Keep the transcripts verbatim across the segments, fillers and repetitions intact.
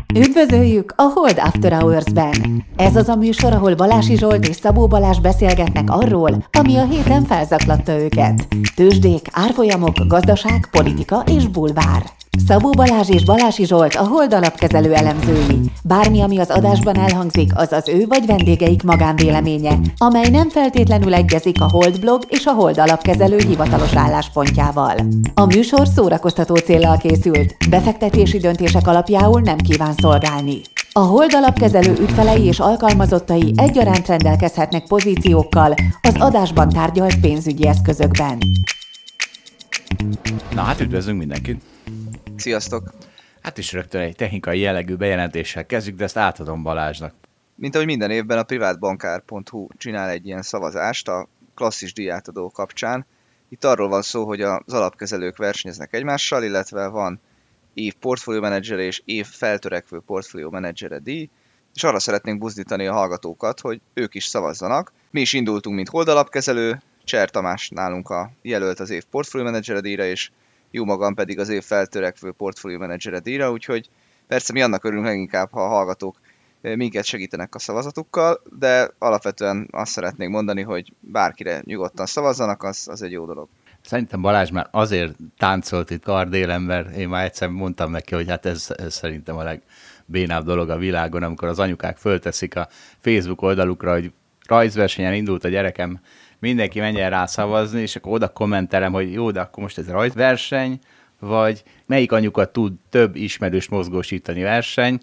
Üdvözöljük a Hold After Hours-ben! Ez az a műsor, ahol Balási Zsolt és Szabó Balázs beszélgetnek arról, ami a héten felzaklatta őket. Tőzsdék, árfolyamok, gazdaság, politika és bulvár. Szabó Balázs és Balási Zsolt a Hold alapkezelő elemzői. Bármi, ami az adásban elhangzik, az az ő vagy vendégeik magánvéleménye, amely nem feltétlenül egyezik a Hold blog és a Hold alapkezelő hivatalos álláspontjával. A műsor szórakoztató céllal készült, befektetési döntések alapjául nem kíván szolgálni. A Hold alapkezelő ügyfelei és alkalmazottai egyaránt rendelkezhetnek pozíciókkal az adásban tárgyalt pénzügyi eszközökben. Na hát üdvözlünk mindenkit! Sziasztok! Hát is rögtön egy technikai jellegű bejelentéssel kezdjük, de ezt átadom Balázsnak. Mint ahogy minden évben a privátbankár pont hu csinál egy ilyen szavazást a klasszis díjátadó kapcsán. Itt arról van szó, hogy az alapkezelők versenyeznek egymással, illetve van év portfóliómenedzsere és év feltörekvő portfóliómenedzsere díj, és arra szeretnénk buzdítani a hallgatókat, hogy ők is szavazzanak. Mi is indultunk, mint Hold alapkezelő, Cser Tamás nálunk a jelölt az év portfóliómenedzsere díjra, és jó magam pedig az év feltörekvő portfóliómenedzsere díjra, úgyhogy persze mi annak örülünk leginkább, ha a hallgatók minket segítenek a szavazatukkal, de alapvetően azt szeretnék mondani, hogy bárkire nyugodtan szavazzanak, az, az egy jó dolog. Szerintem Balázs már azért táncolt itt kardélen, mert én már egyszer mondtam neki, hogy hát ez, ez szerintem a legbénább dolog a világon, amikor az anyukák fölteszik a Facebook oldalukra, hogy rajzversenyen indult a gyerekem, mindenki menjen rá szavazni, és akkor oda kommentelem, hogy jó, de akkor most ez rajzverseny, vagy melyik anyukat tud több ismerős mozgósítani verseny.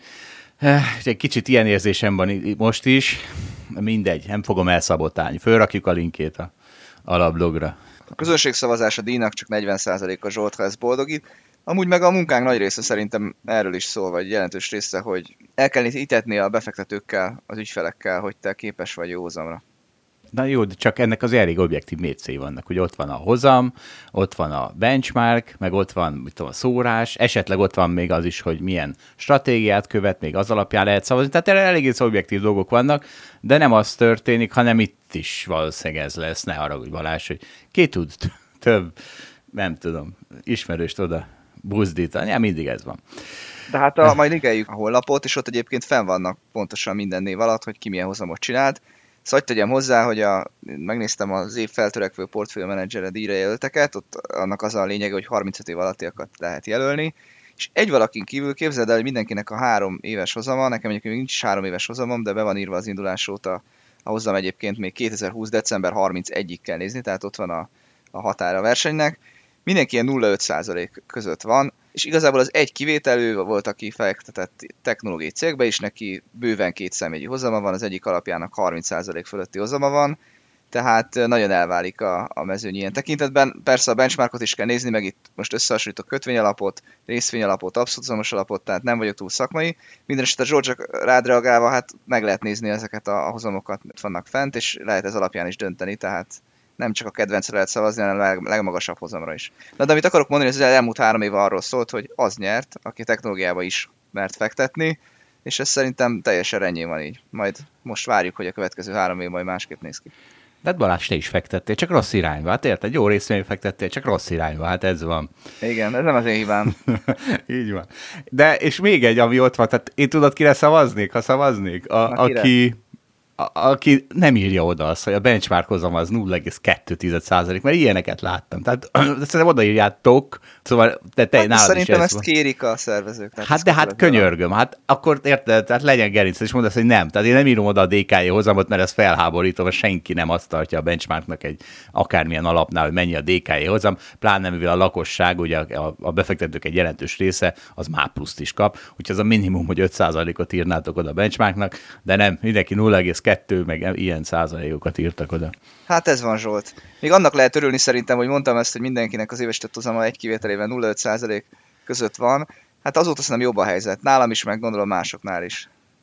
Egy kicsit ilyen érzésem van most is, mindegy, nem fogom elszabotálni. Fölrakjuk a linkét a alapblogra. A közönségszavazás a díjnak csak negyven százaléka Zsolt, ha ez boldogít. Amúgy meg a munkánk nagy része szerintem erről is szól, vagy jelentős része, hogy el kell hitetni a befektetőkkel, az ügyfelekkel, hogy te képes vagy jó hozamra. Na jó, de csak ennek az elég objektív mércéi vannak, hogy ott van a hozam, ott van a benchmark, meg ott van mit tudom, a szórás, esetleg ott van még az is, hogy milyen stratégiát követ, még az alapján lehet szavazni, tehát erre eléggé objektív dolgok vannak, de nem az történik, hanem itt is valószínűleg ez lesz, ne haragudj Balázs, hogy ki tud több, nem tudom, ismerőst oda buzdítani, ja, mindig ez van. De hát a, majd linkeljük a honlapot, és ott egyébként fenn vannak pontosan minden név alatt, hogy ki milyen hozamot csinált. Szóval tegyem hozzá, hogy a, megnéztem az év feltörekvő portfóliómenedzsere díjra jelölteket, ott annak az a lényege, hogy harmincöt év alattiakat lehet jelölni, és egy valakin kívül képzeld el, hogy mindenkinek a három éves hozama, nekem egyébként nincs is három éves hozamom, de be van írva az indulás óta a hozam egyébként még kétezer-húsz. december harmincegyedikéig kell nézni, tehát ott van a, a határa a versenynek. Mindenki ilyen nulla egész öt százalék között van, és igazából az egy kivételő volt, aki fektetett technológiai cégbe, és neki bőven két személyi hozama van, az egyik alapjának harminc százalék fölötti hozama van, tehát nagyon elválik a, a mezőny ilyen tekintetben. Persze a benchmarkot is kell nézni, meg itt most összehasonlítok kötvényalapot, részvényalapot, abszolút hozamos alapot, tehát nem vagyok túl szakmai. Mindenesetre Zsolt, csak rád reagálva, hát meg lehet nézni ezeket a, a hozamokat, mert vannak fent, és lehet ez alapján is dönteni, tehát nem csak a kedvencre lehet szavazni, hanem a leg, legmagasabb hozamra is. Na, de amit akarok mondani, hogy az elmúlt három év arról szólt, hogy az nyert, aki technológiába is mert fektetni, és ez szerintem teljesen rendjén van így. Majd most várjuk, hogy a következő három év majd másképp néz ki. De hát Balázs, te is fektettél, csak rossz irányba. Hát érted, jó részvény fektettél, csak rossz irányba, hát ez van. Igen, ez nem az én hibám. Így van. De, és még egy, ami ott van, tehát én tudod, kire szavaznék, ha szavaznék? A, aki... A, aki nem írja oda azt, hogy a benchmark hozam az nulla egész kettő százalék, mert ilyeneket láttam. Tehát szerintem odaírjátok, szóval te, te hát nálad szerintem is ezt van. Kérik a szervezők. Hát de hát könyörgöm, hát akkor érted, tehát legyen gerinc, és mondasz, hogy nem. Tehát én nem írom oda a dé ká jé hozamot, mert ez felháborító, mert senki nem azt tartja a benchmarknak egy akármilyen alapnál, hogy mennyi a dé ká jé hozam, pláne mivel a lakosság, ugye a, a befektetők egy jelentős része, az már pluszt is kap, úgyhogy az a minimum, hogy öt százalékot írnátok oda a benchmarknak, de nem, mindenki nulla egész kettő, meg ilyen százalékokat írtak oda. Hát ez van, Zsolt. Még annak lehet örülni szerintem, hogy mondtam ezt, hogy mindenkinek az éves hozama egy kivételével nulla egész öt százalék között van. Hát azóta szerintem jobb a helyzet. Nálam is, meg gondolom másoknál is.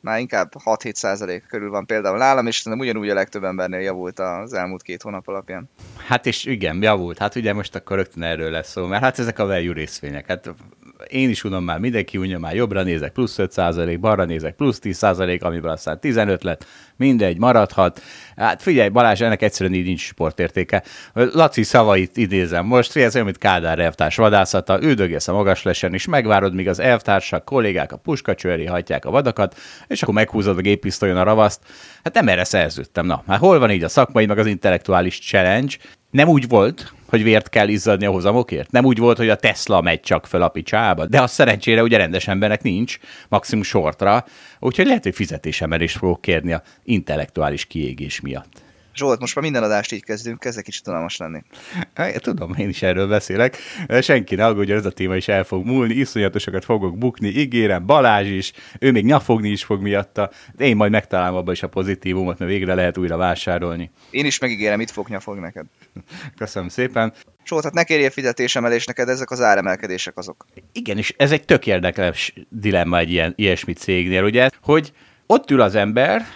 már inkább hat-hét százalék körül van például nálam, és szerintem ugyanúgy a legtöbb embernél javult az elmúlt két hónap alapján. Hát és igen, javult. Hát ugye most akkor rögtön erről lesz szó, mert hát ezek a value részvények. Hát én is unom már, mindenki unja már, jobbra nézek plusz öt százalék, balra nézek plusz tíz százalék, amiből aztán tizenöt lett, mindegy, maradhat. Hát figyelj, Balázs, ennek egyszerűen így nincs sportértéke. Laci szavait idézem most, ez olyan, mint Kádár elvtárs vadászata, üldögélsz a magas lesen, és megvárod, míg az elvtársak, kollégák a puskacsőri hajtják a vadakat, és akkor meghúzod a géppisztolyon a ravaszt. Hát nem erre szerződtem, na. Hát hol van így a szakmai, meg az intellektuális challenge? Nem úgy volt, hogy vért kell izzadni a hozamokért? Nem úgy volt, hogy a Tesla megy csak fel a picsába? De az szerencsére ugye rendes embernek nincs, maximum shortra, úgyhogy lehet, hogy fizetésemelést fogok kérni a intellektuális kiégés miatt. Zsolt, most már minden adást így kezdünk, kezdek kicsit unalmas lenni. Hát, tudom, én is erről beszélek. Senki ne aggódjon, ez a téma is el fog múlni, iszonyatosokat fogok bukni, ígérem, Balázs is, ő még nyafogni is fog miatta, de én majd megtalálom abban is a pozitívumot, mert végre lehet újra vásárolni. Én is megígérem, itt fog nyafogni neked. Köszönöm szépen. Zsolt, hát ne kérjél fizetésemelés neked, ezek az áremelkedések azok. Igen, és ez egy tök érdekes dilemma egy ilyen, ilyesmi cégnél, ugye, hogy ott ül az ember,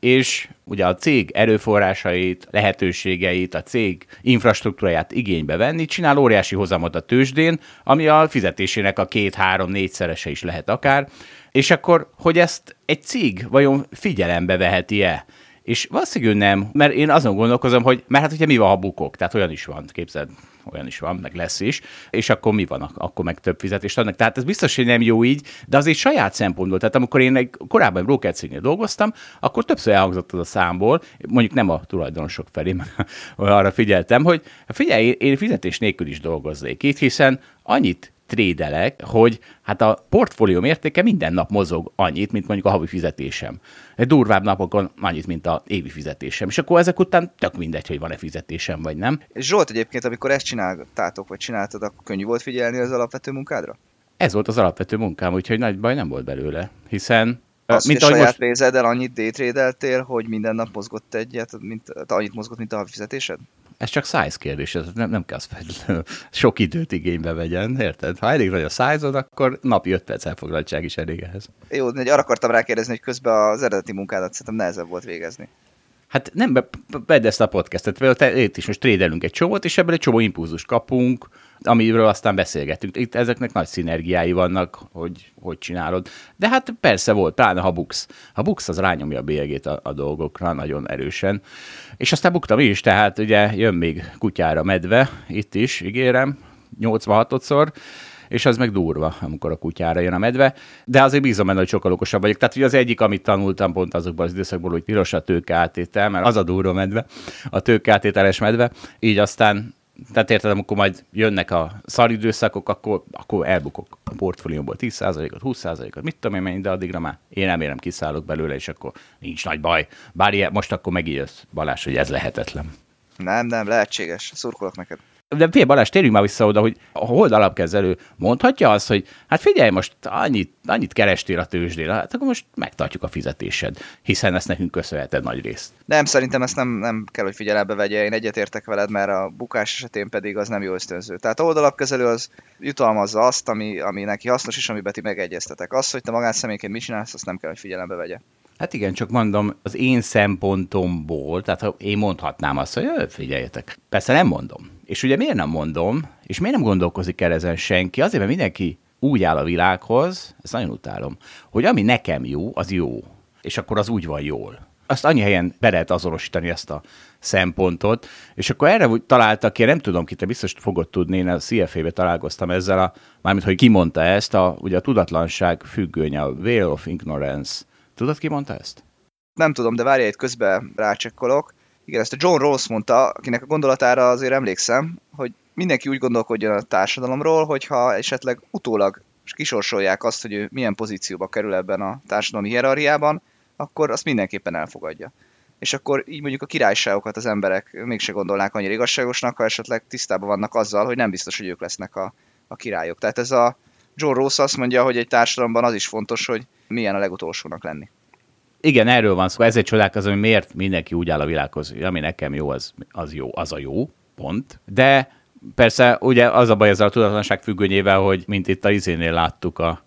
és ugye a cég erőforrásait, lehetőségeit, a cég infrastruktúráját igénybe venni, csinál óriási hozamot a tőzsdén, ami a fizetésének a két-három-négyszerese is lehet akár, és akkor, hogy ezt egy cég vajon figyelembe veheti-e? És valószínűleg nem, mert én azon gondolkozom, hogy mert hát ugye mi van, ha bukok, tehát olyan is van, képzeld, olyan is van, meg lesz is, és akkor mi van, akkor meg több fizetést adnak. Tehát ez biztos, hogy nem jó így, de azért saját szempontból, tehát amikor én egy korábban broker cégnél dolgoztam, akkor többször elhangzott az a számból, mondjuk nem a tulajdonosok felé, arra figyeltem, hogy figyelj, én fizetés nélkül is dolgoznék itt, hiszen annyit trédelek, hogy hát a portfólióm értéke minden nap mozog annyit, mint mondjuk a havi fizetésem. Egy durvább napokon annyit, mint a évi fizetésem. És akkor ezek után tök mindegy, hogy van-e fizetésem, vagy nem. És Zsolt, egyébként, amikor ezt csináltátok, vagy csináltad, akkor könnyű volt figyelni az alapvető munkádra? Ez volt az alapvető munkám, úgyhogy nagy baj nem volt belőle, hiszen... Az, mint hogy a saját most... pénzeddel annyit daytradeltél, hogy minden nap mozgott egyet, mint, annyit mozgott, mint a havi fizetésed? Ez csak size kérdés, ez nem, nem kell az sok időt igénybe vegyen, érted? Ha elég nagy a size-od, akkor napi öt perc elfoglaltság is elég ehhez. Jó, de arra akartam rákérdezni, hogy közben az eredeti munkádat szerintem nehezebb volt végezni. Hát nem, vedd ezt a podcastet, például itt is most trédelünk egy csomót, és ebből egy csomó impulzust kapunk, amiről aztán beszélgetünk. Itt ezeknek nagy szinergiái vannak, hogy hogy csinálod. De hát persze volt, pláne ha buksz. Ha buksz, az rányomja a bélyegét a, a dolgokra nagyon erősen. És aztán buktam is, tehát ugye jön még kutyára medve, itt is, ígérem, nyolcvanhatodszor, és az meg durva, amikor a kutyára jön a medve, de azért bízom benne, hogy sokkal okosabb vagyok. Tehát ugye az egyik, amit tanultam pont azokban az időszakból, hogy piros a tőkeátétel, mert az a durva medve, a tőkeátételes medve, így aztán, tehát érted, amikor majd jönnek a szaridőszakok, akkor, akkor elbukok a portfóliómból tíz százalékot, húsz százalékot, mit tudom én mennyi, de addigra már én remélem kiszállok belőle, és akkor nincs nagy baj. Bár ilyen, most akkor megijesz, Balázs, hogy ez lehetetlen. Nem, nem, lehetséges. Szurkolok neked. De figyelj, Balázs, térjünk már vissza oda, hogy a Hold alapkezelő mondhatja azt, hogy hát figyelj, most annyit, annyit kerestél a tőzsdén, hát akkor most megtartjuk a fizetésed, hiszen ezt nekünk köszönheted nagy részt. Nem, szerintem ezt nem, nem kell, hogy figyelembe vegye, én egyetértek veled, mert a bukás esetén pedig az nem jó ösztönző. Tehát a Hold alapkezelő az jutalmazza azt, ami, ami neki hasznos, és amiben ti megegyeztetek. Az, hogy te magánszemélyként mit csinálsz, azt nem kell, hogy figyelembe vegye. Hát igen, csak mondom, az én szempontomból, tehát ha én mondhatnám azt, hogy figyeljetek. Persze nem mondom. És ugye miért nem mondom, és miért nem gondolkozik el ezen senki? Azért, mert mindenki úgy áll a világhoz, ezt nagyon utálom, hogy ami nekem jó, az jó. És akkor az úgy van jól. Azt annyi helyen be lehet azonosítani ezt a szempontot, és akkor erre találtak ki, nem tudom ki, te biztos fogod tudni, én a C F A-be találkoztam ezzel, a, mármint, hogy ki mondta ezt, a, ugye a tudatlanság függőnye, a veil of ignorance. Tudod, ki mondta ezt? Nem tudom, de várj, itt közben rácsekkolok. Igen, ezt a John Rawls mondta, akinek a gondolatára azért emlékszem, hogy mindenki úgy gondolkodjon a társadalomról, hogyha esetleg utólag kisorsolják azt, hogy ő milyen pozícióba kerül ebben a társadalmi hierarchiában, akkor azt mindenképpen elfogadja. És akkor így mondjuk a királyságokat az emberek mégse gondolnák annyira igazságosnak, ha esetleg tisztában vannak azzal, hogy nem biztos, hogy ők lesznek a, a királyok. Tehát ez a John Rawls azt mondja, hogy egy társadalomban az is fontos, hogy milyen a legutolsónak lenni. Igen, erről van szó. Ezért csodálkozom, hogy miért mindenki úgy áll a világhoz, hogy ami nekem jó, az, az jó, az a jó, pont. De persze ugye az a baj ezzel a tudatlanság függőnyével, hogy mint itt a izénél láttuk a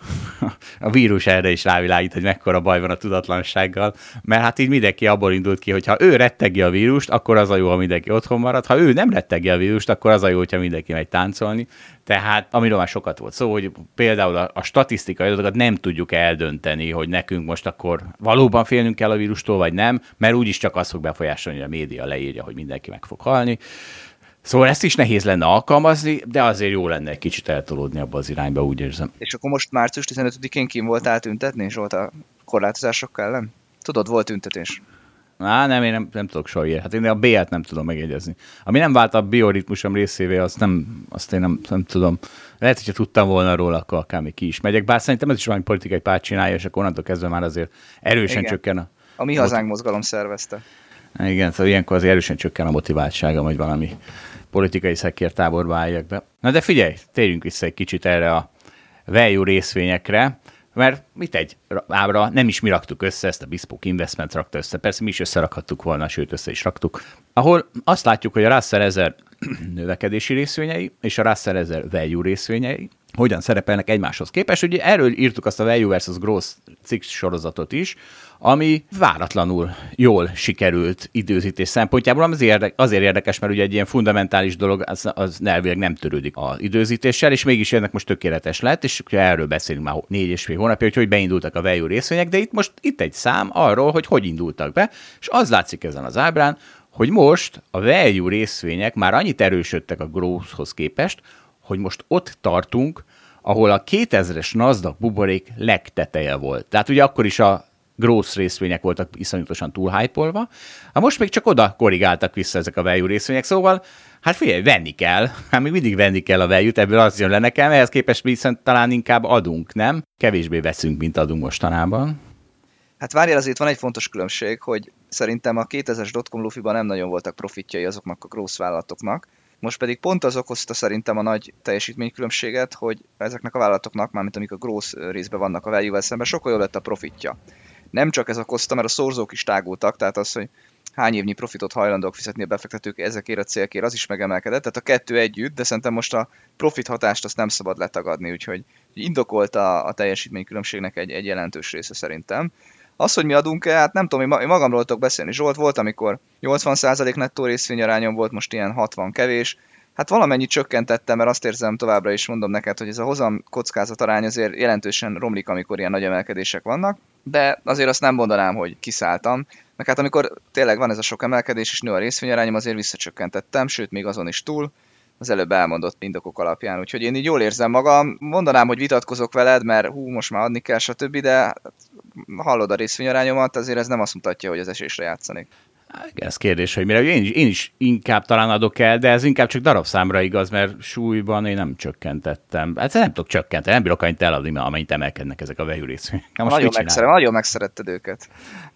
a vírus erre is rávilágít, hogy mekkora baj van a tudatlansággal, mert hát így mindenki abból indult ki, hogy ha ő rettegi a vírust, akkor az a jó, ha mindenki otthon marad, ha ő nem rettegi a vírust, akkor az a jó, hogyha mindenki megy táncolni. Tehát amiről már sokat volt szó, hogy például a, a statisztikai adatokat nem tudjuk eldönteni, hogy nekünk most akkor valóban félnünk kell a vírustól, vagy nem, mert úgyis csak az fog befolyásolni, hogy a média leírja, hogy mindenki meg fog halni. Szóval ezt is nehéz lenne alkalmazni, de azért jó lenne egy kicsit eltolódni abba az irányba, úgy érzem. És akkor most március tizenötödikén kim voltál tüntetni, Zsolt, a korlátozások ellen? Tudod, volt tüntetés. Á, nem, én nem, nem tudok soha ilyet. Hát én a B-et nem tudom megjegyezni. Ami nem vált a bioritmusom részévé, azt, nem, azt én nem, nem tudom. Lehet, hogyha tudtam volna róla, akkor akár még ki is megyek. Bár szerintem ez is valami politikai párt csinálja, és akkor onnantól kezdve már azért erősen Igen. csökken a... A Mi Hazánk mozgalom szervezte. Igen, szóval ilyenkor azért erősen csökken a motiváltsága, hogy valami politikai szekértáborba álljak be. Na de figyelj, térjünk vissza egy kicsit erre a value részvényekre, mert mit egy ábra, nem is mi raktuk össze, ezt a Bespoke Investment rakta össze, persze mi is összerakhattuk volna, sőt össze is raktuk, ahol azt látjuk, hogy a Russell ezer növekedési részvényei és a Russell ezer value részvényei hogyan szerepelnek egymáshoz képest. Ugye erről írtuk azt a Value versus Growth cikk sorozatot is, ami váratlanul jól sikerült időzítés szempontjából, azért, érde, azért érdekes, mert ugye egy ilyen fundamentális dolog, az, az elvileg nem törődik az időzítéssel, és mégis ennek most tökéletes lett, és erről beszélünk már négy és fél hónapja, hogy hogy beindultak a value részvények, de itt most itt egy szám arról, hogy hogy indultak be, és az látszik ezen az ábrán, hogy most a value részvények már annyit erősödtek a growthhoz képest, hogy most ott tartunk, ahol a kétezres Nasdaq buborék legteteje volt. Tehát ugye akkor is a growth részvények voltak iszonyatosan túlhypolva, hát most még csak oda korrigáltak vissza ezek a value részvények, szóval hát figyelj, venni kell, hát még mindig venni kell a value-t, ebből az jön le nekem, ehhez képest viszont talán inkább adunk, nem? Kevésbé veszünk, mint adunk mostanában. Hát várjál, azért van egy fontos különbség, hogy szerintem a kétezres dotcom lufiban nem nagyon voltak profitjai azoknak a growth vállalatoknak, most pedig pont az okozta szerintem a nagy teljesítménykülönbséget, hogy ezeknek a vállalatoknak, mármint amik a growth részben vannak a value-vel szemben, sokkal jobb lett a profitja. Nem csak ez okozta, mert a szorzók is tágultak, tehát az, hogy hány évnyi profitot hajlandók fizetni a befektetők ezekért a célkért, az is megemelkedett, tehát a kettő együtt, de szerintem most a profit hatást azt nem szabad letagadni, úgyhogy indokolt a, a teljesítménykülönbségnek egy, egy jelentős része szerintem. Az, hogy mi adunk-e, hát nem tudom, én magamról tudok beszélni. Zsolt, volt, amikor nyolcvan százalék nettó részvényarányom volt, most ilyen hatvan kevés. Hát valamennyit csökkentettem, mert azt érzem továbbra is, mondom neked, hogy ez a hozam kockázat arány azért jelentősen romlik, amikor ilyen nagy emelkedések vannak, de azért azt nem mondanám, hogy kiszálltam. Meg hát amikor tényleg van ez a sok emelkedés és nő a részvényarányom, azért visszacsökkentettem, sőt még azon is túl, az előbb elmondott indokok alapján. Úgyhogy én így jól érzem magam, mondanám, hogy vitatkozok veled, mert hú, most már adni kell, stb., de hallod a részvényarányomat, azért ez nem azt mutatja, hogy az esésre játszanék. Igen, ez kérdés, hogy mire. Én is, én is inkább talán adok el, de ez inkább csak darabszámra igaz, mert súlyban én nem csökkentettem. Hát nem tudok csökkenteni, nem bírok annyit eladni, amennyit emelkednek ezek a value részvények. Nagyon, megszere, nagyon megszeretted őket.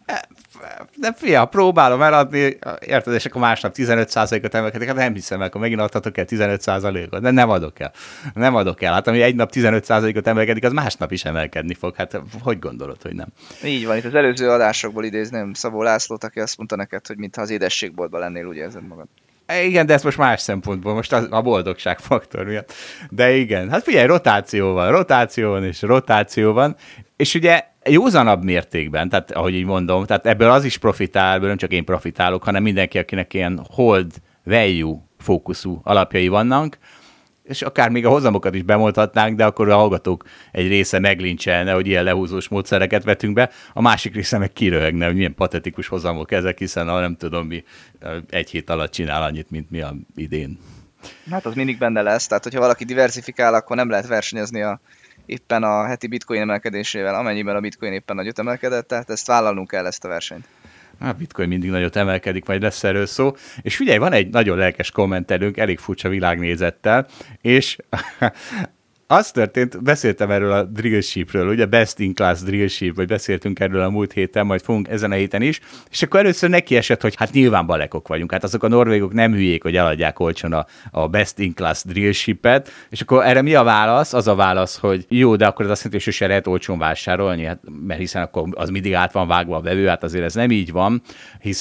De fia, próbálom eladni, érted, és akkor másnap tizenöt százalékot emelkedik, hát nem hiszem, akkor megint adhatok el tizenöt százalékot, de nem adok el. Nem adok el. Hát ami egy nap tizenöt százalékot emelkedik, az másnap is emelkedni fog. Hát hogy gondolod, hogy nem? Így van, itt az előző adásokból idézném Szabó Lászlót, aki azt mondta neked, hogy mintha az édességboltban lennél, úgy érzed magad. Igen, de ez most más szempontból, most az, a boldogságfaktor miatt. De igen, hát figyelj, rotáció van, rotáció van és rotáció van, és ugye józanabb mértékben, tehát ahogy így mondom, tehát ebből az is profitál, ebből nem csak én profitálok, hanem mindenki, akinek ilyen hold value fókuszú alapjai vannak, és akár még a hozamokat is bemondhatnánk, de akkor a hallgatók egy része meglincselne, hogy ilyen lehúzós módszereket vetünk be, a másik része meg kiröhögne, hogy milyen patetikus hozamok ezek, hiszen a nem tudom mi egy hét alatt csinál annyit, mint mi a idén. Hát az mindig benne lesz, tehát hogyha valaki diversifikál, akkor nem lehet versenyezni a éppen a heti bitcoin emelkedésével, amennyiben a bitcoin éppen nagyot emelkedett, tehát ezt vállalnunk kell, ezt a versenyt. A bitcoin mindig nagyot emelkedik, majd lesz erről szó. És figyelj, van egy nagyon lelkes kommentelőnk, elég furcsa világnézettel, és az történt, beszéltem erről a drillshipről, ugye best in class drillship, vagy beszéltünk erről a múlt héten, majd fogunk ezen a héten is, és akkor először neki esett, hogy hát nyilván balekok vagyunk, hát azok a norvégok nem hülyék, hogy eladják olcsón a, a best in class drillshipet, és akkor erre mi a válasz? Az a válasz, hogy jó, de akkor az azt jelenti, hogy sose lehet olcsón vásárolni, hát, mert hiszen akkor az mindig át van vágva a vevő, hát azért ez nem így van, hiszen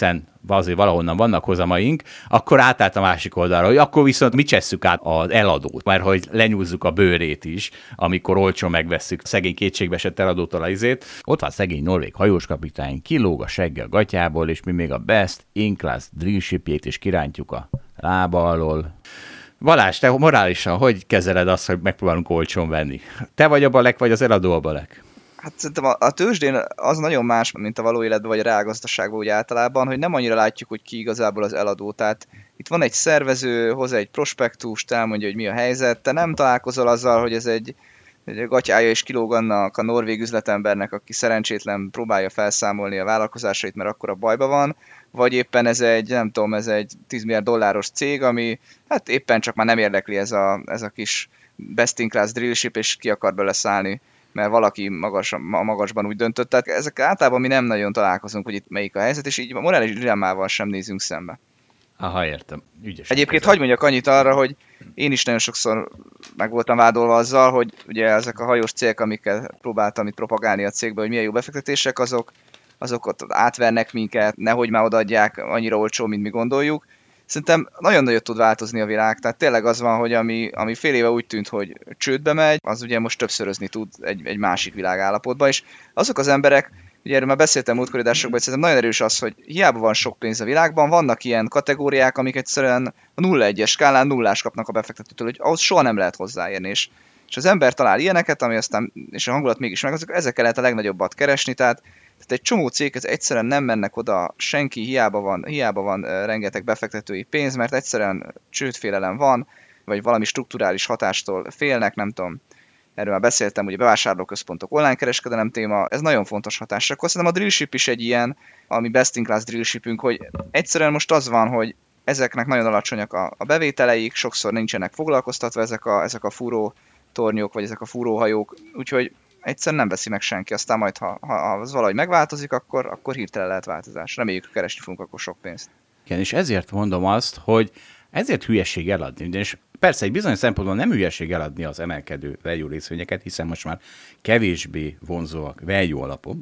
azért valahonnan vannak hozamaink, akkor átállt a másik oldalra, hogy akkor viszont mi csesszük át az eladót, mert hogy lenyúzzuk a bőrét is, amikor olcsón megvesszük szegény kétségbeesett eladótól a izét. Ott van szegény norvég hajóskapitány, kilóg a segge a gatyából, és mi még a best in-class drillshipjét is kirántjuk a lába alól. Balázs, te morálisan hogy kezeled azt, hogy megpróbálunk olcsón venni? Te vagy a balek, vagy az eladó a balek? Hát szerintem a, a tőzsdén az nagyon más, mint a való életben, vagy a reálgazdaságban úgy általában, hogy nem annyira látjuk, hogy ki igazából az eladó. Tehát itt van egy szervező, hoz egy prospektust, elmondja, hogy mi a helyzet. Te nem találkozol azzal, hogy ez egy, egy gatyája és kilóg annak a norvég üzletembernek, aki szerencsétlen próbálja felszámolni a vállalkozásait, mert akkor a bajba van, vagy éppen ez egy, nem tudom, ez egy tíz milliárd dolláros cég, ami hát éppen csak már nem érdekli ez a, ez a kis best in class drillship, és ki akar belőle szállni, mert valaki magas, magasban úgy döntött. Tehát ezek általában mi nem nagyon találkozunk, hogy itt melyik a helyzet, és így a morális dilemmával sem nézünk szembe. Aha, értem. Ügyesen. Egyébként hagyj mondjak annyit arra, hogy én is nagyon sokszor meg voltam vádolva azzal, hogy ugye ezek a hajós cégek, amikkel próbáltam itt propagálni a cégbe, hogy milyen jó befektetések, azok, azok ott átvernek minket, nehogy már odaadják annyira olcsó, mint mi gondoljuk. Szerintem nagyon nagyot tud változni a világ, tehát tényleg az van, hogy ami, ami fél éve úgy tűnt, hogy csődbe megy, az ugye most többszörözni tud egy, egy másik világállapotba, és azok az emberek, ugye erről már beszéltem múltkori adásokban, hogy szerintem nagyon erős az, hogy hiába van sok pénz a világban, vannak ilyen kategóriák, amik egyszerűen a nulla egyes skálán nullás kapnak a befektetőtől, hogy ahhoz soha nem lehet hozzáérni, és, és az ember talál ilyeneket, ami aztán, és a hangulat mégis meg, azok, ezekkel lehet a legnagyobbat keresni, tehát Tehát egy csomó céghez egyszerűen nem mennek oda senki, hiába van, hiába van rengeteg befektetői pénz, mert egyszerűen csődfélelem van, vagy valami strukturális hatástól félnek, nem tudom. Erről már beszéltem, ugye bevásárlóközpontok, online kereskedelem téma, ez nagyon fontos hatás. Akkor szerintem a drillship is egy ilyen, ami best in class drillshipünk, hogy egyszerűen most az van, hogy ezeknek nagyon alacsonyak a, a bevételeik, sokszor nincsenek foglalkoztatva ezek a, ezek a fúró tornyok, vagy ezek a fúróhajók, úgyhogy egyszerűen nem veszi meg senki, aztán majd, ha, ha az valahogy megváltozik, akkor, akkor hirtelen lehet változás. Reméljük, hogy keresni fogunk akkor sok pénzt. Igen, és ezért mondom azt, hogy ezért hülyeség eladni. És persze egy bizonyos szempontból nem hülyeség eladni az emelkedő value részvényeket, hiszen most már kevésbé vonzóak value alapon.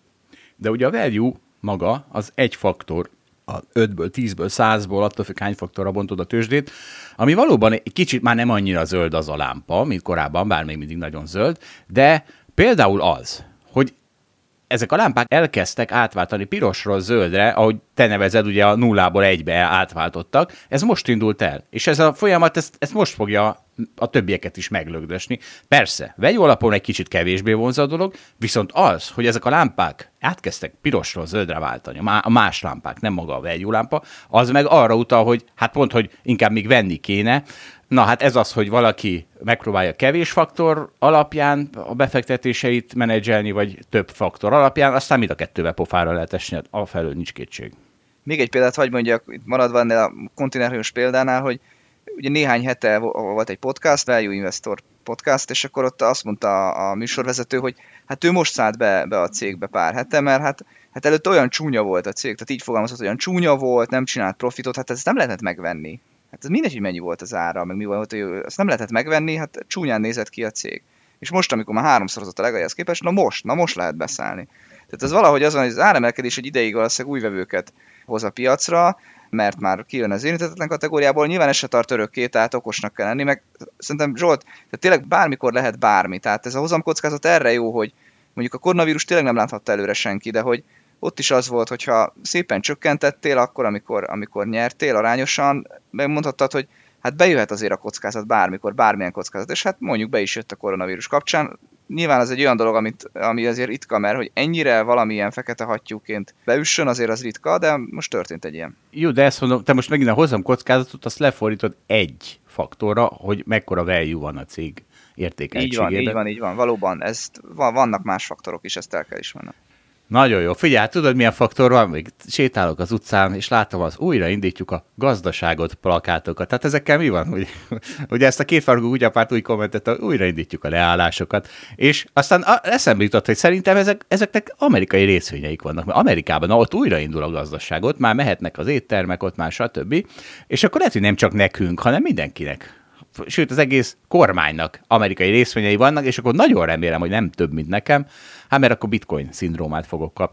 De ugye a value maga az egy faktor, a ötből, tízből, százból, attól függ, hány faktorra bontod a tőzsdét, ami valóban egy kicsit már nem annyira zöld az a lámpa, mint korábban, bár még mindig nagyon zöld, de például az, hogy ezek a lámpák elkezdtek átváltani pirosról zöldre, ahogy te nevezed, ugye a nullából egybe átváltottak, ez most indult el. És ez a folyamat, ezt, ezt most fogja a többieket is meglögdösni. Persze, value alapon egy kicsit kevésbé vonzó a dolog, viszont az, hogy ezek a lámpák átkezdtek pirosról zöldre váltani, a más lámpák, nem maga a value lámpa, az meg arra utal, hogy hát pont, hogy inkább még venni kéne. Na hát ez az, hogy valaki megpróbálja kevés faktor alapján a befektetéseit menedzselni, vagy több faktor alapján, aztán mind a kettővel pofára lehet esni, afelől nincs kétség. Még egy példát hagy mondjak, itt maradva ennél a kontineriós példánál, hogy ugye néhány hete volt egy podcast, Value Investor podcast, és akkor ott azt mondta a műsorvezető, hogy hát ő most szállt be, be a cégbe pár hete, mert hát, hát előtte olyan csúnya volt a cég, tehát így fogalmazott, hogy olyan csúnya volt, nem csinált profitot, hát ezt nem lehetett megvenni. Hát ez mindegy, hogy mennyi volt az ára, meg mi volt, hogy ezt nem lehetett megvenni, hát csúnyán nézett ki a cég. És most, amikor már háromszorozott a legaljához képest, na most, na most lehet beszállni. Tehát ez valahogy az van, hogy az áremelkedés egy ideig valószínűleg új vevőket hoz a piacra, mert már kijön az érintetlen kategóriából, nyilván ez se tart örökké, tehát okosnak kell lenni, meg szerintem Zsolt, tehát tényleg bármikor lehet bármi, tehát ez a hozamkockázat erre jó, hogy mondjuk a koronavírus tényleg nem láthatta előre senki, de hogy ott is az volt, hogyha szépen csökkentettél, akkor, amikor, amikor nyertél arányosan, megmondhattad, hogy hát bejöhet azért a kockázat bármikor, bármilyen kockázat, és hát mondjuk be is jött a koronavírus kapcsán. Nyilván az egy olyan dolog, amit, ami azért ritka, mert hogy ennyire valamilyen fekete hattyúként beüssön, azért az ritka, de most történt egy ilyen. Jó, de ezt mondom, te most megint a hozam kockázatot, azt lefordítod egy faktorra, hogy mekkora value van a cég értékeltségében. Így van, így van, így van, valóban, ezt, vannak más faktorok is, ezt el kell ismernem. Nagyon jó. Figyelj, tudod milyen faktor van? Még sétálok az utcán, és látom az újraindítjuk a gazdaságot plakátokat. Tehát ezekkel mi van? Ugye, ugye ezt a kétfarkú kutyapárt új kommentet, hogy újraindítjuk a leállásokat. És aztán eszembe jutott, hogy szerintem ezek, ezeknek amerikai részvényeik vannak. Mert Amerikában, na, ott újraindul a gazdaságot, már mehetnek az éttermek, ott már stb. És akkor lehet, hogy nem csak nekünk, hanem mindenkinek. Sőt, az egész kormánynak amerikai részvényei vannak, és akkor nagyon remélem, hogy nem több, mint nekem, hát mert akkor bitcoin szindrómát fogok kapni.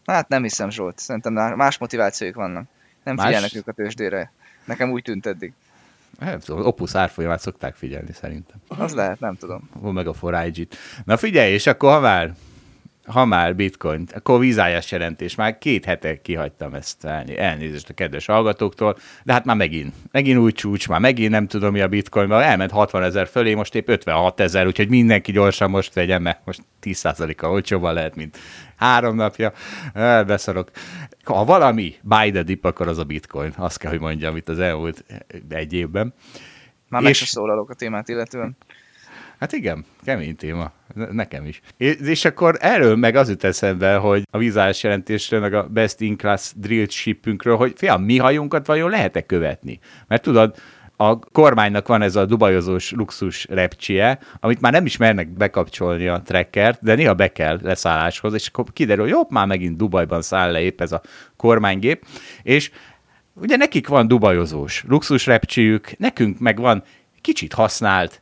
Hát nem hiszem, Zsolt. Szerintem más motivációik vannak. Nem Más? figyelnek ők a tőzsdére. Nekem úgy tűnt eddig. Hát, Opus árfolyamát szokták figyelni szerintem. Az lehet, nem tudom. Van meg a négy G-t. Na figyelj, és akkor ha már, ha már bitcoin, akkor vízájás jelentés. Már két hete kihagytam ezt, elnézést a kedves hallgatóktól, de hát már megint, megint új csúcs, már megint nem tudom mi a bitcoin, mert elment hatvanezer fölé, most épp ötvenhatezer, úgyhogy mindenki gyorsan most vegyen, mert most tíz százalékkal olcsóban lehet, mint három napja. Beszarok. Ha valami buy the dip, akkor az a bitcoin. Azt kell, hogy mondjam itt az elmúlt egy évben. Már és... meg sem szólalok a témát illetően. Hát igen, kemény téma. Nekem is. És, és akkor erről meg az jut eszembe, hogy a vízállás jelentésről, meg a best in class drilled shipünkről, hogy fiam, mi hajunkat vajon lehet-e követni? Mert tudod, a kormánynak van ez a dubajozós luxus repcsie, amit már nem is mernek bekapcsolni a trackert, de néha be kell leszálláshoz, és akkor kiderül, hogy jobb, már megint Dubajban száll le épp ez a kormánygép, és ugye nekik van dubajozós luxus repcsiük, nekünk meg van kicsit használt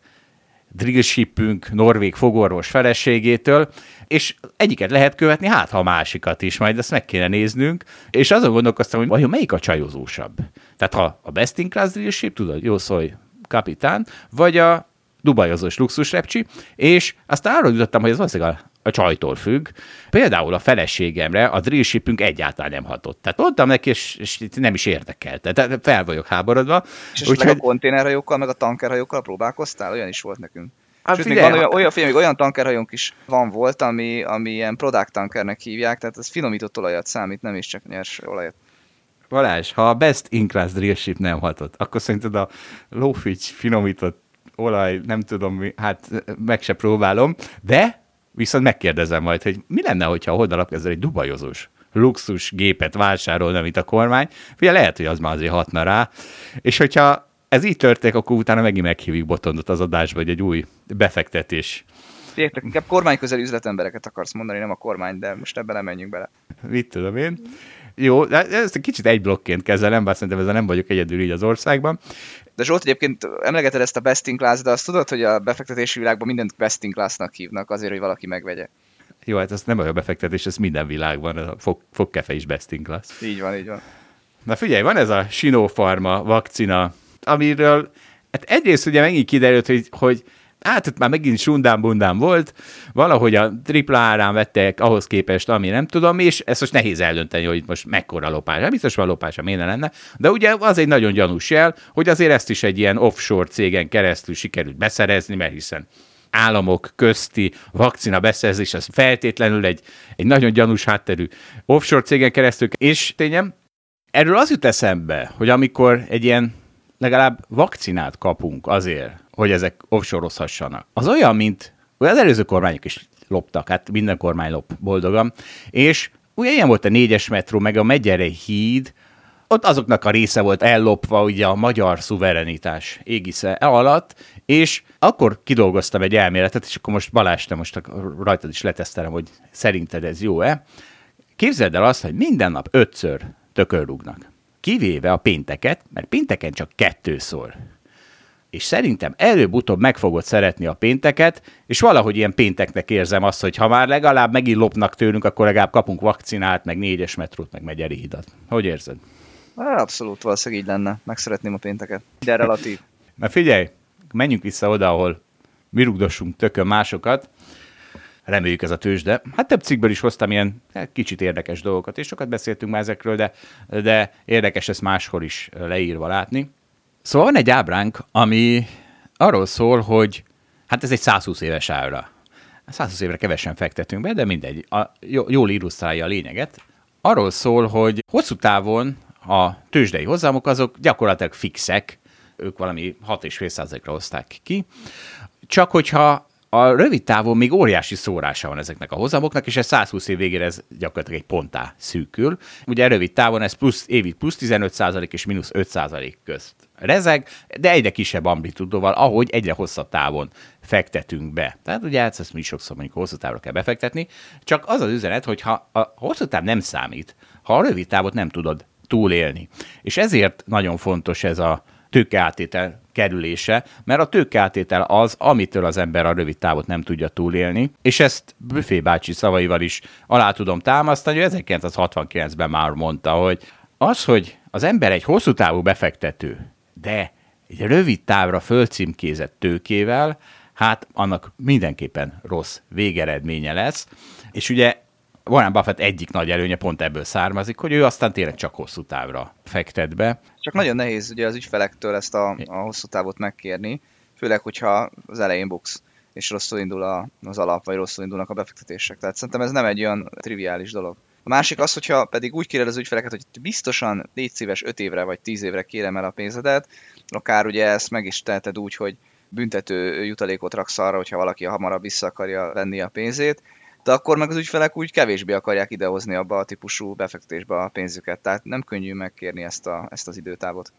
drillshipünk norvég fogorvos feleségétől, és egyiket lehet követni, hát ha a másikat is, majd ezt meg kéne néznünk, és azon gondolkoztam, hogy vajon melyik a csajozósabb? Tehát ha a best in class drillship, tudod, jó szólj, kapitán, vagy a dubajozós luxus repcsi, és aztán arról jutottam, hogy ez valószínűleg a, a csajtól függ. Például a feleségemre a drillshipünk egyáltalán nem hatott. Tehát mondtam neki, és, és nem is érdekelte. Tehát fel vagyok háborodva. És esetleg úgy, a konténerhajókkal, meg a tankerhajókkal próbálkoztál? Olyan is volt nekünk. Hát Sőt, figyelj, még van olyan, olyan, figyelj, még olyan tankerhajónk is van volt, ami, ami ilyen product tankernek hívják, tehát ez finomított olajat számít, nem is csak nyers olajat. Balázs, ha a best in class drillship nem hatott, akkor szerinted a lófügy finomított olaj, nem tudom mi, hát meg se próbálom, de viszont megkérdezem majd, hogy mi lenne, hogyha a Holdalap ezzel egy dubajozós luxus gépet vásárolna, mint a kormány. Ugye lehet, hogy az már azért hatna rá, és hogyha ez így történik, akkor utána megint meghívjuk Botondot az adásba, hogy egy új befektetés. Értek, inkább kormányközeli üzletembereket akarsz mondani, nem a kormány, de most ebben nem menjünk bele. Mit tudom én. Jó, ezt egy kicsit egy blokként kezelem, bár szerintem ezzel nem vagyok egyedül így az országban. De Zsolt, egyébként emlegeted ezt a best in class, de azt tudod, hogy a befektetési világban mindent best in classnak hívnak azért, hogy valaki megvegye. Jó, hát ez nem olyan befektetés, ez minden világban, a fog, fogkefe is best in class. Így van, így van. Na figyelj, van ez a Sinopharma vakcina, amiről hát egyrészt ugye megint kiderült, hogy, hogy hát ott már megint sundán-bundán volt, valahogy a tripla árán vettek ahhoz képest, ami nem tudom, és ezt most nehéz eldönteni, hogy most mekkora lopás. Biztos van lopása, miért ne lenne, de ugye az egy nagyon gyanús jel, hogy azért ezt is egy ilyen offshore cégen keresztül sikerült beszerezni, mert hiszen államok közti vakcina beszerzés, az feltétlenül egy, egy nagyon gyanús hátterű offshore cégen keresztül, és tényem, erről az jut eszembe, hogy amikor egy ilyen legalább vakcinát kapunk azért, hogy ezek offshore-ozhassanak. Az olyan, mint az előző kormányok is loptak, hát minden kormány lop boldogan, és ugye ilyen volt a négyes metró, meg a Megyeri híd, ott azoknak a része volt ellopva ugye a magyar szuverenitás égisze alatt, és akkor kidolgoztam egy elméletet, és akkor most Balázs, te most rajtad is letesztelem, hogy szerinted ez jó-e. Képzeld el azt, hogy minden nap ötször tökörrúgnak. Kivéve a pénteket, mert pénteken csak kettőszor. És szerintem előbb-utóbb meg fogod szeretni a pénteket, és valahogy ilyen pénteknek érzem azt, hogy ha már legalább megint lopnak tőlünk, akkor legalább kapunk vakcinát, meg négyes metrót, meg Megyeri hidat. Hogy érzed? Abszolút, valószínűleg így lenne. Meg szeretném a pénteket. De relatív. Na figyelj, menjünk vissza oda, ahol mi rugdossunk tökön másokat. Reméljük ez a tőzsde. Hát több cikkből is hoztam ilyen kicsit érdekes dolgokat, és sokat beszéltünk már ezekről, de, de érdekes ezt máshol is leírva látni. Szóval van egy ábránk, ami arról szól, hogy hát ez egy százhúsz éves ábra. százhúsz évre kevesen fektetünk be, de mindegy, a, jól illusztrálja a lényeget. Arról szól, hogy hosszú távon a tőzsdei hozamok azok gyakorlatilag fixek, ők valami hat egész öt százalékra hozták ki, csak hogyha a rövid távon még óriási szórása van ezeknek a hozamoknak, és ez százhúsz év végére ez gyakorlatilag egy ponttá szűkül. Ugye rövid távon ez plusz, évi plusz tizenöt százalék és mínusz öt százalék közt rezeg, de egyre kisebb amplitúdóval, ahogy egyre hosszabb távon fektetünk be. Tehát ugye ezt mi is sokszor mondjuk hosszú távra kell befektetni, csak az az üzenet, hogy ha a hosszú táv nem számít, ha a rövid távot nem tudod túlélni. És ezért nagyon fontos ez a tőkeáttétel kerülése, mert a tőkeáttétel az, amitől az ember a rövid távot nem tudja túlélni, és ezt Buffé bácsi szavaival is alá tudom támasztani, hogy ezerkilencszázhatvankilencben már mondta, hogy az, hogy az ember egy hosszú távú befektető, de egy rövid távra fölcímkézett tőkével, hát annak mindenképpen rossz végeredménye lesz, és ugye Warren Buffett egyik nagy előnye pont ebből származik, hogy ő aztán tényleg csak hosszú távra fektet be. Csak nagyon nehéz ugye az ügyfelektől ezt a, a hosszú távot megkérni, főleg, hogyha az elején buksz, és rosszul indul a, az alap, vagy rosszul indulnak a befektetések. Tehát szerintem ez nem egy olyan triviális dolog. A másik az, hogyha pedig úgy kéred az ügyfeleket, hogy biztosan légy szíves öt évre vagy tíz évre kérem el a pénzedet, akár ugye ezt meg is teheted úgy, hogy büntető jutalékot raksz arra, hogyha valaki hamarabb vissza akarja venni a pénzét, de akkor meg az ügyfelek úgy kevésbé akarják idehozni abba a típusú befektetésbe a pénzüket. Tehát nem könnyű megkérni ezt, a, ezt az időtávot.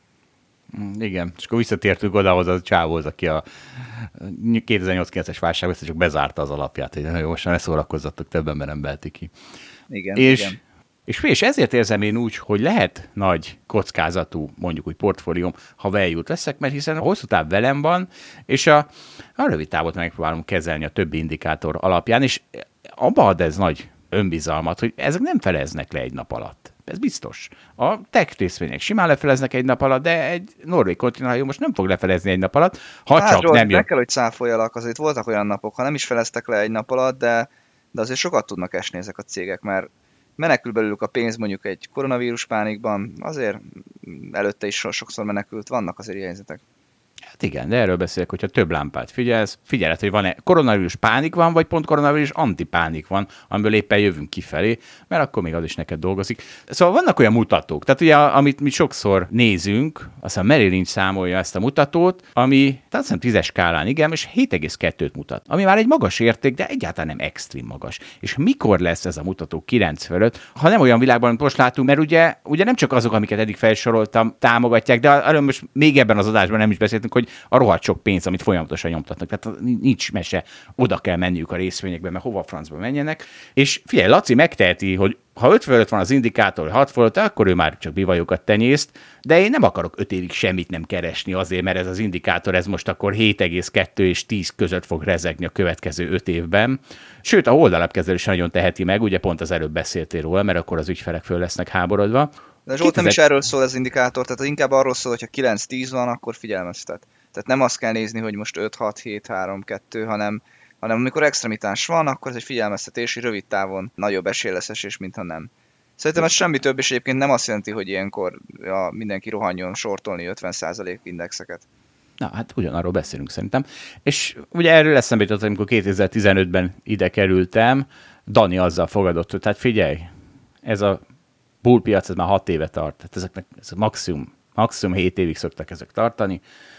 Igen, és akkor visszatértünk odahoz a csávóhoz, aki a kétezer-nyolc kilences válságban csak bezárta az alapját, hogy jó, most ne szórakozzatok, több ember nem belti ki. Igen, és, igen. És, és ezért érzem én úgy, hogy lehet nagy kockázatú, mondjuk úgy portfólióm, ha value-t veszek, mert hiszen a hosszú táv velem van, és a, a rövid távot megpróbálom kezelni a többi indikátor alapján, és abba ad ez nagy önbizalmat, hogy ezek nem feleznek le egy nap alatt. Ez biztos. A tech részvények simán lefeleznek egy nap alatt, de egy norvég kontinentális most nem fog lefelezni egy nap alatt, ha hát, csak Zsolt, nem jön. Meg kell, hogy cáfoljalak, azért voltak olyan napok, ha nem is feleztek le egy nap alatt, de, de azért sokat tudnak esni ezek a cégek, mert menekül belőlük a pénz mondjuk egy koronavírus pánikban, azért előtte is sokszor menekült, vannak azért ilyen helyzetek. Hát igen, de erről beszélek, hogyha több lámpát figyelsz, figyeled, hogy van-e koronavírus pánik van, vagy pont koronavírus antipánik van, amiből éppen jövünk kifelé, mert akkor még az is neked dolgozik. Szóval vannak olyan mutatók, tehát ugye, amit mi sokszor nézünk, aztán Merrill Lynch számolja ezt a mutatót, ami, tehát azt hiszem tízes skálán igen, és hét egész kettőt mutat, ami már egy magas érték, de egyáltalán nem extrém magas. És mikor lesz ez a mutató kilenc fölött, ha nem olyan világban, amit most látunk, mert ugye, ugye nem csak azok, amiket eddig felsoroltam, támogatják, de arról most még ebben az adásban nem is beszéltünk, hogy a rohadt sok pénz, amit folyamatosan nyomtatnak. Tehát nincs mese, oda kell menniük a részvényekbe, mert hova francba menjenek. És figyelj, Laci megteheti, hogy ha öt fölött van az indikátor, hat fölött, akkor ő már csak bivajokat tenyészt, de én nem akarok öt évig semmit nem keresni azért, mert ez az indikátor, ez most akkor hét egész kettő és tíz között fog rezegni a következő öt évben. Sőt, a holdalapkezelő is nagyon teheti meg, ugye pont az előbb beszéltél róla, mert akkor az ügyfelek föl lesznek háborodva. De Zsolt, nem is erről szól az indikátor, tehát inkább arról szól, hogy ha kilenc tíz van, akkor figyelmeztet. Tehát nem azt kell nézni, hogy most öt hat hét három kettő, hanem, hanem amikor extremitás van, akkor ez egy figyelmeztetés, hogy rövid távon nagyobb esély lesz esés, mintha nem. Szerintem ez semmi több, és egyébként nem azt jelenti, hogy ilyenkor ja, mindenki rohanjon sortolni ötven százalék indexeket. Na, hát ugyanarról beszélünk szerintem. És ugye erről eszembe jutott, amikor kétezer-tizenötben ide kerültem, Dani azzal fogadott, hogy tehát figyelj, ez a bullpiac, ez már hat éve tart, tehát ezeknek ez maximum, maximum hét évig szoktak ezek tartani,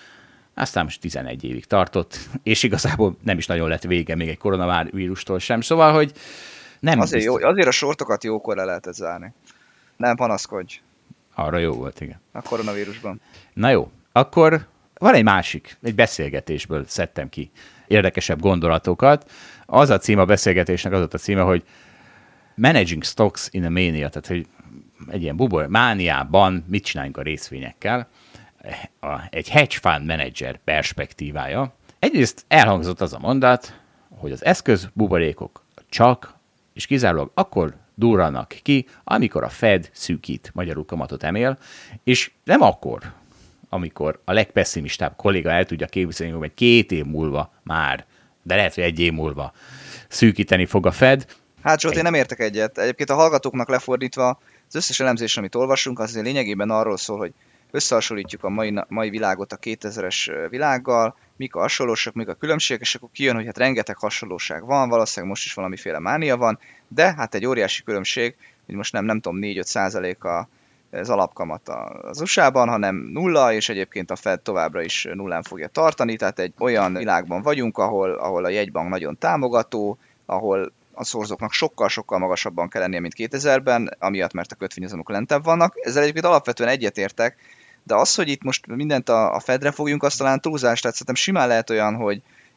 aztán most tizenegy évig tartott, és igazából nem is nagyon lett vége még egy koronavírustól sem, szóval, hogy nem azért, jó, azért a sortokat jókor le lehetett zárni. Nem panaszkodj. Arra jó volt, igen. A koronavírusban. Na jó, akkor van egy másik, egy beszélgetésből szedtem ki érdekesebb gondolatokat. Az a cím a beszélgetésnek, az ott a címe, hogy Managing Stocks in a Mania, tehát hogy egy ilyen bubor mániában mit csináljunk a részvényekkel. Egy hedge fund manager perspektívája. Egyrészt elhangzott az a mondat, hogy az eszköz buborékok csak és kizárólag akkor durranak ki, amikor a Fed szűkít, magyarul kamatot emél, és nem akkor, amikor a legpesszimistább kolléga el tudja képzelni, hogy két év múlva már, de lehet, hogy egy év múlva szűkíteni fog a Fed. Hát Zsolt, én nem értek egyet. Egyébként a hallgatóknak lefordítva, az összes elemzés, amit olvasunk, az lényegében arról szól, hogy összehasonlítjuk a mai, mai világot a kétezres világgal, mik a hasonlósak, mik a különbségek, és akkor kijön, hogy hát rengeteg hasonlóság van, valószínűleg most is valamiféle mánia van, de hát egy óriási különbség, hogy most nem, nem tudom, négy-öt százalék az alapkamat az u es á-ban, hanem nulla, és egyébként a Fed továbbra is nullán fogja tartani, tehát egy olyan világban vagyunk, ahol, ahol a jegybank nagyon támogató, ahol a szorzóknak sokkal-sokkal magasabban kell lennie, mint kétezerben, amiatt, mert a kötvényhozamok lentebb vannak. Ezzel egyébként alapvetően egyetértek, de az, hogy itt most mindent a Fedre fogjunk, azt talán túlzás, tehát szerintem simán lehet olyan, hogy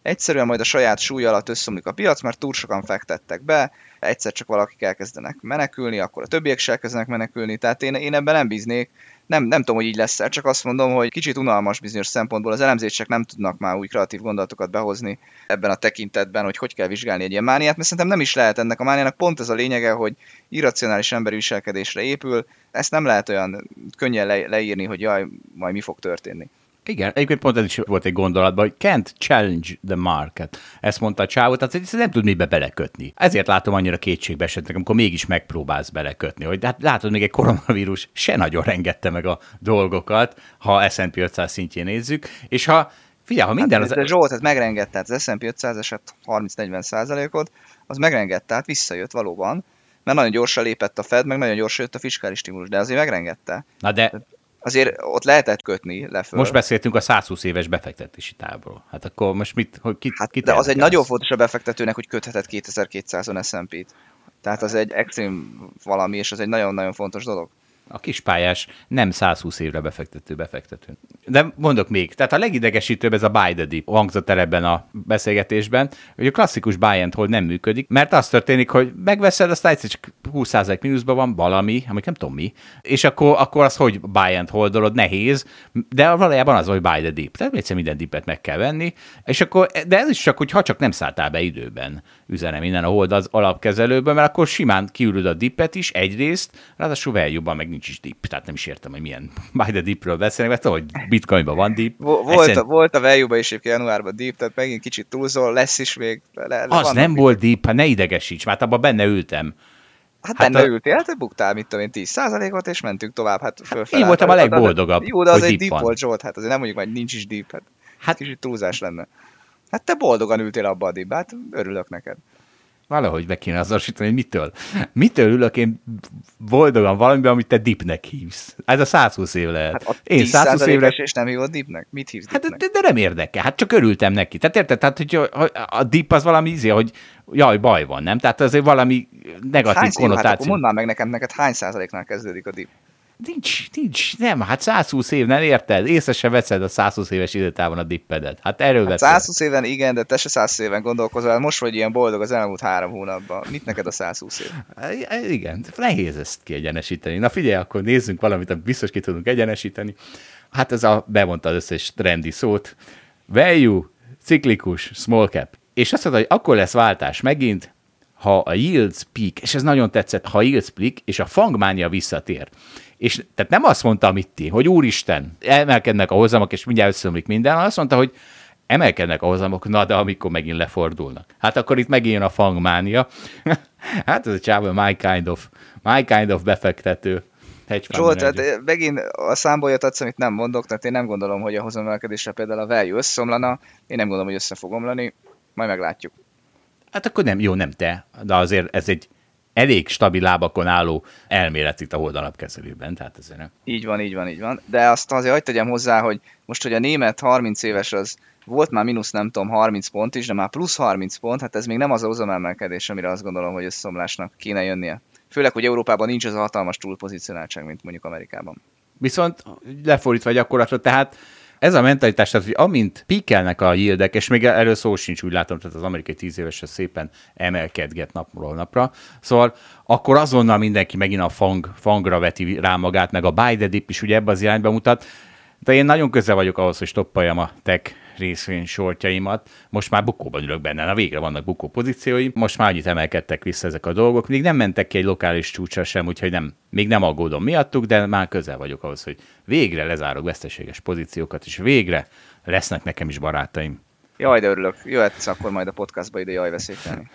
egyszerűen majd a saját súly alatt összeomlik a piac, mert túl sokan fektettek be, egyszer csak valakik elkezdenek menekülni, akkor a többiek is elkezdenek menekülni, tehát én, én ebben nem bíznék. Nem, nem tudom, hogy így lesz, csak azt mondom, hogy kicsit unalmas bizonyos szempontból. Az elemzések nem tudnak már új kreatív gondolatokat behozni ebben a tekintetben, hogy hogy kell vizsgálni egy ilyen mániát, mert szerintem nem is lehet ennek a mániának. Pont ez a lényege, hogy irracionális emberi viselkedésre épül, ezt nem lehet olyan könnyen le- leírni, hogy jaj, majd mi fog történni. Igen, egyébként pont ez is volt egy gondolatban, hogy can't challenge the market. Ezt mondta a csávó, tehát ezt nem tud mibe belekötni. Ezért látom annyira kétségbe esetnek, amikor mégis megpróbálsz belekötni, hogy hát látod, még egy koronavírus se nagyon rengette meg a dolgokat, ha es and pé ötszáz szintjén nézzük, és ha figyelj, ha minden hát, az... De Zsolt, ez megrengette, az es and pé ötszáz eset harminc-negyven százalékot, az megrengette, tehát visszajött valóban, mert nagyon gyorsan lépett a Fed, meg nagyon gyorsan jött a fiskális stimulus, de azért megrengette. Na de... Azért ott lehetett kötni leföl. Most beszéltünk a százhúsz éves befektetési távról. Hát akkor most mit, hogy ki, hát, kit de az egy az? nagyon fontos a befektetőnek, hogy köthetett kétezer-kétszázon es and pét. Tehát az egy extrém valami, és az egy nagyon-nagyon fontos dolog. A kispályás nem százhúsz évre befektető befektető. De mondok még, tehát a legidegesítőbb ez a buy the dip hangzott el ebben a beszélgetésben, hogy a klasszikus buy and hold nem működik, mert az történik, hogy megveszed, aztán egyszer csak húsz százalék mínuszban van valami, amik nem tudom mi, és akkor, akkor az hogy buy and holdolod, nehéz, de valójában az, hogy buy the dip. Tehát egyszer minden dipet meg kell venni, és akkor, de ez is csak, hogy ha csak nem szálltál be időben, üzenem innen a hold az alapkezelőből, mert akkor simán kiürüd a dipet is egyrészt, ráadásul value-ban meg nincs is dip, tehát nem is értem, hogy milyen buy the dipről beszélnek, mert tudom, hogy bitcoinban van dip. Volt, Egyszerűen... a, volt a value-ban is januárban dip, tehát megint kicsit túlzol, lesz is még. Le, az nem dip. Volt dip, hát ne idegesíts, mert abban benne ültem. Hát, hát benne a... ültél, hát buktál, mit tudom én, tíz százalékot, és mentünk tovább, hát fölfelé. Én voltam a legboldogabb, jó, de az hogy egy dip dip van. volt, Zsolt, hát azért nem mondjuk, hogy nincs is dip, hát, hát kicsit túlzás lenne. Hát te boldogan ültél abba a dipbe, hát örülök neked. Valahogy be kéne azonosítani, hogy mitől. Mitől ülök én boldogan valamiben, amit te dipnek hívsz? Ez a százhúsz év lehet. Hát a én százhúsz évre... és nem hívod dipnek? Mit hívsz hát dipnek? De, de nem érdekel, hát csak örültem neki. Tehát érted? Tehát, hogy a, a dip az valami ízé, hogy jaj, baj van, nem? Tehát azért valami negatív hány konnotáció. Hát akkor mondd már meg nekem, neked hány százaléknál kezdődik a dip? Nincs, nincs, nem, hát százhúsz év, nem érted? Észre se veszed a százhúsz éves időtávon a dippedet. Hát erről hát veszed. százhúsz éven igen, de te se százhúsz éven gondolkozol, most vagy ilyen boldog az elmúlt három hónapban. Mit neked a százhúsz év? Igen, nehéz ezt kiegyenesíteni. Na figyelj, akkor nézzünk valamit, amit biztos ki tudunk egyenesíteni. Hát ez a, bevonta az összes trendi szót. Value, ciklikus, small cap. És azt mondta, hogy akkor lesz váltás megint, ha a yields peak, és ez nagyon tetszett, ha a yields peak, és a fangmánia visszatér. És tehát nem azt mondta, amit ti, hogy úristen, emelkednek a hozamok, és mindjárt összeomlik minden, hanem azt mondta, hogy emelkednek a hozamok, na de amikor megint lefordulnak. Hát akkor itt megint jön a fangmánia. Hát ez a csávó my kind of, my kind of befektető. Zsolt, tehát megint a számból jött adsz, amit nem mondok, tehát én nem gondolom, hogy a hozamemelkedésre például a value összeomlana, én nem gondolom, hogy össze fog omlani, majd meglátjuk. Hát akkor nem, jó, nem te, de azért ez egy elég stabil lábakon álló elmélet itt a hold alapkezelőben, tehát ezért nem. Így van, így van, így van. De azt azért hagyd tegyem hozzá, hogy most, hogy a német harminc éves az volt már mínusz nem tudom harminc pont is, de már plusz harminc pont, hát ez még nem az a hozamemelkedés, amire azt gondolom, hogy összeomlásnak kéne jönnie. Főleg, hogy Európában nincs az a hatalmas túlpozicionáltság, mint mondjuk Amerikában. Viszont lefordítva gyakorlatra, tehát ez a mentalitás, tehát, hogy amint píkelnek a yieldek, és még erről szó sincs, úgy látom, tehát az amerikai tíz éves szépen emelkedget napról napra, szóval akkor azonnal mindenki megint a fang, fangra veti rá magát, meg a buy the dip is ugye ebbe az irányba mutat, de én nagyon közel vagyok ahhoz, hogy stoppaljam a tech részvény sortjaimat. Most már bukóban ülök benne, na végre vannak bukó pozícióim, most már annyit emelkedtek vissza ezek a dolgok, még nem mentek ki egy lokális csúcsra sem, úgyhogy nem, még nem aggódom miattuk, de már közel vagyok ahhoz, hogy végre lezárok veszteséges pozíciókat, és végre lesznek nekem is barátaim. Jaj, de örülök. Jöhetsz akkor majd a podcastba ide jaj veszélytelni.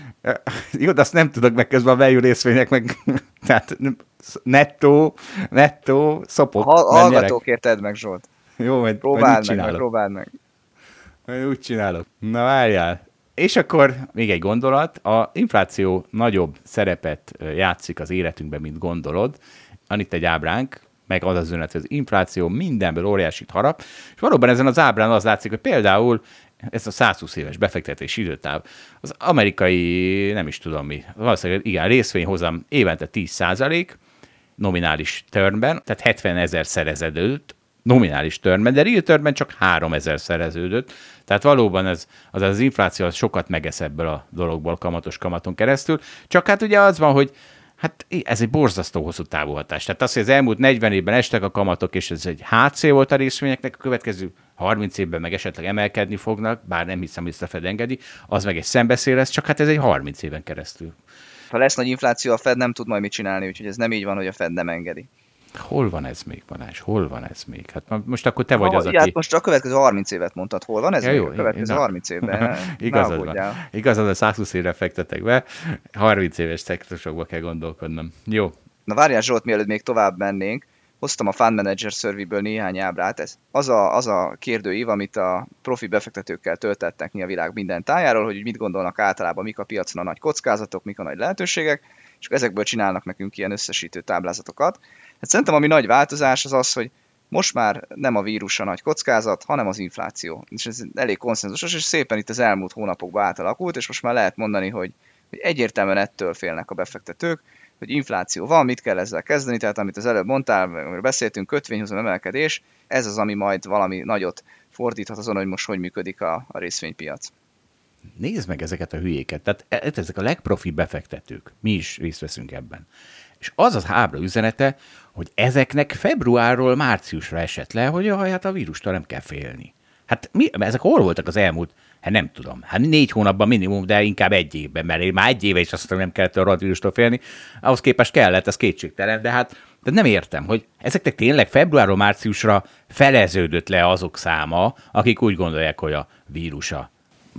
Jó, de azt nem tudok meg közben a value részvények, meg tehát nettó, nettó, szopok. Ha, hallgatókért tedd meg, Zsolt. Jó, majd, próbáld majd meg, meg, próbáld meg. Majd úgy csinálok. Na várjál. És akkor még egy gondolat. A infláció nagyobb szerepet játszik az életünkben, mint gondolod. Van itt egy ábránk, meg az az üzenet, hogy az infláció mindenből óriásit harap. És valóban ezen az ábrán az látszik, hogy például ez a százhúsz éves befektetési időtáv, az amerikai, nem is tudom mi, valószínűleg igen, részvényhozam évente tíz százalék, nominális turnben, tehát hetven ezer szereződött, nominális termben, de real termben csak háromezer szereződött. Tehát valóban ez, az, az infláció az sokat megesz ebből a dologból kamatos kamaton keresztül. Csak hát ugye az van, hogy hát ez egy borzasztó hosszú távú hatás. Tehát az, hogy az elmúlt negyven évben estek a kamatok, és ez egy hátszél volt a részvényeknek, a következő harminc évben meg esetleg emelkedni fognak, bár nem hiszem, hogy ezt a Fed engedi, az meg egy szembeszél lesz, csak hát ez egy harminc éven keresztül. Ha lesz nagy infláció, a Fed nem tud majd mit csinálni, úgyhogy ez nem így van, hogy a Fed nem engedi. Hol van ez még, Balázs? Hol van ez még? Hát most akkor te vagy ha, az, aki... Hát most a következő harminc évet mondtad, hol van ez ja, még? Jó, a következő na. harminc évben. Igazad van. Igazad, a százhúsz évre fektetek be, harminc éves ciklusokba kell gondolkodnom. Jó. Na várjál Zsolt, mielőtt még tovább mennénk, hoztam a Fund Manager Survey-ből néhány ábrát. Ez az a, az a kérdőív, amit a profi befektetőkkel töltettek ki a világ minden tájáról, hogy mit gondolnak általában, mik a piacon a nagy kockázatok, mik a nagy lehetőségek, és ezekből csinálnak nekünk ilyen összesítő táblázatokat. Hát szerintem ami nagy változás az az, hogy most már nem a vírus a nagy kockázat, hanem az infláció. És ez elég konszenzusos, és szépen itt az elmúlt hónapokban átalakult, és most már lehet mondani, hogy, hogy egyértelműen ettől félnek a befektetők, hogy infláció van, mit kell ezzel kezdeni, tehát amit az előbb mondtál, amiről beszéltünk, kötvényhozam emelkedés, ez az, ami majd valami nagyot fordíthat azon, hogy most hogy működik a, a részvénypiac. Nézd meg ezeket a hülyéket, tehát ezek a legprofi befektetők, mi is részt veszünk ebben. És az az ábra üzenete, hogy ezeknek februárról márciusra esett le, hogy jaj, hát a vírustól nem kell félni. Hát mi, ezek hol voltak az elmúlt, hát nem tudom, hát négy hónapban minimum, de inkább egy évben, mert én már egy éve is azt mondtam, nem kellett a rohadt vírustól félni, ahhoz képest kellett, ez kétségtelen, de hát de nem értem, hogy ezeknek tényleg februárról márciusra feleződött le azok száma, akik úgy gondolják, hogy a vírusa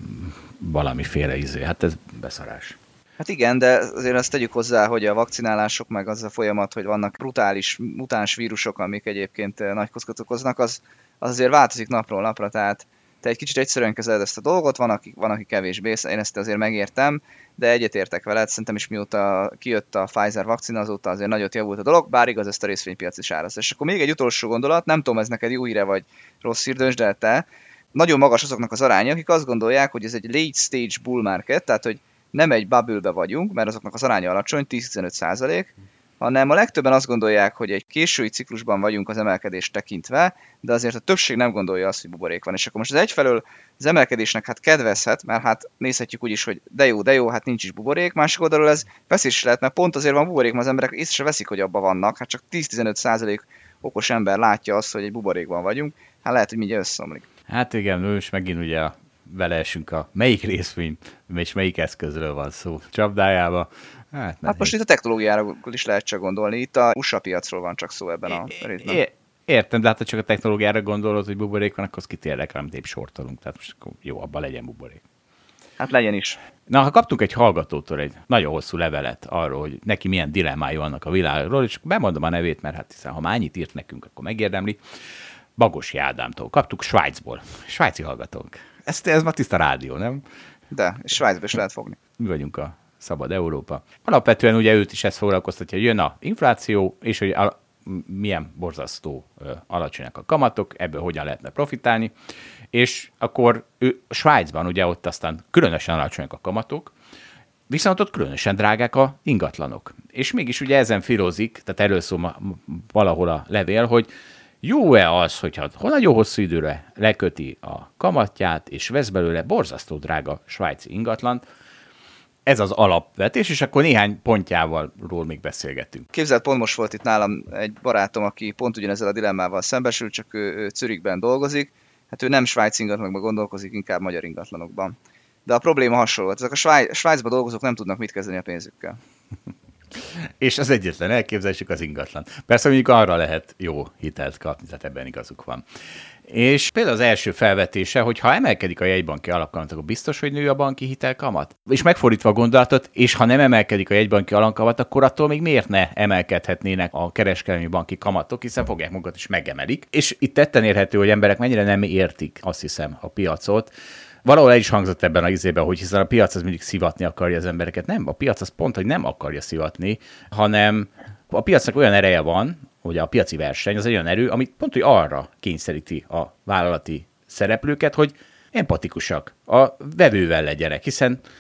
valamiféle izé, hát ez beszarás. Hát igen, de azért azt tegyük hozzá, hogy a vakcinálások meg az a folyamat, hogy vannak brutális, mutáns vírusok, amik egyébként nagy kockázatot okoznak, az, az azért változik napról napra, tehát te egy kicsit egyszerűen kezeled ezt a dolgot, van, aki, van, aki kevésbé, én ezt azért megértem, de egyetértek veled, szerintem is mióta kijött a Pfizer vakcina, azóta azért nagyot javult a dolog, bár igaz, ezt a részvénypiac is áraz. És akkor még egy utolsó gondolat, nem tudom, ez neked jó híre vagy rossz hír, döntsd el te, nagyon magas azoknak az aránya, akik azt gondolják, hogy ez egy late stage bull market, tehát hogy nem egy bubble-be vagyunk, mert azoknak az aránya alacsony, tíz-tizenöt százalék, hanem a legtöbben azt gondolják, hogy egy késői ciklusban vagyunk az emelkedést tekintve, de azért a többség nem gondolja azt, hogy buborék van. És akkor most az egyfelől az emelkedésnek hát kedvezhet, mert hát nézhetjük úgy is, hogy de jó, de jó, hát nincs is buborék, másik oldalról ez veszélyes lehet, mert pont azért van buborék, mert az emberek észre se veszik, hogy abban vannak, hát csak tíz-tizenöt százalék okos ember látja azt, hogy egy buborékban vagyunk, hát lehet, hogy mindjárt összeomlik. Hát igen, most megint ugye vele esünk a melyik részvény és melyik eszközről van szó csapdájába. Hát, hát most itt a technológiára is lehet csak gondolni, itt a u es á piacról van csak szó ebben a részben. É, értem, de hát ha csak a technológiára gondolod, hogy buborék van, akkor az kit érdekel, amit épp sortolunk. Tehát most akkor jó, abban legyen buborék. Hát legyen is. Na, ha kaptunk egy hallgatótól egy nagyon hosszú levelet arról, hogy neki milyen dilemmái vannak a világról, és bemondom a nevét, mert hát hiszen ha már annyit írt nekünk, akkor megérdemli. Bagosi Ádámtól. Kaptuk Svájcból. Svájci hallgatónk. Ez, ez ma tiszta rádió, nem? De, és Svájcba is lehet fogni. Mi vagyunk a szabad Európa. Alapvetően ugye őt is ezt foglalkoztatja, hogy jön a infláció, és hogy a, milyen borzasztó ö, alacsonyak a kamatok, ebből hogyan lehetne profitálni, és akkor ő Svájcban ugye ott aztán különösen alacsonyak a kamatok, viszont ott különösen drágák a ingatlanok. És mégis ugye ezen filozik, tehát erről szól valahol a levél, hogy jó-e az, hogyha nagyon hosszú időre leköti a kamatját, és vesz belőle borzasztó drága svájci ingatlant. Ez az alapvetés, és akkor néhány pontjával ról még beszélgetünk. Képzeld, pont most volt itt nálam egy barátom, aki pont ugyanezzel a dilemmával szembesül, csak ő, ő Zürichben dolgozik. Hát ő nem svájci ingatlanokban gondolkozik, inkább magyar ingatlanokban. De a probléma hasonló. Ezek a Sváj- Svájcban dolgozók nem tudnak mit kezdeni a pénzükkel. És az egyetlen elképzelésük az ingatlan. Persze mondjuk arra lehet jó hitelt kapni, tehát ebben igazuk van. És például az első felvetése, hogy ha emelkedik a jegybanki alapkamat, akkor biztos, hogy nő a banki hitelkamat? És megfordítva a gondolatot, és ha nem emelkedik a jegybanki alapkamat, akkor attól még miért ne emelkedhetnének a kereskedelmi banki kamatok, hiszen fogják magukat is megemelik. És itt tetten érhető, hogy emberek mennyire nem értik, azt hiszem, a piacot. Valahol el is hangzott ebben a izében, hogy hiszen a piac az mindig szivatni akarja az embereket. Nem, a piac az pont, hogy nem akarja szivatni, hanem a piacnak olyan ereje van, hogy a piaci verseny az egy olyan erő, amit pont, hogy arra kényszeríti a vállalati szereplőket, hogy empatikusak, a vevővel legyenek, hiszen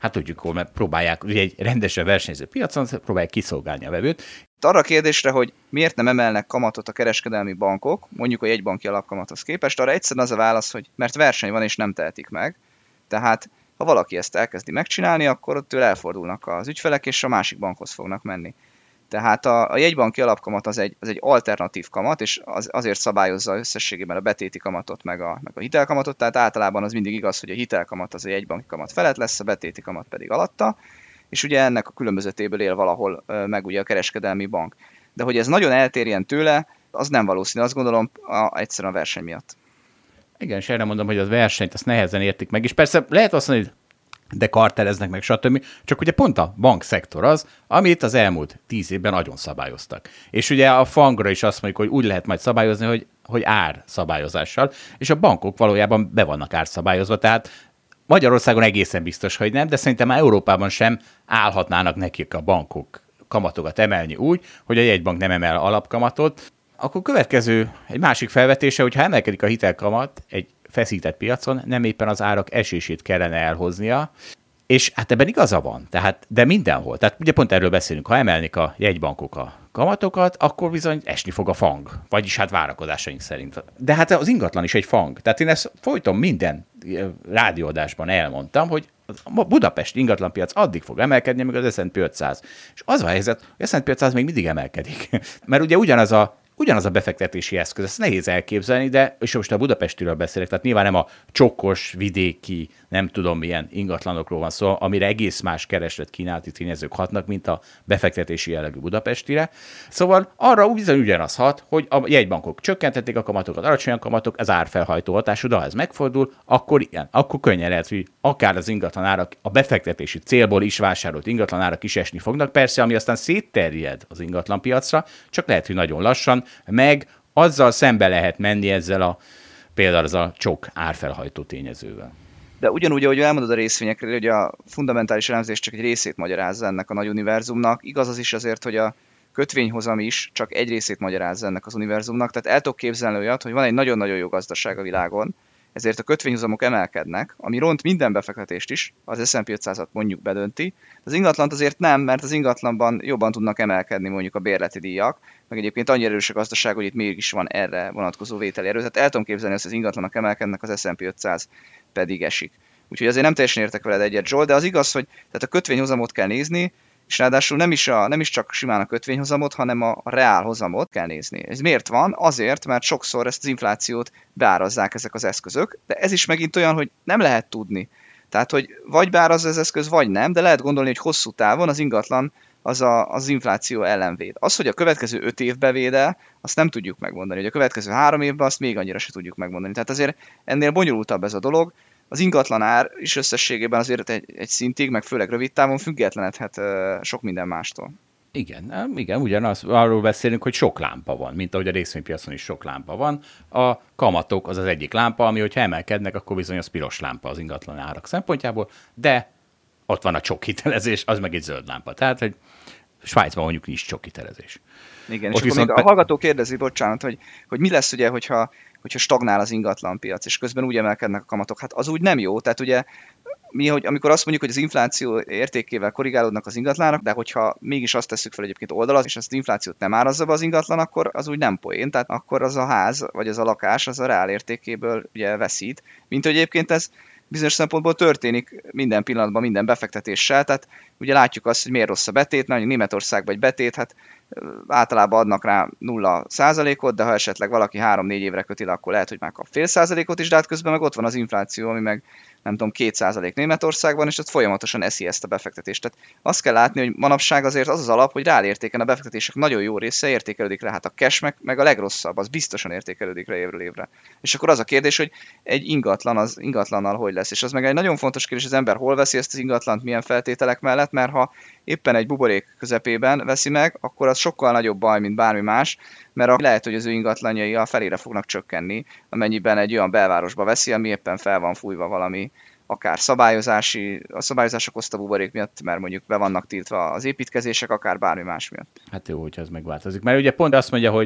hát tudjuk hol, mert próbálják, ugye egy rendesen versenyző piacon próbálják kiszolgálni a vevőt. Arra a kérdésre, hogy miért nem emelnek kamatot a kereskedelmi bankok, mondjuk a jegybanki alapkamathoz képest, arra egyszerűen az a válasz, hogy mert verseny van és nem tehetik meg. Tehát ha valaki ezt elkezdi megcsinálni, akkor ott tőle elfordulnak az ügyfelek, és a másik bankhoz fognak menni. Tehát a, a jegybanki alapkamat az egy, az egy alternatív kamat, és az, azért szabályozza összességében a betéti kamatot, meg a, meg a hitelkamatot, tehát általában az mindig igaz, hogy a hitelkamat az a jegybanki kamat felett lesz, a betéti kamat pedig alatta, és ugye ennek a különbözetéből él valahol meg ugye a kereskedelmi bank. De hogy ez nagyon eltérjen tőle, az nem valószínű, azt gondolom a, egyszerűen a verseny miatt. Igen, és erre mondom, hogy az versenyt azt nehezen értik meg, és persze lehet azt mondani, hogy de karteleznek meg, stb. Csak ugye pont a bankszektor az, amit az elmúlt tíz évben nagyon szabályoztak. És ugye a fangra is azt mondjuk, hogy úgy lehet majd szabályozni, hogy, hogy árszabályozással, és a bankok valójában be vannak árszabályozva, tehát Magyarországon egészen biztos, hogy nem, de szerintem már Európában sem állhatnának nekik a bankok kamatokat emelni úgy, hogy a jegybank nem emel alapkamatot. Akkor következő, egy másik felvetése, hogyha emelkedik a hitelkamat egy feszített piacon, nem éppen az árak esését kellene elhoznia, és hát ebben igaza van, tehát, de mindenhol. Tehát ugye pont erről beszélünk, ha emelnik a jegybankok a kamatokat, akkor bizony esni fog a fang, vagyis hát várakozásaink szerint. De hát az ingatlan is egy fang. Tehát én ezt folyton minden rádióadásban elmondtam, hogy a Budapest ingatlanpiac addig fog emelkedni, amíg az es and pé ötszáz. És az a helyzet, hogy az es and pé ötszáz még mindig emelkedik. Mert ugye ugyanaz a Ugyanaz a befektetési eszköz, ezt nehéz elképzelni, de és most a Budapestiről beszélek, tehát nyilván nem a csokkos, vidéki, nem tudom milyen ingatlanokról van szó, amire egész más kereslet kínálati tényezők hatnak, mint a befektetési jellegű Budapestire. Szóval arra bizony ugyanaz hat, hogy a jegybankok csökkentették a kamatokat, alacsonyan kamatok, az árfelhajtó hatású, de ha ez megfordul, akkor igen, akkor könnyen lehet, hogy akár az ingatlanárak, a befektetési célból is vásárolt ingatlanárak is esni fognak, persze, ami aztán szétterjed az ingatlanpiacra, csak lehet, hogy nagyon lassan, meg azzal szembe lehet menni ezzel a például az a csok árfelhajtó tényezővel. De ugyanúgy, ahogy elmondod a részvényekről, hogy a fundamentális elemzés csak egy részét magyarázza ennek a nagy univerzumnak, igaz az is azért, hogy a kötvényhozam is csak egy részét magyarázza ennek az univerzumnak, tehát el tudok képzelni olyat, hogy van egy nagyon-nagyon jó gazdaság a világon, ezért a kötvényhozamok emelkednek, ami ront minden befektetést is, az es and pé ötszázat mondjuk bedönti, az ingatlant azért nem, mert az ingatlanban jobban tudnak emelkedni mondjuk a bérleti díjak, meg egyébként annyira erős a gazdaság, hogy itt mégis van erre vonatkozó vételi erő, tehát el tudom képzelni, hogy az ingatlanok emelkednek, az es and pé ötszáz pedig esik. Úgyhogy azért nem teljesen értek veled egyet, Zsolt, de az igaz, hogy tehát a kötvényhozamot kell nézni, és ráadásul nem is, a, nem is csak simán a kötvényhozamot, hanem a, a reál hozamot kell nézni. Ez miért van? Azért, mert sokszor ezt az inflációt beárazzák ezek az eszközök, de ez is megint olyan, hogy nem lehet tudni. Tehát, hogy vagy beárazza az eszköz, vagy nem, de lehet gondolni, hogy hosszú távon az ingatlan az a, az infláció ellen véd. Az, hogy a következő öt évbe véd el, azt nem tudjuk megmondani. Hogy a következő három évben azt még annyira se tudjuk megmondani. Tehát azért ennél bonyolultabb ez a dolog. Az ingatlan ár is összességében azért egy, egy szintig, meg főleg rövid távon függetlenedhet uh, sok minden mástól. Igen, igen, ugyanaz, arról beszélünk, hogy sok lámpa van, mint ahogy a részvénypiacon is sok lámpa van. A kamatok az az egyik lámpa, ami, hogyha emelkednek, akkor bizony az piros lámpa az ingatlan árak szempontjából, de ott van a csokhitelezés, az meg egy zöld lámpa. Tehát, hogy Svájcban mondjuk nincs csokhitelezés. Igen, ott és akkor még a hallgató kérdezi, bocsánat, hogy, hogy mi lesz ugye, hogyha, hogyha stagnál az ingatlanpiac, és közben úgy emelkednek a kamatok. Hát az úgy nem jó, tehát ugye mi, hogy amikor azt mondjuk, hogy az infláció értékével korrigálódnak az ingatlanak, de hogyha mégis azt tesszük fel egyébként oldalaz, és azt az inflációt nem árazza be az ingatlan, akkor az úgy nem poén. Tehát akkor az a ház, vagy az a lakás, az a reál értékéből ugye veszít. Mint hogy egyébként ez bizonyos szempontból történik minden pillanatban, minden befektetéssel, tehát ugye látjuk azt, hogy miért rossz a betét, mert Németországban egy betét, hát általában adnak rá nulla százalékot, de ha esetleg valaki három-négy évre köti, akkor lehet, hogy már kap fél százalékot is, de hát közben meg ott van az infláció, ami meg nem tudom, két százalék Németországban, és ott folyamatosan eszi ezt a befektetést. Tehát azt kell látni, hogy manapság azért az az alap, hogy reálértéken a befektetések nagyon jó része értékelődik rá, hát a cash meg, meg a legrosszabb, az biztosan értékelődik rá évről évre. És akkor az a kérdés, hogy egy ingatlan az ingatlannal hogy lesz. És az meg egy nagyon fontos kérdés, az ember hol veszi ezt az ingatlant, milyen feltételek mellett, mert ha éppen egy buborék közepében veszi meg, akkor az sokkal nagyobb baj, mint bármi más, mert lehet, hogy az ő ingatlanjai a felére fognak csökkenni, amennyiben egy olyan belvárosba veszi, ami éppen fel van fújva valami, akár szabályozási, a szabályozás okozta buborék miatt, mert mondjuk be vannak tiltva az építkezések, akár bármi más miatt. Hát jó, hogyha ez megváltozik. Mert ugye pont azt mondja, hogy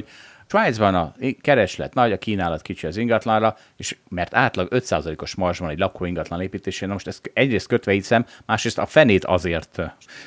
Svájcban a kereslet nagy, a kínálat kicsi az ingatlanra, és mert átlag öt százalékos marzs van egy lakóingatlan építésén, most ezt egyrészt kötve hiszem, másrészt a fenét azért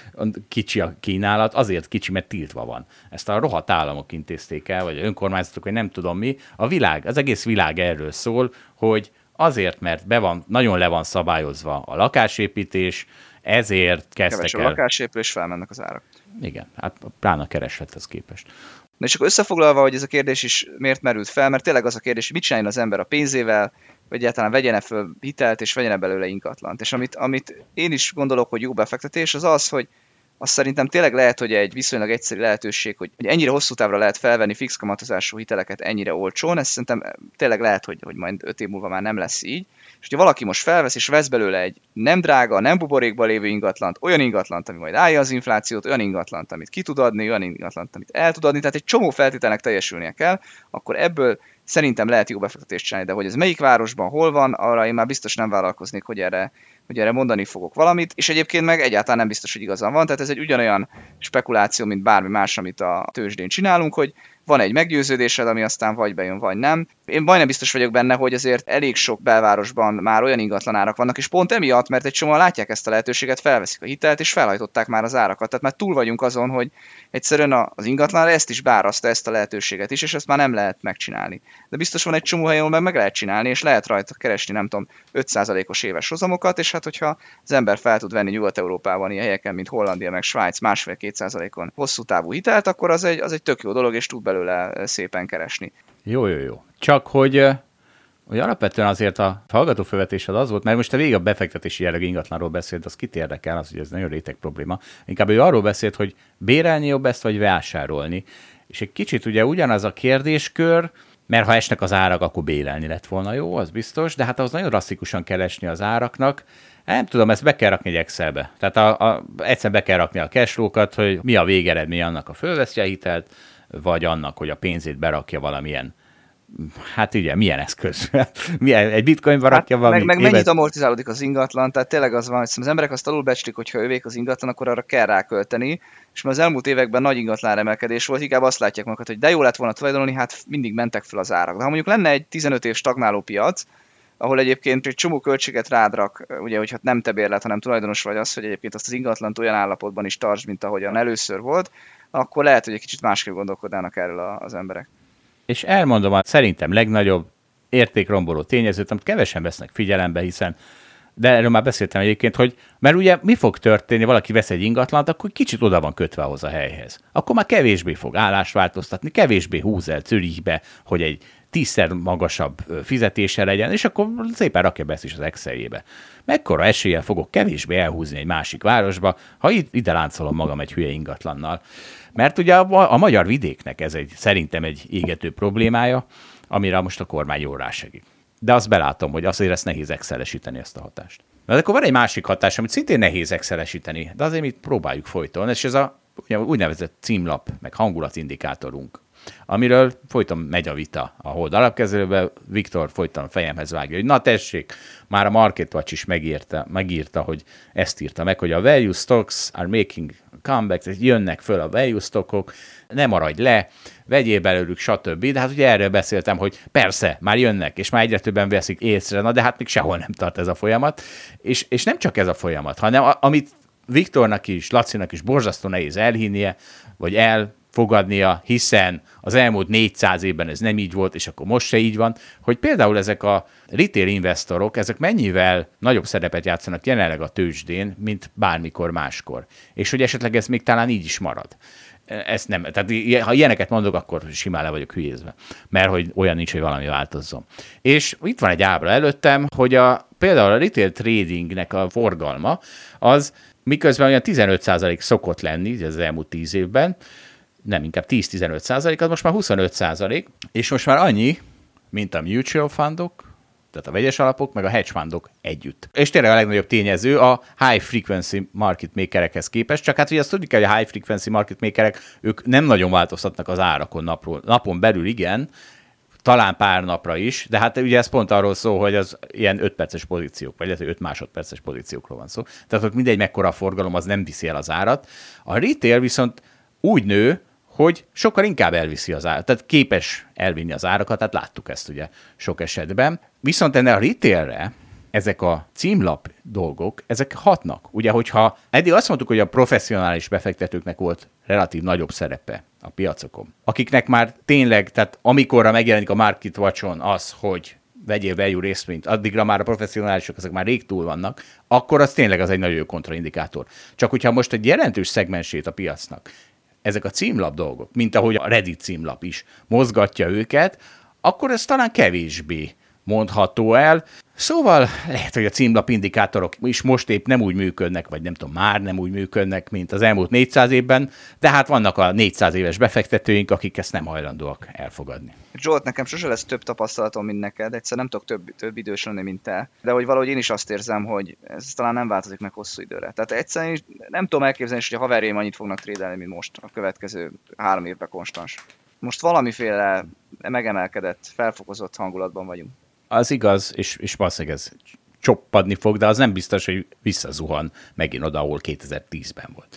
kicsi a kínálat, azért kicsi, mert tiltva van. Ezt a rohadt államok intézték el, vagy önkormányzatok, vagy nem tudom mi. A világ, az egész világ erről szól, hogy azért, mert be van, nagyon le van szabályozva a lakásépítés, ezért kezdtek Kevesebb el... lakásépülés, felmennek az árak. Igen, hát pláne a kereslethez képest. Na és akkor összefoglalva, hogy ez a kérdés is miért merült fel, mert tényleg az a kérdés, hogy mit csináljon az ember a pénzével, vagy egyáltalán vegyene föl hitelt, és vegyene belőle ingatlant. És amit, amit én is gondolok, hogy jó befektetés, az az, hogy azt szerintem tényleg lehet, hogy egy viszonylag egyszerű lehetőség, hogy, hogy ennyire hosszú távra lehet felvenni fix kamatozású hiteleket ennyire olcsón, ez szerintem tényleg lehet, hogy, hogy majd öt év múlva már nem lesz így. És hogyha valaki most felvesz és vesz belőle egy nem drága, nem buborékban lévő ingatlant, olyan ingatlant, ami majd állja az inflációt, olyan ingatlant, amit ki tud adni, olyan ingatlant, amit el tud adni, tehát egy csomó feltételnek teljesülnie kell, akkor ebből szerintem lehet jó befektetést csinálni, de hogy ez melyik városban, hol van, arra én már biztos nem vállalkoznék, hogy erre, hogy erre mondani fogok valamit, és egyébként meg egyáltalán nem biztos, hogy igazam van, tehát ez egy ugyanolyan spekuláció, mint bármi más, amit a tőzsdén csinálunk, hogy van egy meggyőződésed, ami aztán vagy bejön, vagy nem. Én majdnem biztos vagyok benne, hogy azért elég sok belvárosban már olyan ingatlanárak vannak, és pont emiatt, mert egy csomóan látják ezt a lehetőséget, felveszik a hitelt, és felhajtották már az árakat. Tehát már túl vagyunk azon, hogy egyszerűen az ingatlanra ezt is beáraszta, ezt a lehetőséget is, és ezt már nem lehet megcsinálni. De biztos van egy csomó helyen, ahol meg, meg lehet csinálni, és lehet rajta keresni, nem tudom, öt százalékos éves hozamokat, és hát hogyha az ember fel tud venni Nyugat-Európában ilyen helyeken, mint Hollandia, meg Svájc másfél-két százalékon hosszú távú hitelt, akkor az egy, az egy tök jó dolog, és tud belőle szépen keresni. Jó, jó, jó. Csak hogy, hogy alapvetően azért a hallgatófelvetésed az volt, mert most a végig a befektetési jellegű ingatlanról beszélt, az kit érdekel, az, hogy ez nagyon réteg probléma. Inkább ő arról beszélt, hogy bérelni jobb ezt, vagy vásárolni. És egy kicsit ugye ugyanaz a kérdéskör, mert ha esnek az árak, akkor bérelni lett volna jó, az biztos, de hát az nagyon drasztikusan kell esni az áraknak. Nem tudom, ezt be kell rakni egy Excelbe. Tehát a, a, egyszerűen be kell rakni a cashflow-kat, hogy mi a végeredmény annak, a fölveszi a hitelt, vagy annak, hogy a pénzét berakja valamilyen, hát ugye, milyen eszköz? Milyen, egy bitcoinba rakja hát, valami? Meg, meg mennyit amortizálódik az ingatlan, tehát tényleg az van, hogy az emberek azt alulbecslik, hogy ha övék az ingatlan, akkor arra kell rákölteni, és már az elmúlt években nagy ingatlan emelkedés volt, inkább azt látják magukat, hogy de jó lett volna tulajdonolni, hát mindig mentek fel az árak. De ha mondjuk lenne egy tizenöt év stagnáló piac, ahol egyébként egy csomó költséget rádrak, ugye, hogy hát nem te bérlet, hanem tulajdonos vagy az, hogy egyébként azt az ingatlant olyan állapotban is tartsd, mint ahogyan először volt, akkor lehet, hogy egy kicsit másképp gondolkodnának erről az emberek. És elmondom a szerintem legnagyobb értékromboló tényezőt, amit kevesen vesznek figyelembe, hiszen, de erről már beszéltem egyébként, hogy mert ugye mi fog történni, valaki vesz egy ingatlant, akkor kicsit oda van kötve ahhoz a helyhez. Akkor már kevésbé fog állást változtatni, kevésbé húz el Zürichbe, hogy egy tízszer magasabb fizetése legyen, és akkor szépen rakja be ezt is az Exceljébe. Mekkora eséllyel fogok kevésbé elhúzni egy másik városba, ha ide láncolom magam egy hülye ingatlannal. Mert ugye a, a magyar vidéknek ez egy, szerintem egy égető problémája, amire most a kormány jól rásegít. De azt belátom, hogy azért ezt nehéz excelesíteni, ezt a hatást. De akkor van egy másik hatás, amit szintén nehéz excelesíteni, de azért mi próbáljuk folyton, és ez a úgynevezett címlap, meg hangulatindikátorunk, amiről folyton megy a vita a Hold alapkezelőben. Viktor folyton a fejemhez vágja, hogy na tessék, már a MarketWatch is megírta, megírta, hogy ezt írta meg, hogy a value stocks are making comebacks, jönnek föl a value stockok, ne maradj le, vegyél belőlük, stb. De hát ugye erről beszéltem, hogy persze, már jönnek, és már egyre többen veszik észre, na de hát még sehol nem tart ez a folyamat. És, és nem csak ez a folyamat, hanem a, amit Viktornak is, Lacinak is borzasztó nehéz elhinnie, vagy elfogadnia, hiszen az elmúlt négyszáz évben ez nem így volt, és akkor most se így van, hogy például ezek a retail investorok, ezek mennyivel nagyobb szerepet játszanak jelenleg a tőzsdén, mint bármikor máskor. És hogy esetleg ez még talán így is marad. Ezt nem, tehát ha ilyeneket mondok, akkor simán le vagyok hülyézve, mert hogy olyan nincs, hogy valami változzon. És itt van egy ábra előttem, hogy a, például a retail tradingnek a forgalma az miközben olyan tizenöt százalék szokott lenni az elmúlt tíz évben, nem, inkább tíz-tizenöt százalék, az most már huszonöt százalék, és most már annyi, mint a mutual fundok, tehát a vegyes alapok, meg a hedge fundok együtt. És tényleg a legnagyobb tényező a high frequency market makerekhez képest, csak hát ugye azt tudni kell, hogy a high frequency market makerek, ők nem nagyon változtatnak az árakon napról, napon belül, igen, talán pár napra is, de hát ugye ez pont arról szól, hogy az ilyen öt perces pozíciók, vagy lehet, hogy öt másodperces pozíciókról van szó. Tehát ott mindegy, mekkora a forgalom, az nem viszi el az árat. A retail viszont úgy nő, hogy sokkal inkább elviszi az árat, tehát képes elvinni az árakat, tehát láttuk ezt ugye sok esetben. Viszont ennél a retailre ezek a címlap dolgok, ezek hatnak. Ugye, hogyha eddig azt mondtuk, hogy a professzionális befektetőknek volt relatív nagyobb szerepe a piacokon, akiknek már tényleg, tehát amikorra megjelenik a Market Watch-on az, hogy vegyél value részvényt, addigra már a professzionálisok ezek már rég túl vannak, akkor az tényleg az egy nagyon jó kontraindikátor. Csak hogyha most egy jelentős szegmensét a piacnak ezek a címlap dolgok, mint ahogy a Reddit címlap is mozgatja őket, akkor ez talán kevésbé mondható el. Szóval lehet, hogy a címlapindikátorok is most épp nem úgy működnek, vagy nem tudom, már nem úgy működnek, mint az elmúlt négyszáz évben, de hát vannak a négyszáz éves befektetőink, akik ezt nem hajlandóak elfogadni. Zsolt, nekem sose lesz több tapasztalatom, mint neked, egyszer nem tudok több, több idős lenni, mint te, de hogy valahogy én is azt érzem, hogy ez talán nem változik meg hosszú időre. Tehát egyszerűen nem tudom elképzelni, hogy a haverjaim annyit fognak trédelni, mint most a következő három évben konstans. Most valamiféle megemelkedett, felfokozott hangulatban vagyunk. Az igaz, és, és valószínűleg ez csoppadni fog, de az nem biztos, hogy visszazuhan megint oda, ahol kétezer-tízben volt.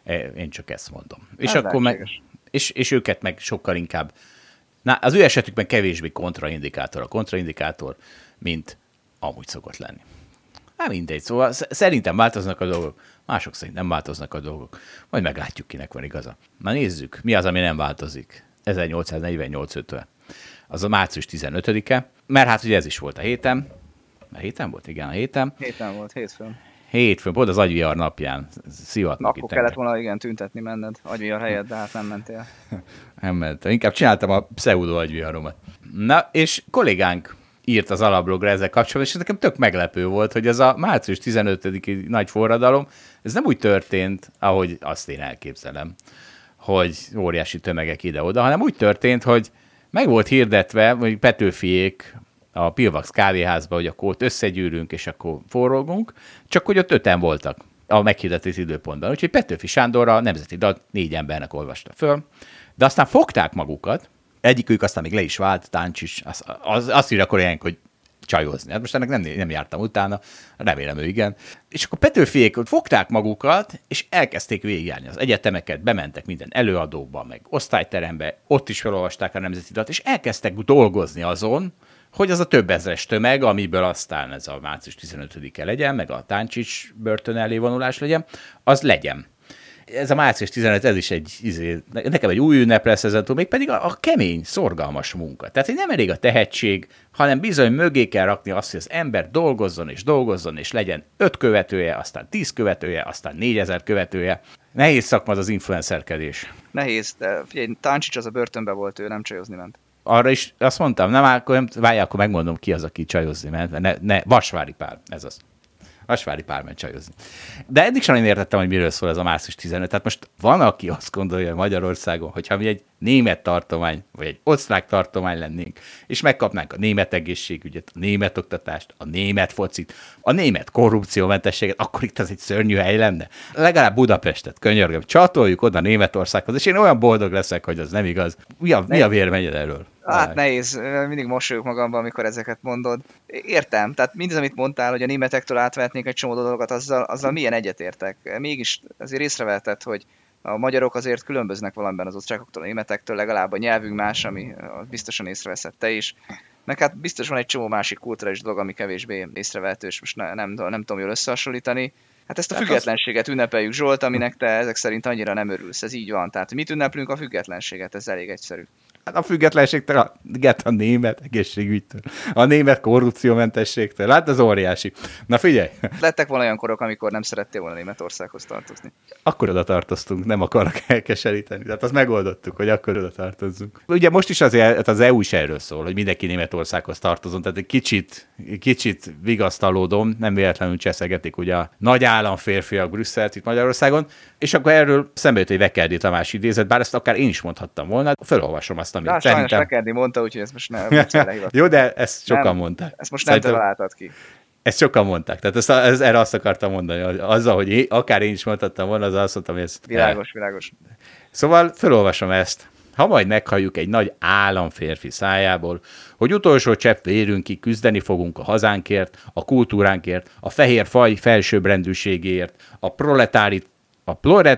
Én csak ezt mondom. És, akkor meg, és, és őket meg sokkal inkább, na, az ő esetükben kevésbé kontraindikátor a kontraindikátor, mint amúgy szokott lenni. Hát mindegy, szóval szerintem változnak a dolgok, mások szerint nem változnak a dolgok. Majd meglátjuk, kinek van igaza. Na nézzük, mi az, ami nem változik ezernyolcszáznegyvennyolc ötven. Az a március tizenötödike, mert hát ugye ez is volt a héten. A héten volt? Igen, a héten. Héten volt, hétfőn. Hétfőn, pont az agyvihar napján. Szivatnak akkor kellett volna, igen, tüntetni menned agyvihar helyett, de hát nem mentél. Nem mentem, inkább csináltam a pseudo agyviharomat. Na, és kollégánk írt az alablogra ezzel kapcsolatban, és ez nekem tök meglepő volt, hogy ez a március tizenötödiki nagy forradalom, ez nem úgy történt, ahogy azt én elképzelem, hogy óriási tömegek ide-oda, hanem úgy történt, hogy meg volt hirdetve, hogy Petőfiék a Pilvax kávéházba, hogy akkor ott összegyűrünk, és akkor forrogunk, csak hogy ott öten voltak a meghirdetés időpontban. Úgyhogy Petőfi Sándorra a nemzeti dalt négy embernek olvasta föl, de aztán fogták magukat, egyikük aztán még le is vált, Táncsics, az, az, azt írja akkor ilyenkor, hogy csajozni. Hát most ennek nem, nem jártam utána, remélem ő igen. És akkor Petőfiék ott fogták magukat, és elkezdték végigjárni az egyetemeket, bementek minden előadóba, meg osztályterembe, ott is felolvasták a nemzeti dalt, és elkezdtek dolgozni azon, hogy az a több ezres tömeg, amiből aztán ez a március tizenötödike legyen, meg a Táncsics börtön elé vonulás legyen, az legyen. Ez a március tizenötödike, ez is egy, izé, nekem egy új ünnep lesz ezentúl, még pedig a, a kemény, szorgalmas munka. Tehát, hogy nem elég a tehetség, hanem bizony mögé kell rakni azt, hogy az ember dolgozzon és dolgozzon, és legyen öt követője, aztán tíz követője, aztán négyezer követője. Nehéz szakma az az influencerkedés. Nehéz, de figyelj, Táncsics az a börtönben volt, ő nem csajozni ment. Arra is azt mondtam, nem, akkor nem, várjál, akkor megmondom, ki az, aki csajozni ment. Ne, ne, Vasvári Pál, ez az. Vasvári Pál ment csajozni. De eddig sem én értettem, hogy miről szól ez a március tizenötödike. Tehát most van, aki azt gondolja Magyarországon, hogyha mi egy német tartomány, vagy egy osztrák tartomány lennénk, és megkapnánk a német egészségügyet, a német oktatást, a német focit, a német korrupciómentességet, akkor itt az egy szörnyű hely lenne. Legalább Budapestet, könyörgöm, csatoljuk oda Németországhoz, és én olyan boldog leszek, hogy az nem igaz. Mi a, mi a véleményed erről? Hát nehéz, mindig mosolyog magamban, amikor ezeket mondod. Értem, tehát mindaz, amit mondtál, hogy a németektől átvehetnénk egy csomó dolgokat, azzal, azzal milyen egyetértek. Mégis azért észrevetted, hogy a magyarok azért különböznek valamiben az osztrákoktól, a németektől, legalább a nyelvünk más, ami biztosan észreveszed te is. Meg hát biztos van egy csomó másik kulturális dolog, ami kevésbé észrevehető, és most ne, nem, nem tudom jól összehasonlítani. Hát ezt a tehát függetlenséget az... ünnepeljük, Zsolt, aminek te ezek szerint annyira nem örülsz. Ez így van. Tehát mit ünneplünk? A függetlenséget, ez elég egyszerű. Hát a függetlenségtől, a, a német egészségügytől, a német korrupciómentességtől, hát az óriási. Na figyelj! Lettek volna olyan korok, amikor nem szerettél volna Németországhoz tartozni. Akkor oda tartoztunk, nem akarok elkeseríteni. Tehát azt megoldottuk, hogy akkor oda tartozzunk. Ugye most is azért az é u is erről szól, hogy mindenki Németországhoz tartozon, tehát egy kicsit, kicsit vigasztalódom, nem véletlenül cseszegetik ugye a nagy államférfiak Brüsszelt itt Magyarországon, és akkor erről szembe jött egy Vekerdi Tamás idézet, bár ezt akár én is mondhattam volna, felolvasom azt, amit de szerintem... Sajnos Vekerdi mondta, úgyhogy ezt most nem jó, de ezt sokan nem, mondták. Ezt most nem te találtad ki. Ezt sokan mondták. Tehát ezt, ezt, erre azt akartam mondani, hogy azzal, hogy én, akár én is mondhattam volna, az azt mondtam, hogy ez... Világos, el... világos. Szóval felolvasom ezt. Ha majd meghalljuk egy nagy államférfi szájából, hogy utolsó csepp vérünkig küzdeni fogunk a hazánkért, a kultúránkért, a fehér faj felsőbbrendűségéért, a proletári, a prolet,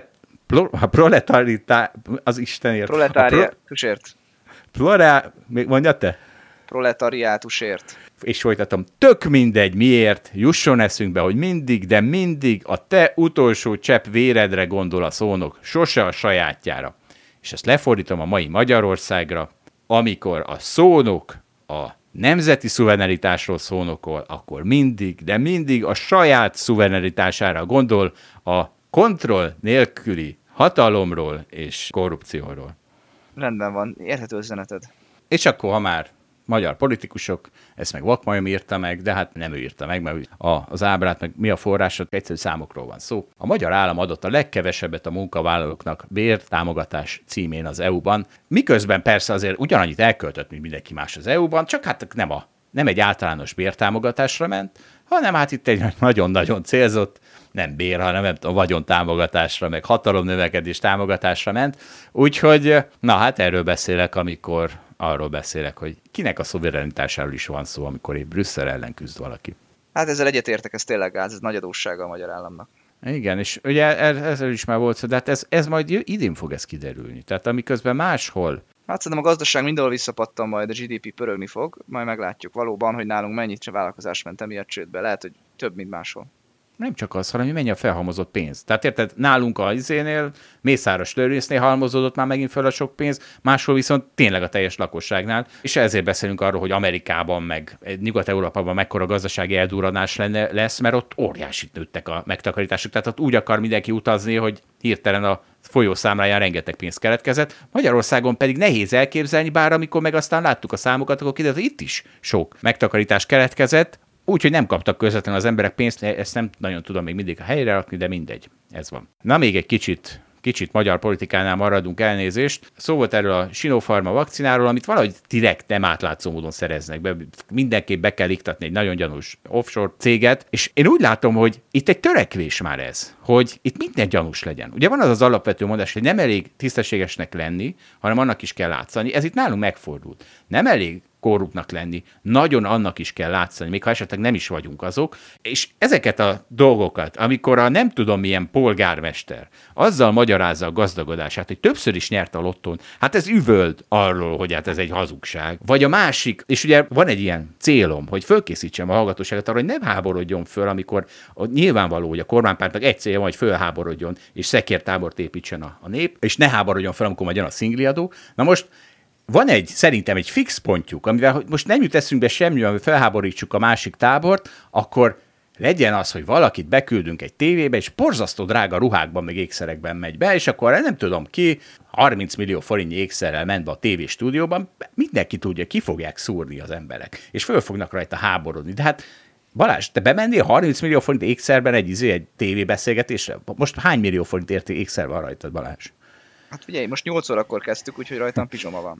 a proletaritá... az Istenért. Proletáriátusért. Plorá... Még mondjad te? Proletariátusért. És folytatom, tök mindegy miért, jusson eszünkbe, hogy mindig, de mindig a te utolsó csepp véredre gondol a szónok, sose a sajátjára. És ezt lefordítom a mai Magyarországra, amikor a szónok a nemzeti szuverenitásról szónokol, akkor mindig, de mindig a saját szuverenitására gondol, a kontroll nélküli hatalomról és korrupcióról. Rendben van, érthető üzeneted. És akkor, ha már magyar politikusok, ezt meg Vakmajom írta meg, de hát nem ő írta meg, mert a, az ábrát, meg mi a forrásod, egyszerű számokról van szó. A magyar állam adott a legkevesebbet a munkavállalóknak bértámogatás címén az é u-ban, miközben persze azért ugyanannyit elköltött, mint mindenki más az é u-ban, csak hát nem, a, nem egy általános bértámogatásra ment, hanem hát itt egy nagyon-nagyon célzott, nem bér, hanem nem tudom, vagyontámogatásra, meg hatalomnövekedés támogatásra ment. Úgyhogy, na hát erről beszélek, amikor arról beszélek, hogy kinek a szuverenitásáról is van szó, amikor épp Brüsszel ellen küzd valaki. Hát ezzel egyetértek, ez tényleg gáz, ez nagy adóssága a magyar államnak. Igen, és ugye ezzel is már volt szó, de hát ez, ez majd idén fog ez kiderülni. Tehát amiközben máshol... Hát szerintem a gazdaság mindenhol visszapattan, majd a gé dé pé pörögni fog, majd meglátjuk valóban, hogy nálunk mennyit vállalkozás ment emiatt csődbe. Lehet, hogy több, mint máshol. Nem csak az, hanem mennyi a felhalmozott pénz. Tehát érted, nálunk a izénél, Mészáros Lőrincnél halmozódott már megint fel a sok pénz, máshol viszont tényleg a teljes lakosságnál. És ezért beszélünk arról, hogy Amerikában, meg Nyugat-Európában mekkora gazdasági eldurranás lenne, lesz, mert ott óriásit nőttek a megtakarítások. Tehát ott úgy akar mindenki utazni, hogy hirtelen a folyószámláján rengeteg pénz keletkezett. Magyarországon pedig nehéz elképzelni, bár amikor meg aztán láttuk a számokat, akkor kiderült, hogy itt is sok megtakarítás keletkezett, úgyhogy nem kaptak közvetlenül az emberek pénzt, ezt nem nagyon tudom még mindig a helyre rakni, de mindegy, ez van. Na még egy kicsit, kicsit magyar politikánál maradunk, elnézést. Szó volt erről a Sinopharma vakcináról, amit valahogy direkt nem átlátszó módon szereznek be. Mindenképp be kell iktatni egy nagyon gyanús offshore céget, és én úgy látom, hogy itt egy törekvés már ez, hogy itt minden gyanús legyen. Ugye van az az alapvető mondás, hogy nem elég tisztességesnek lenni, hanem annak is kell látszani. Ez itt nálunk megfordult. Nem elég korruptnak lenni, nagyon annak is kell látszani, még ha esetleg nem is vagyunk azok, és ezeket a dolgokat, amikor a nem tudom milyen polgármester azzal magyarázza a gazdagodását, hogy többször is nyert a lottón, hát ez üvöld arról, hogy hát ez egy hazugság. Vagy a másik, és ugye van egy ilyen célom, hogy fölkészítsem a hallgatóságot arra, hogy nem háborodjon föl, amikor nyilvánvaló, hogy a kormánypártnak egy célja van, hogy fölháborodjon, és szekértábort építsen a, a nép, és ne háborodjon föl, amikor majd jön a szingliadó. Na most van egy, szerintem egy fix pontjuk, amivel most nem jut eszünkbe semmi, amivel felháborítsuk a másik tábort, akkor legyen az, hogy valakit beküldünk egy tévébe, és borzasztó drága ruhákban, meg ékszerekben megy be, és akkor nem tudom ki, harminc millió forintnyi ékszerrel ment be a tévéstúdióban, mindenki tudja, ki fogják szúrni az emberek, és föl fognak rajta háborodni. De hát Balázs, te bemennél harminc millió forint ékszerben egy, izé, egy tévébeszélgetésre? Most hány millió forint érték ékszer van rajtad, Balázs? Hát figyelj, most nyolc órakor kezdtük, úgyhogy rajtam pizsoma van.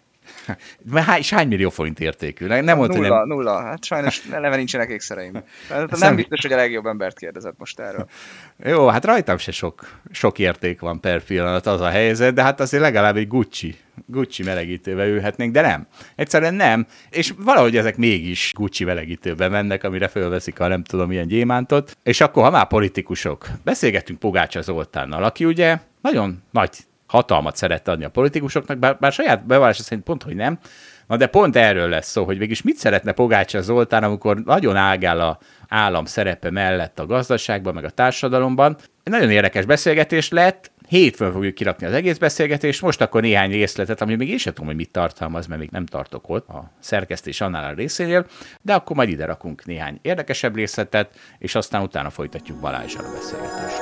És hány millió forint értékű? Nem mondta, nulla, nem... nulla. Hát sajnos eleve nincsenek ékszereim. Hát nem biztos, hogy a legjobb embert kérdezett most erről. Jó, hát rajtam se sok, sok érték van per pillanat, az a helyzet, de hát azért legalább egy Gucci, Gucci melegítőbe ülhetnénk, de nem. Egyszerűen nem. És valahogy ezek mégis Gucci melegítőbe mennek, amire fölveszik a nem tudom milyen gyémántot. És akkor, ha már politikusok, beszélgettünk Pogácsa Zoltánnal, aki ugye nagyon nagy hatalmat szeret adni a politikusoknak, bár, bár saját bevallása szerint pont, hogy nem. Na de pont erről lesz szó, hogy végülis mit szeretne Pogácsa Zoltán, amikor nagyon ágál a állam szerepe mellett a gazdaságban, meg a társadalomban. Egy nagyon érdekes beszélgetés lett, hétfőn fogjuk kirakni az egész beszélgetést, most akkor néhány részletet, ami még én sem tudom, hogy mit tartalmaz, mert még nem tartok ott a szerkesztés annál a részénél, de akkor majd ide rakunk néhány érdekesebb részletet, és aztán utána folytatjuk Balázsral a beszélgetést.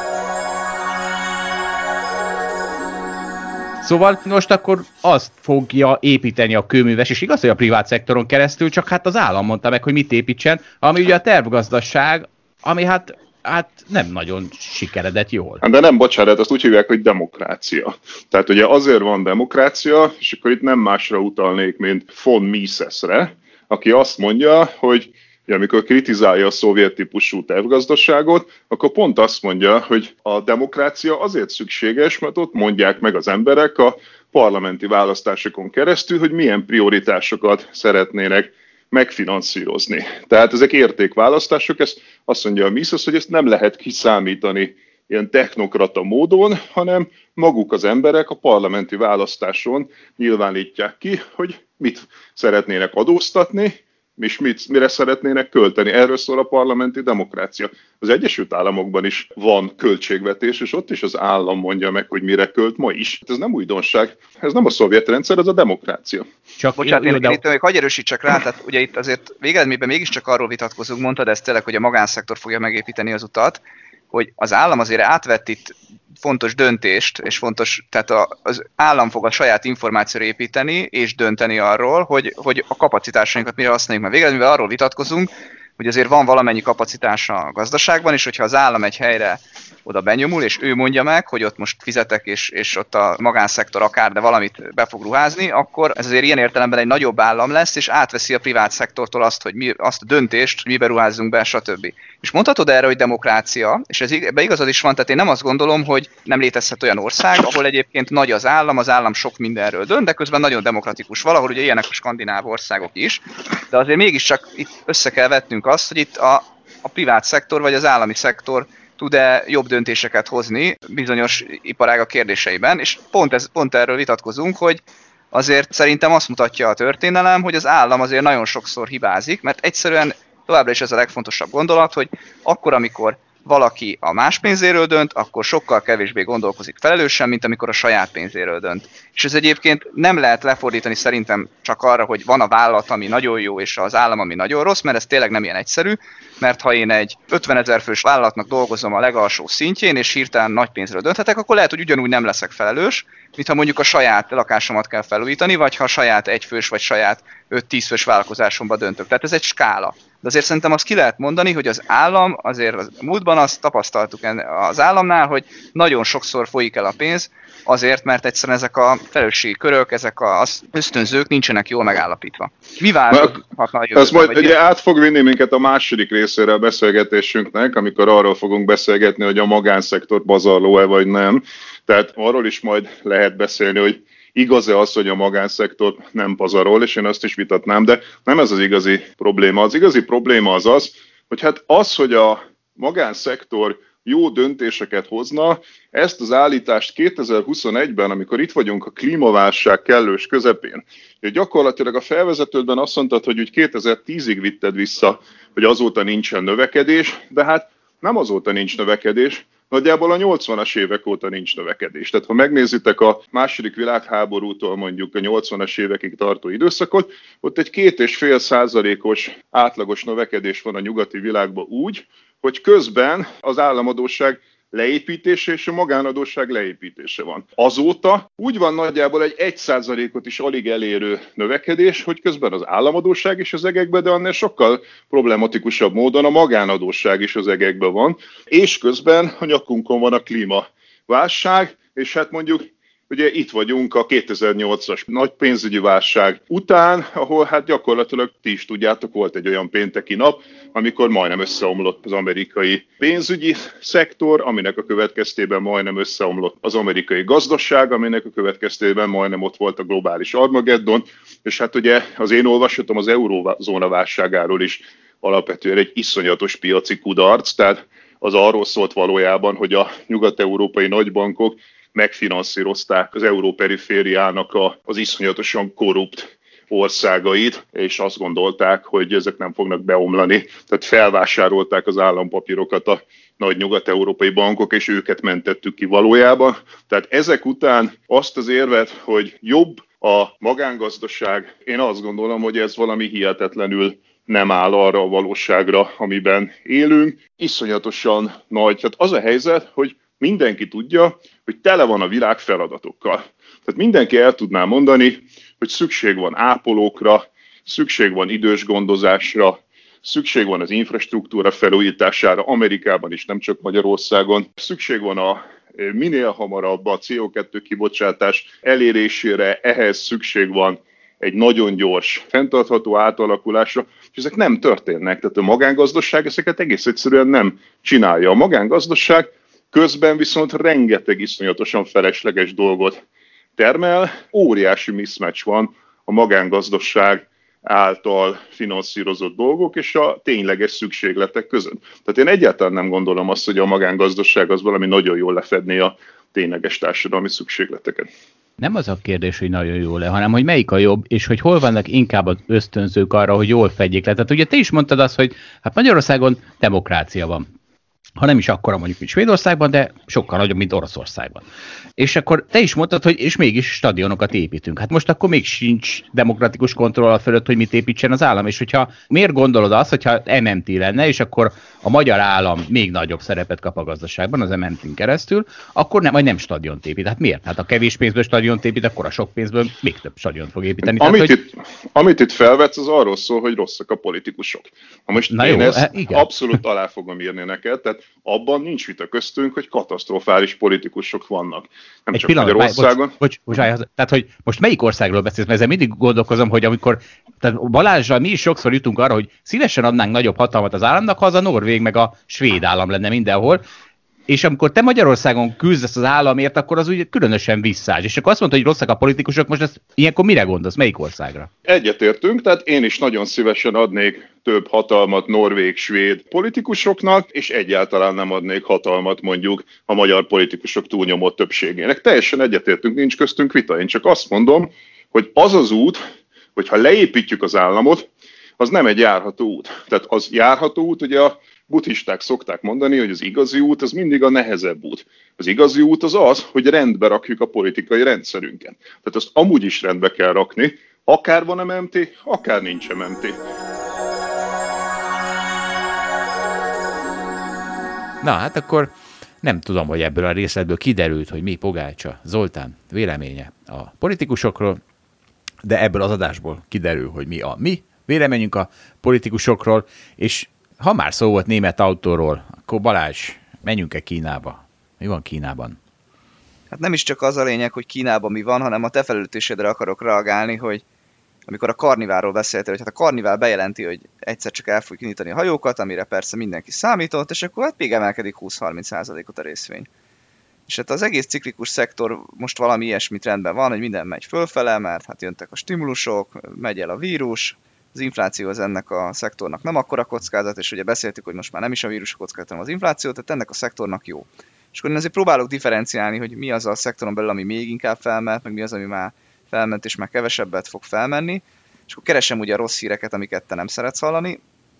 Szóval most akkor azt fogja építeni a kőműves, és igaz, hogy a privát szektoron keresztül, csak hát az állam mondta meg, hogy mit építsen, ami ugye a tervgazdaság, ami hát, hát nem nagyon sikeredett jól. De nem, bocsánat, azt úgy hívják, hogy demokrácia. Tehát ugye azért van demokrácia, és akkor itt nem másra utalnék, mint von Misesre, aki azt mondja, hogy ja, amikor kritizálja a szovjet típusú tervgazdaságot, akkor pont azt mondja, hogy a demokrácia azért szükséges, mert ott mondják meg az emberek a parlamenti választásokon keresztül, hogy milyen prioritásokat szeretnének megfinanszírozni. Tehát ezek értékválasztások, ezt azt mondja a Mises, hogy ezt nem lehet kiszámítani ilyen technokrata módon, hanem maguk az emberek a parlamenti választáson nyilvánítják ki, hogy mit szeretnének adóztatni, és mit, mire szeretnének költeni. Erről szól a parlamenti demokrácia. Az Egyesült Államokban is van költségvetés, és ott is az állam mondja meg, hogy mire költ ma is. Ez nem újdonság, ez nem a szovjet rendszer, ez a demokrácia. Csak Bocsánat, én, én itt még hagyj erősítsek rá, tehát ugye itt azért végeredményben mégiscsak arról vitatkozunk, mondtad ezt tényleg, hogy a magánszektor fogja megépíteni az utat, hogy az állam azért átvett itt fontos döntést, és fontos, tehát a, az állam fog a saját információra építeni, és dönteni arról, hogy, hogy a kapacitásainkat mire használjuk. Mert végeredményben arról vitatkozunk, hogy azért van valamennyi kapacitás a gazdaságban, és hogyha az állam egy helyre oda benyomul, és ő mondja meg, hogy ott most fizetek, és, és ott a magánszektor akár, de valamit be fog ruházni, akkor ez azért ilyen értelemben egy nagyobb állam lesz, és átveszi a privát szektortól azt, hogy mi, azt a döntést, hogy mibe ruházzunk be, stb. És mondhatod erre, hogy demokrácia, és ez ebben igazad is van, tehát én nem azt gondolom, hogy nem létezhet olyan ország, ahol egyébként nagy az állam, az állam sok mindenről dönt, de közben nagyon demokratikus valahol, ugye ilyenek a skandináv országok is, de azért mégiscsak itt össze kell vetnünk azt, hogy itt a, a privát szektor vagy az állami szektor tud-e jobb döntéseket hozni bizonyos iparágak kérdéseiben, és pont, ez, pont erről vitatkozunk, hogy azért szerintem azt mutatja a történelem, hogy az állam azért nagyon sokszor hibázik, mert egyszerűen továbbra is ez a legfontosabb gondolat, hogy akkor, amikor valaki a más pénzéről dönt, akkor sokkal kevésbé gondolkozik felelősen, mint amikor a saját pénzéről dönt. És ez egyébként nem lehet lefordítani szerintem csak arra, hogy van a vállalat, ami nagyon jó, és az állam, ami nagyon rossz, mert ez tényleg nem ilyen egyszerű, mert ha én egy ötvenezer fős vállalatnak dolgozom a legalsó szintjén, és hirtelen nagy pénzről dönthetek, akkor lehet, hogy ugyanúgy nem leszek felelős, mint ha mondjuk a saját lakásomat kell felújítani, vagy ha a saját egyfős, vagy saját öt-tíz fős vállalkozásomba döntök. Tehát ez egy skála. De azért szerintem azt ki lehet mondani, hogy az állam, azért a múltban azt tapasztaltuk az államnál, hogy nagyon sokszor folyik el a pénz, azért, mert egyszerűen ezek a felelősségi körök, ezek az ösztönzők nincsenek jól megállapítva. Mi változhatna a jövőben? Ez majd ugye át fog vinni minket a második részére a beszélgetésünknek, amikor arról fogunk beszélgetni, hogy a magánszektor pazarló-e vagy nem. Tehát arról is majd lehet beszélni, hogy igaz-e az, hogy a magánszektor nem pazarol, és én azt is vitatnám, de nem ez az igazi probléma. Az igazi probléma az az, hogy hát az, hogy a magánszektor jó döntéseket hozna, ezt az állítást kétezer-huszonegyben, amikor itt vagyunk a klímaválság kellős közepén, hogy gyakorlatilag a felvezetődben azt mondtad, hogy úgy kétezer-tízig vitted vissza, hogy azóta nincsen növekedés, de hát nem azóta nincs növekedés, nagyjából a nyolcvanas évek óta nincs növekedés. Tehát ha megnézitek a második világháborútól mondjuk a nyolcvanas évekig tartó időszakot, ott egy két és fél százalékos átlagos növekedés van a nyugati világban úgy, hogy közben az államadósság leépítése és a magánadósság leépítése van. Azóta úgy van nagyjából egy egy százalékot is alig elérő növekedés, hogy közben az államadósság is az egekben, de annál sokkal problematikusabb módon a magánadósság is az egekben van, és közben a nyakunkon van a klímaválság, és hát mondjuk ugye itt vagyunk a kétezer-nyolcas nagy pénzügyi válság után, ahol hát gyakorlatilag ti is tudjátok, volt egy olyan pénteki nap, amikor majdnem összeomlott az amerikai pénzügyi szektor, aminek a következtében majdnem összeomlott az amerikai gazdaság, aminek a következtében majdnem ott volt a globális Armageddon, és hát ugye az én olvasatom az eurózóna válságáról is alapvetően egy iszonyatos piaci kudarc, tehát az arról szólt valójában, hogy a nyugat-európai nagybankok megfinanszírozták az európerifériának a, az iszonyatosan korrupt országait, és azt gondolták, hogy ezek nem fognak beomlani. Tehát felvásárolták az állampapírokat a nagy nyugat-európai bankok, és őket mentettük ki valójában. Tehát ezek után azt az érvet, hogy jobb a magángazdaság, én azt gondolom, hogy ez valami hihetetlenül nem áll arra a valóságra, amiben élünk. Iszonyatosan nagy. Tehát az a helyzet, hogy mindenki tudja, hogy tele van a világ feladatokkal. Tehát mindenki el tudná mondani, hogy szükség van ápolókra, szükség van idős gondozásra, szükség van az infrastruktúra felújítására, Amerikában is, nem csak Magyarországon. Szükség van a minél hamarabb a cé o kettő kibocsátás elérésére, ehhez szükség van egy nagyon gyors, fenntartható átalakulásra, és ezek nem történnek. Tehát a magángazdaság ezeket egész egyszerűen nem csinálja. A magángazdaság közben viszont rengeteg iszonyatosan felesleges dolgot termel, óriási mismatch van a magángazdaság által finanszírozott dolgok és a tényleges szükségletek között. Tehát én egyáltalán nem gondolom azt, hogy a magángazdaság az valami nagyon jól lefedné a tényleges társadalmi szükségleteket. Nem az a kérdés, hogy nagyon jó le, hanem hogy melyik a jobb, és hogy hol vannak inkább az ösztönzők arra, hogy jól fedjék le. Tehát ugye te is mondtad azt, hogy hát Magyarországon demokrácia van. Ha nem is akkora mondjuk, mint Svédországban, de sokkal nagyobb, mint Oroszországban. És akkor te is mondtad, hogy és mégis stadionokat építünk. Hát most akkor még sincs demokratikus kontroll fölött, hogy mit építsen az állam. És hogyha miért gondolod azt, hogyha em em té lenne, és akkor a magyar állam még nagyobb szerepet kap a gazdaságban, az em em té-n keresztül, akkor nem, vagy nem stadiont épít. Hát miért? Hát a kevés pénzből stadiont épít, akkor a sok pénzből még több stadiont fog építeni. Amit, Tehát, hogy... itt, amit itt felvetsz, az arról szól, hogy rosszak a politikusok. Na most Na én jó, ezt igen. abszolút alá fogom írni neked, tehát abban nincs vita köztünk, hogy katasztrofális politikusok vannak. Nem egy csak pillanat, Magyarországon. Bocs, bocs, bocs, bocs, tehát, hogy most melyik országról beszélsz, mert ezzel mindig gondolkozom, hogy amikor, tehát Balázsral mi is sokszor jutunk arra, hogy szívesen adnánk nagyobb hatalmat az államnak, ha az a norvég meg a svéd állam lenne mindenhol, és amikor te Magyarországon küzdesz az államért, akkor az úgy különösen visszás. És akkor azt mondta, hogy rosszak a politikusok, most ezt, ilyenkor mire gondolsz? Melyik országra? Egyetértünk, tehát én is nagyon szívesen adnék több hatalmat norvég, svéd politikusoknak, és egyáltalán nem adnék hatalmat mondjuk a magyar politikusok túlnyomó többségének. Teljesen egyetértünk, nincs köztünk vita. Én csak azt mondom, hogy az az út, hogyha leépítjük az államot, az nem egy járható út. Tehát az járható út, ugye a buddhisták szokták mondani, hogy az igazi út az mindig a nehezebb út. Az igazi út az az, hogy rendbe rakjuk a politikai rendszerünket. Tehát azt amúgy is rendbe kell rakni, akár van em em té, akár nincs em em té. Na, hát akkor nem tudom, hogy ebből a részletből kiderült, hogy mi Pogácsa Zoltán véleménye a politikusokról, de ebből az adásból kiderül, hogy mi a mi véleményünk a politikusokról, és ha már szó volt német autóról, akkor Balázs, menjünk-e Kínába? Mi van Kínában? Hát nem is csak az a lényeg, hogy Kínában mi van, hanem a te felelősségedre akarok reagálni, hogy amikor a Karniválról beszéltél, hogy hát a Karnivál bejelenti, hogy egyszer csak el fogjuk kinyitani a hajókat, amire persze mindenki számított, és akkor hát még emelkedik húsz-harminc százalékot a részvény. És hát az egész ciklikus szektor most valami ilyesmit rendben van, hogy minden megy fölfele, mert hát jöntek a stimulusok, megy el a vírus, az infláció az ennek a szektornak nem akkora kockázat, és ugye beszéltük, hogy most már nem is a vírus a kockázat, hanem az infláció, tehát ennek a szektornak jó. És akkor én azért próbálok differenciálni, hogy mi az a szektoron belül, ami még inkább felment, meg mi az, ami már felment, és már kevesebbet fog felmenni, és akkor keresem ugye a rossz híreket, amiket te nem szeretsz hallani.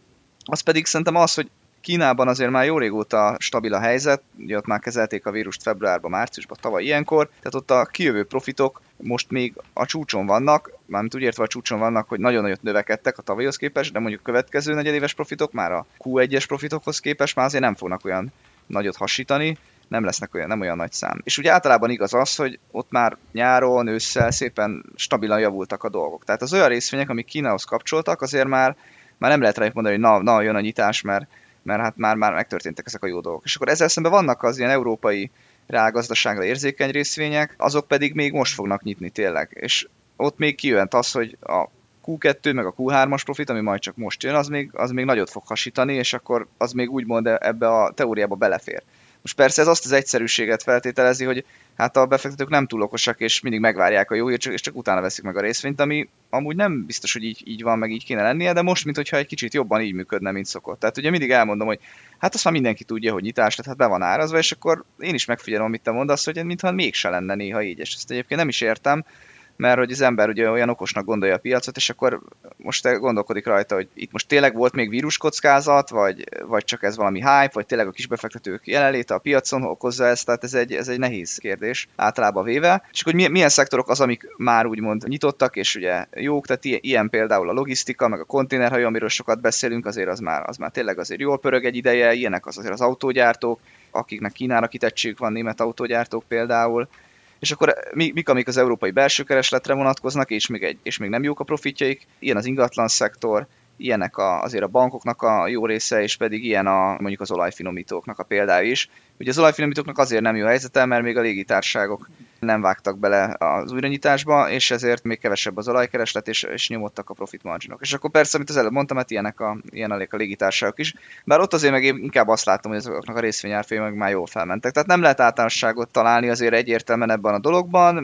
Az pedig szerintem az, hogy Kínában azért már jó régóta stabil a helyzet, ugye ott már kezelték a vírust februárban, márciusban, tavaly ilyenkor, tehát ott a kijövő profitok most még a csúcson vannak, mármint úgy értve a csúcson vannak, hogy nagyon nagyot növekedtek a tavalyhoz képest, de mondjuk a következő negyedéves profitok már a kú egyes profitokhoz képest már azért nem fognak olyan nagyot hasítani, nem lesznek olyan, nem olyan nagy szám. És ugye általában igaz az, hogy ott már nyáron, ősszel szépen stabilan javultak a dolgok. Tehát az olyan részvények, amik Kínához kapcsoltak, azért már, már nem lehet rájuk mondani, hogy na, na jön a nyitás, mert, mert hát már, már megtörténtek ezek a jó dolgok. És akkor ezzel szemben vannak az ilyen európai reálgazdaságra érzékeny részvények, azok pedig még most fognak nyitni tényleg. És ott még kijönt az, hogy a kú kettő meg a kú hármas profit, ami majd csak most jön, az még, az még nagyot fog hasítani, és akkor az még úgymond ebbe a teóriába belefér. Most persze ez azt az egyszerűséget feltételezi, hogy hát a befektetők nem túl okosak, és mindig megvárják a jó hírt, és csak utána veszik meg a részvényt, ami amúgy nem biztos, hogy így, így van, meg így kéne lennie, de most, mintha egy kicsit jobban így működne, mint szokott. Tehát ugye mindig elmondom, hogy hát azt már mindenki tudja, hogy nyitás, tehát hát be van árazva, és akkor én is megfigyelem, amit te mondasz, hogy mintha mégse lenne néha így, és ezt egyébként nem is értem, mert hogy az ember ugye olyan okosnak gondolja a piacot, és akkor most gondolkodik rajta, hogy itt most tényleg volt még víruskockázat, vagy, vagy csak ez valami hype, vagy tényleg a kisbefektetők jelenléte a piacon okozza ezt, tehát ez egy, ez egy nehéz kérdés általában véve. És hogy milyen, milyen szektorok az, amik már úgymond nyitottak, és ugye jók, tehát ilyen, ilyen például a logisztika, meg a konténerhajó, amiről sokat beszélünk, azért az már, az már tényleg azért jól pörög egy ideje, ilyenek az azért az autógyártók, akiknek Kínára kitettségük van, német autógyártók például. És akkor mik, amik az európai belső keresletre vonatkoznak, és még, egy, és még nem jók a profitjaik, ilyen az ingatlan szektor, ilyenek a, azért a bankoknak a jó része, és pedig ilyen a, mondjuk az olajfinomítóknak a példája is. Ugye az olajfinomítóknak azért nem jó helyzete, mert még a légitársaságok nem vágtak bele az újranyitásba, és ezért még kevesebb az olajkereslet, és, és nyomottak a profit marginok. És akkor persze, amit az előbb mondtam, hát ilyenek a, ilyen a légitársaságok is. Bár ott azért meg én inkább azt látom, hogy azoknak a részvényárfolyamok meg már jól felmentek. Tehát nem lehet általánosságot találni azért egyértelműen ebben a dologban.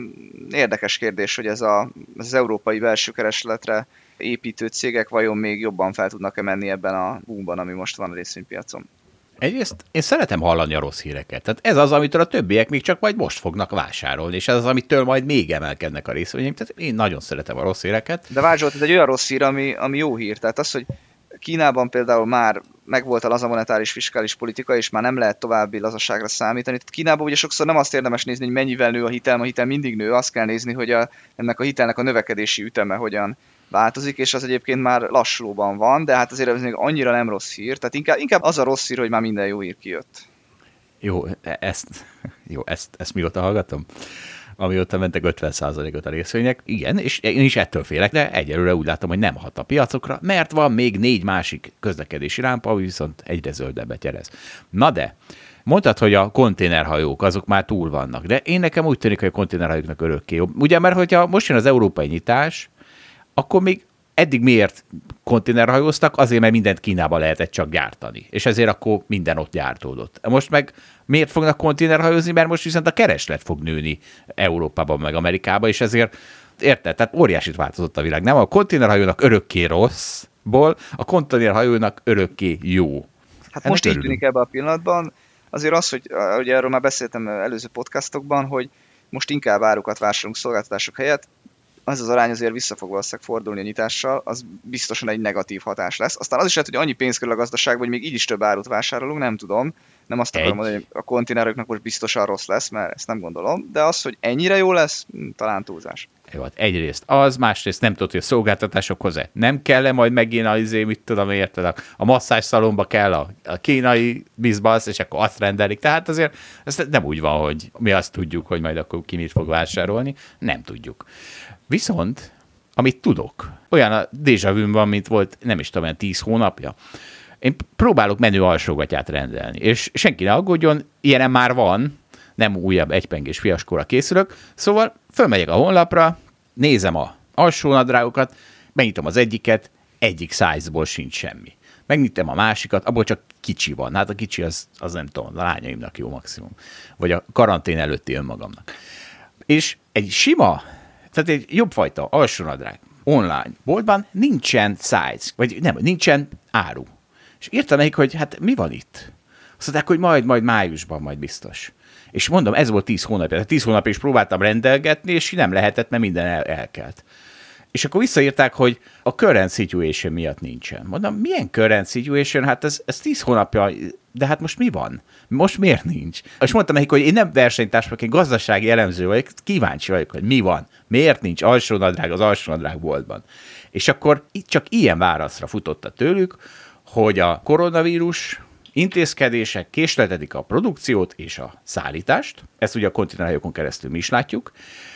érdekes kérdés, hogy ez a, az európai belső keresletre építő cégek vajon még jobban fel tudnak-e menni ebben a boomban, ami most van a részvénypiacon. Egyrészt én szeretem hallani a rossz híreket. Tehát ez az, amitől a többiek még csak majd most fognak vásárolni, és ez az, amitől majd még emelkednek a részvények. Tehát én nagyon szeretem a rossz híreket. De várj Zsolt, ez egy olyan rossz hír, ami, ami jó hír. Tehát az, hogy Kínában például már megvolt a laza monetáris fiskális politika, és már nem lehet további lazaságra számítani. Tehát Kínában ugye sokszor nem azt érdemes nézni, hogy mennyivel nő a hitel, a hitel mindig nő, azt kell nézni, hogy a, ennek a hitelnek a növekedési üteme hogyan változik, és az egyébként már lassulóban van, de hát azért ez még annyira nem rossz hír, tehát inkább, inkább az a rossz hír, hogy már minden jó hír kijött. Jó, ezt, jó, ezt, ezt mióta hallgatom? Amióta mentek ötven százalékot a részvények, igen, és én is ettől félek, de egyelőre úgy látom, hogy nem hat a piacokra, mert van még négy másik közlekedési rámpa, ami viszont egyre zöldebbet jelez. Na de, mondtad, hogy a konténerhajók, azok már túl vannak, de én nekem úgy tűnik, hogy a konténerhajóknak örökké jobb. Ugye, mert hogyha most jön az európai nyitás, akkor még eddig miért konténerhajóztak? Azért, mert mindent Kínában lehetett csak gyártani. És ezért akkor minden ott gyártódott. Most meg miért fognak konténerhajózni? Mert most viszont a kereslet fog nőni Európában, meg Amerikában, és ezért, érted? Tehát óriásit változott a világ. Nem a konténerhajónak örökké rosszból, a konténerhajónak örökké jó. Hát most így tűnik ebben a pillanatban. Azért az, hogy ugye erről már beszéltem előző podcastokban, hogy most inkább árukat vásárolunk szolgáltatások helyett, az az arány azért vissza fog valószínűleg fordulni a nyitással, az biztosan egy negatív hatás lesz. Aztán az is lehet, hogy annyi pénz kerül a gazdaságban, hogy még így is több árut vásárolunk, nem tudom. Nem azt akarom mondani, hogy a konténeroknak most biztosan rossz lesz, mert ezt nem gondolom, de az, hogy ennyire jó lesz, talán túlzás. Jó, hát egyrészt az, másrészt nem tudod, hogy a szolgáltatásokhoz nem kell-e majd megint az izé, mit tudom, érted, a masszázsszalomba kell a, a kínai bizbasz, és akkor azt rendelik. Tehát azért ez nem úgy van, hogy mi azt tudjuk, hogy majd akkor ki mit fog vásárolni. Nem tudjuk. Viszont, amit tudok, olyan a déjà vu van, mint volt, nem is tudom, tíz hónapja. Én próbálok menő alsógatyát rendelni, és senki ne aggódjon, ilyenem már van, nem újabb egypengés fiaskóra készülök, szóval fölmegyek a honlapra, nézem a alsónadrágokat, megnyitom az egyiket, egyik size-ból sincs semmi. Megnyitom a másikat, abból csak kicsi van. Hát a kicsi az, az nem tudom, a lányaimnak jó maximum. Vagy a karantén előtti önmagamnak. És egy sima, tehát egy jobbfajta alsónadrág online boltban nincsen size, vagy nem, nincsen áru. És írtam nekik, hogy hát mi van itt? Azt mondták, hogy majd, majd májusban, majd biztos. És mondom, ez volt tíz hónapja. Tehát tíz hónapja is próbáltam rendelgetni, és nem lehetett, mert minden el- elkelt. És akkor visszaírták, hogy a current situation miatt nincsen. Mondom, milyen current situation? Hát ez, ez tíz hónapja, de hát most mi van? Most miért nincs? És mondtam nekik, hogy én nem versenytárs vagyok, én gazdasági elemző vagyok, kíváncsi vagyok, hogy mi van. Miért nincs alsónadrág az alsónadrág boltban? És akkor csak ilyen válaszra futotta tőlük, hogy a koronavírus intézkedések késletedik a produkciót és a szállítást. Ezt ugye a konténerhajókon keresztül mi is látjuk.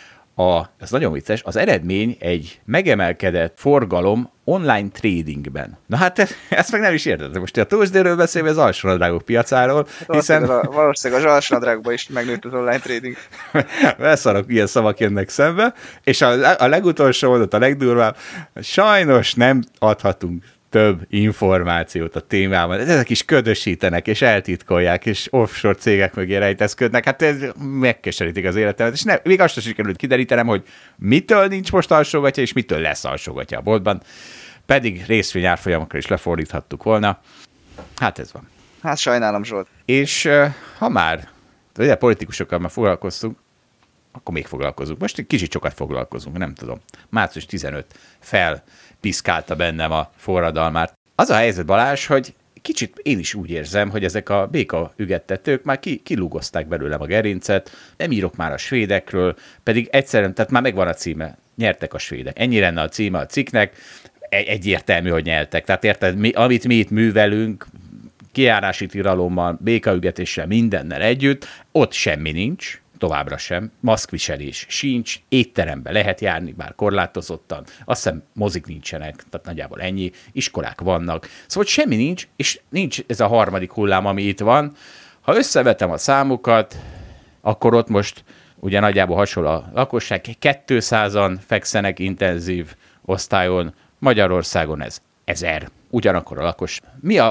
A, ez nagyon vicces, az eredmény egy megemelkedett forgalom online tradingben. Na hát ezt meg nem is értettem. Most a tőzsdéről beszélve az alsónadrágok piacáról, hát hiszen... Valószínűleg az alsónadrágokban is megnőtt az online trading. Beszarok, ilyen szavak jönnek szembe, és a, a legutolsó mondat, a legdurvább, sajnos nem adhatunk több információt a témában. Ezek is ködösítenek, és eltitkolják, és offshore cégek mögé rejtezködnek. Hát ez megkeserítik az életemet, és ne, még azt is sikerült kiderítenem, hogy mitől nincs most alsógatya, és mitől lesz alsógatya a boltban. Pedig részvényárfolyamokra is lefordíthattuk volna. Hát ez van. Hát sajnálom, Zsolt. És ha már, ugye politikusokkal már foglalkoztunk, akkor még foglalkozunk. Most egy kicsit sokat foglalkozunk, nem tudom. március tizenötödike felpiszkálta bennem a forradalmát. Az a helyzet, Balázs, hogy kicsit én is úgy érzem, hogy ezek a béka ügettetők már ki, kilúgozták belőlem a gerincet, nem írok már a svédekről, pedig egyszerűen, tehát már megvan a címe, nyertek a svédek. Ennyi lenne a címe a cikknek, egyértelmű, hogy nyertek. Tehát érted, mi, amit mi itt művelünk, kijárási tilalommal, békaügetéssel, mindennel együtt, ott semmi nincs, továbbra sem, maszkviselés sincs, étterembe lehet járni, bár korlátozottan, azt hiszem mozik nincsenek, tehát nagyjából ennyi, iskolák vannak, szóval semmi nincs, és nincs ez a harmadik hullám, ami itt van. Ha összevetem a számokat, akkor ott most ugye nagyjából hasonló a lakosság, kétszázan fekszenek intenzív osztályon, Magyarországon ez ezer, ugyanakkor a lakos. Mi a,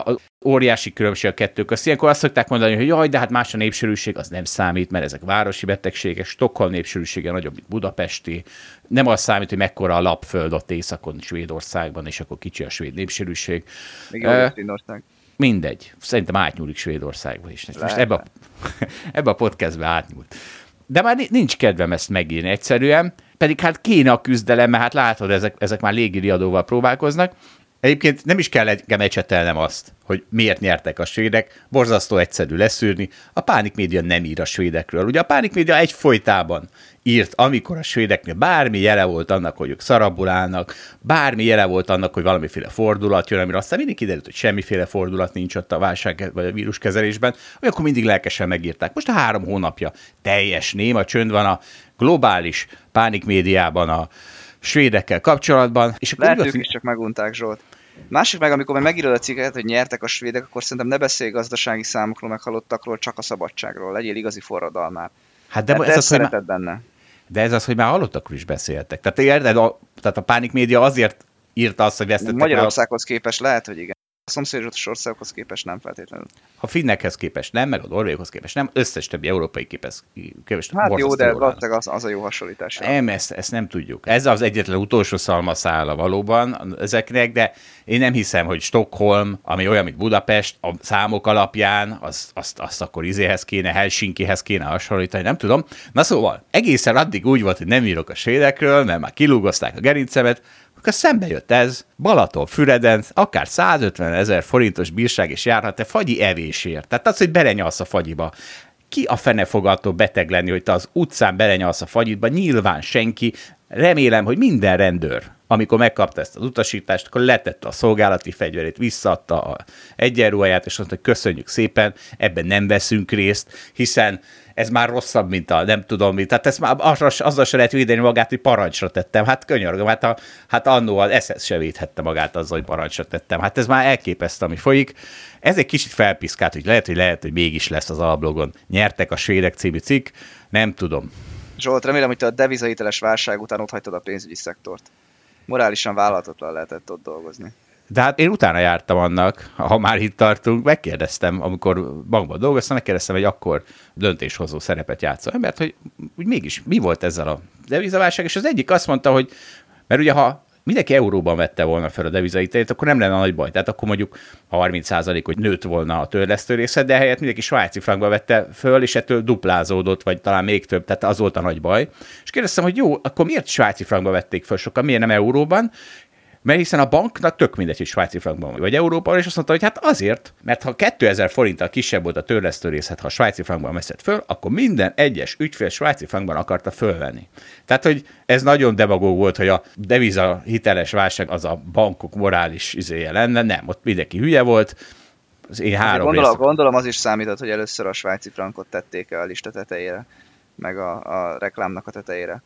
óriási különbség a kettő közt. Ilyenkor azt szokták mondani, hogy jaj, de hát más a népsűrűség, az nem számít, mert ezek városi betegségek, Stockholm népsűrűsége nagyobb, mint Budapesti. Nem az számít, hogy mekkora a lapföld ott északon, Svédországban, és akkor kicsi a svéd népsűrűség. Még jó, uh, Svédország. Mindegy. Szerintem átnyúlik Svédországba is. Most ebbe a, ebbe a podcastbe átnyúlt. De már nincs kedvem ezt megírni egyszerűen, pedig hát kéne a küzdelem, mert hát látod, ezek, ezek már légiriadóval próbálkoznak. Egyébként nem is kell engem ecsetelnem azt, hogy miért nyertek a svédek, borzasztó egyszerű leszűrni. A Pánik Média nem ír a svédekről. Ugye a Pánik Média egyfolytában írt, amikor a svédeknél bármi jele volt annak, hogy ők szarabul állnak, bármi jele volt annak, hogy valamiféle fordulat jön, amire aztán mindig kiderült, hogy semmiféle fordulat nincs ott a válság vagy a víruskezelésben, hogy akkor mindig lelkesen megírták. Most a három hónapja teljes néma csönd van a globális Pánik Médiában a svédekkel kapcsolatban. És lehet, ők is csak megunták, Zsolt. Másik meg, amikor megírod a cikket, hogy nyertek a svédek, akkor szerintem ne beszélj gazdasági számokról, meg halottakról, csak a szabadságról. Legyél igazi forradalmár. Hát de ez az, hogy már... benne. De ez az, hogy már halottakról is beszéltek. Tehát, érted, a, tehát a Pánik Média azért írta azt, hogy vesztettek. Magyarországhoz a... képest lehet, hogy igen. A szomszédos országokhoz képest nem feltétlenül. A finnekhez képest nem, meg a norvégokhoz képest nem, összes többi európai képest, képest hát jó, de az, az a jó hasonlítás. Nem, ezt, ezt nem tudjuk. Ez az egyetlen utolsó szalmaszála valóban ezeknek, de én nem hiszem, hogy Stockholm, ami olyan, mint Budapest, a számok alapján, azt, azt, azt akkor izéhez kéne, Helsinkihez kéne hasonlítani, nem tudom. Na szóval, egészen addig úgy volt, hogy nem írok a svédekről, mert már kilúgozták a gerincemet, akkor szembe jött ez, Balatonfüreden, akár százötven ezer forintos bírság is járhat, te fagyi evésért. Tehát az, hogy belenyalsz a fagyiba. Ki a fene fog attól beteg lenni, hogy te az utcán belenyalsz a fagyidba? Nyilván senki. Remélem, hogy minden rendőr, amikor megkapta ezt az utasítást, akkor letette a szolgálati fegyverét, visszaadta a egyenruháját, és mondta, hogy köszönjük szépen, ebben nem veszünk részt, hiszen ez már rosszabb, mint a nem tudom mit. Tehát ezt már azzal se lehet védeni magát, hogy parancsra tettem. Hát könyörgöm, hát, a, hát annó az es es se védhette magát azzal, hogy parancsra tettem. Hát ez már elképesztő, ami folyik. Ez egy kicsit felpiszkált, hogy lehet, hogy lehet, hogy mégis lesz az alablogon. Nyertek a svédek című cikk, nem tudom. Zsolt, remélem, hogy te a devizahiteles válság után ott hagytad a pénzügyi szektort. Morálisan vállalhatatlan lehetett ott dolgozni. De hát én utána jártam annak, ha már itt tartunk, megkérdeztem, amikor bankban dolgoztam, megkérdeztem, hogy akkor döntéshozó szerepet játszó embert, hogy úgy mégis mi volt ezzel a devizaválság, és az egyik azt mondta, hogy mert ugye ha mindenki euróban vette volna fel a devizahitelét, akkor nem lenne nagy baj. Tehát akkor mondjuk harminc százalék, hogy nőtt volna a törlesztő részlet, de helyett mindenki svájci frankba vette föl, és ettől duplázódott, vagy talán még több, tehát az volt a nagy baj. És kérdeztem, hogy jó, akkor miért svájci frankba vették föl sokan, miért nem euróban? Mert hiszen a banknak tök mindegy, hogy svájci frankban vagy Európában, és azt mondta, hogy hát azért, mert ha kétezer forinttal kisebb volt a törlesztő részlet, ha svájci frankban veszed föl, akkor minden egyes ügyfél svájci frankban akarta fölvenni. Tehát, hogy ez nagyon demagóg volt, hogy a deviza hiteles válság az a bankok morális izéje lenne, nem, ott mindenki hülye volt. Az én három gondolom, részt... gondolom az is számított, hogy először a svájci frankot tették a lista tetejére, meg a, a reklámnak a tetejére.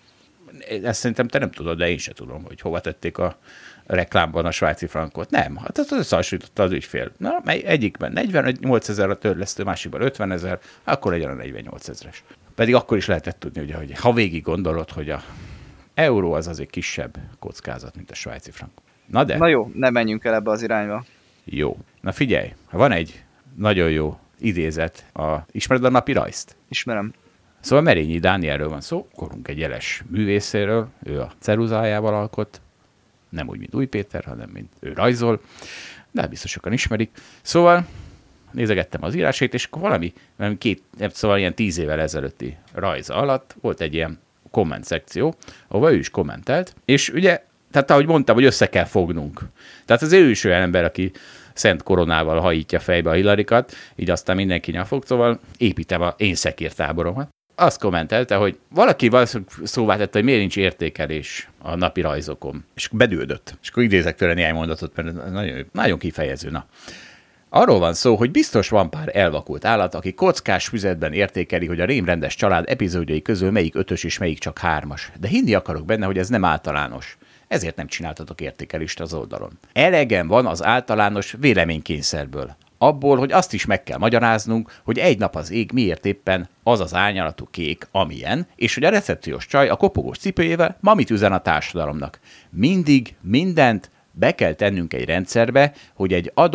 Ezt szerintem te nem tudod, de én sem tudom, hogy hova tették a reklámban a svájci frankot. Nem, hát az összehasonlította az ügyfél. Na, egyikben negyvennyolc ezer a törlesztő, másikban ötven ezer, akkor legyen a negyvennyolc ezeres. Pedig akkor is lehetett tudni, ugye, hogy ha végig gondolod, hogy a euró az azért kisebb kockázat, mint a svájci frank. Na de. Na jó, ne menjünk el ebbe az irányba. Jó. Na figyelj, van egy nagyon jó idézet. A, ismered a napi rajzt? Ismerem. Szóval Merényi Dánielről van szó, korunk egy jeles művészéről, ő a ceruzájával alkot, nem úgy, mint Új Péter, hanem mint ő rajzol, de biztos sokan ismerik. Szóval nézegettem az írásait, és akkor valami, két, szóval ilyen tíz évvel ezelőtti rajza alatt volt egy ilyen komment szekció, ahol ő is kommentelt, és ugye, tehát ahogy mondtam, hogy össze kell fognunk. Tehát az ő is olyan ember, aki szent koronával hajítja fejbe a Hillarikat, így aztán mindenki nyafog, szóval építem a én szekértáboromat. Azt kommentelte, hogy valaki szóvá tette, hogy miért nincs értékelés a napi rajzokon. És bedődött. És akkor idézek tőle néhány mondatot, mert nagyon, nagyon kifejező. Na. Arról van szó, hogy biztos van pár elvakult állat, aki kockás füzetben értékeli, hogy a rémrendes család epizódjai közül melyik ötös és melyik csak hármas. De hinni akarok benne, hogy ez nem általános. Ezért nem csináltatok értékelést az oldalon. Elegem van az általános véleménykényszerből. Abból, hogy azt is meg kell magyaráznunk, hogy egy nap az ég miért éppen az az árnyalatú kék, amilyen, és hogy a recepciós csaj a kopogós cipőjével ma mit üzen a társadalomnak. Mindig, mindent be kell tennünk egy rendszerbe, hogy egy adott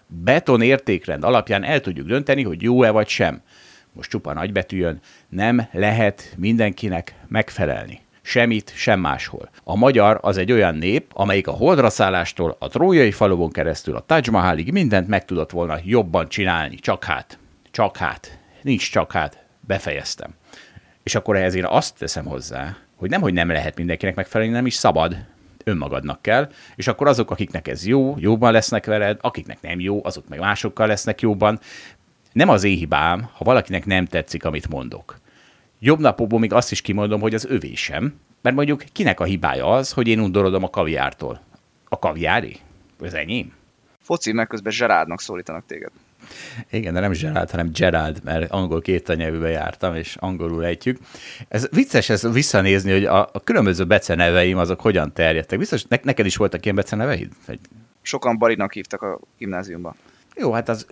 beton értékrend alapján el tudjuk dönteni, hogy jó-e vagy sem. Most csupa nagybetűjön, nem lehet mindenkinek megfelelni. Semmit, sem máshol. A magyar az egy olyan nép, amelyik a holdra szállástól, a trójai faluvon keresztül, a Taj Mahalig mindent meg tudott volna jobban csinálni. Csak hát. Csak hát. Nincs csak hát. Befejeztem. És akkor ehhez én azt teszem hozzá, hogy nemhogy nem lehet mindenkinek megfelelni, nem is szabad. Önmagadnak kell, és akkor azok, akiknek ez jó, jóban lesznek veled, akiknek nem jó, azok meg másokkal lesznek jóban. Nem az én hibám, ha valakinek nem tetszik, amit mondok. Jobb napokból még azt is kimondom, hogy az övé sem, mert mondjuk kinek a hibája az, hogy én undorodom a kaviártól. A kaviári? Az enyém? Foci, meg közben Gerardnak szólítanak téged. Igen, de nem Gerard, hanem Gerald, mert angol kétanyelvűben jártam, és angolul ejtjük. Ez vicces ez visszanézni, hogy a, a különböző beceneveim azok hogyan terjedtek. Biztos, ne, neked is voltak ilyen beceneveid? Sokan Barinak hívtak a gimnáziumban. Jó, hát az...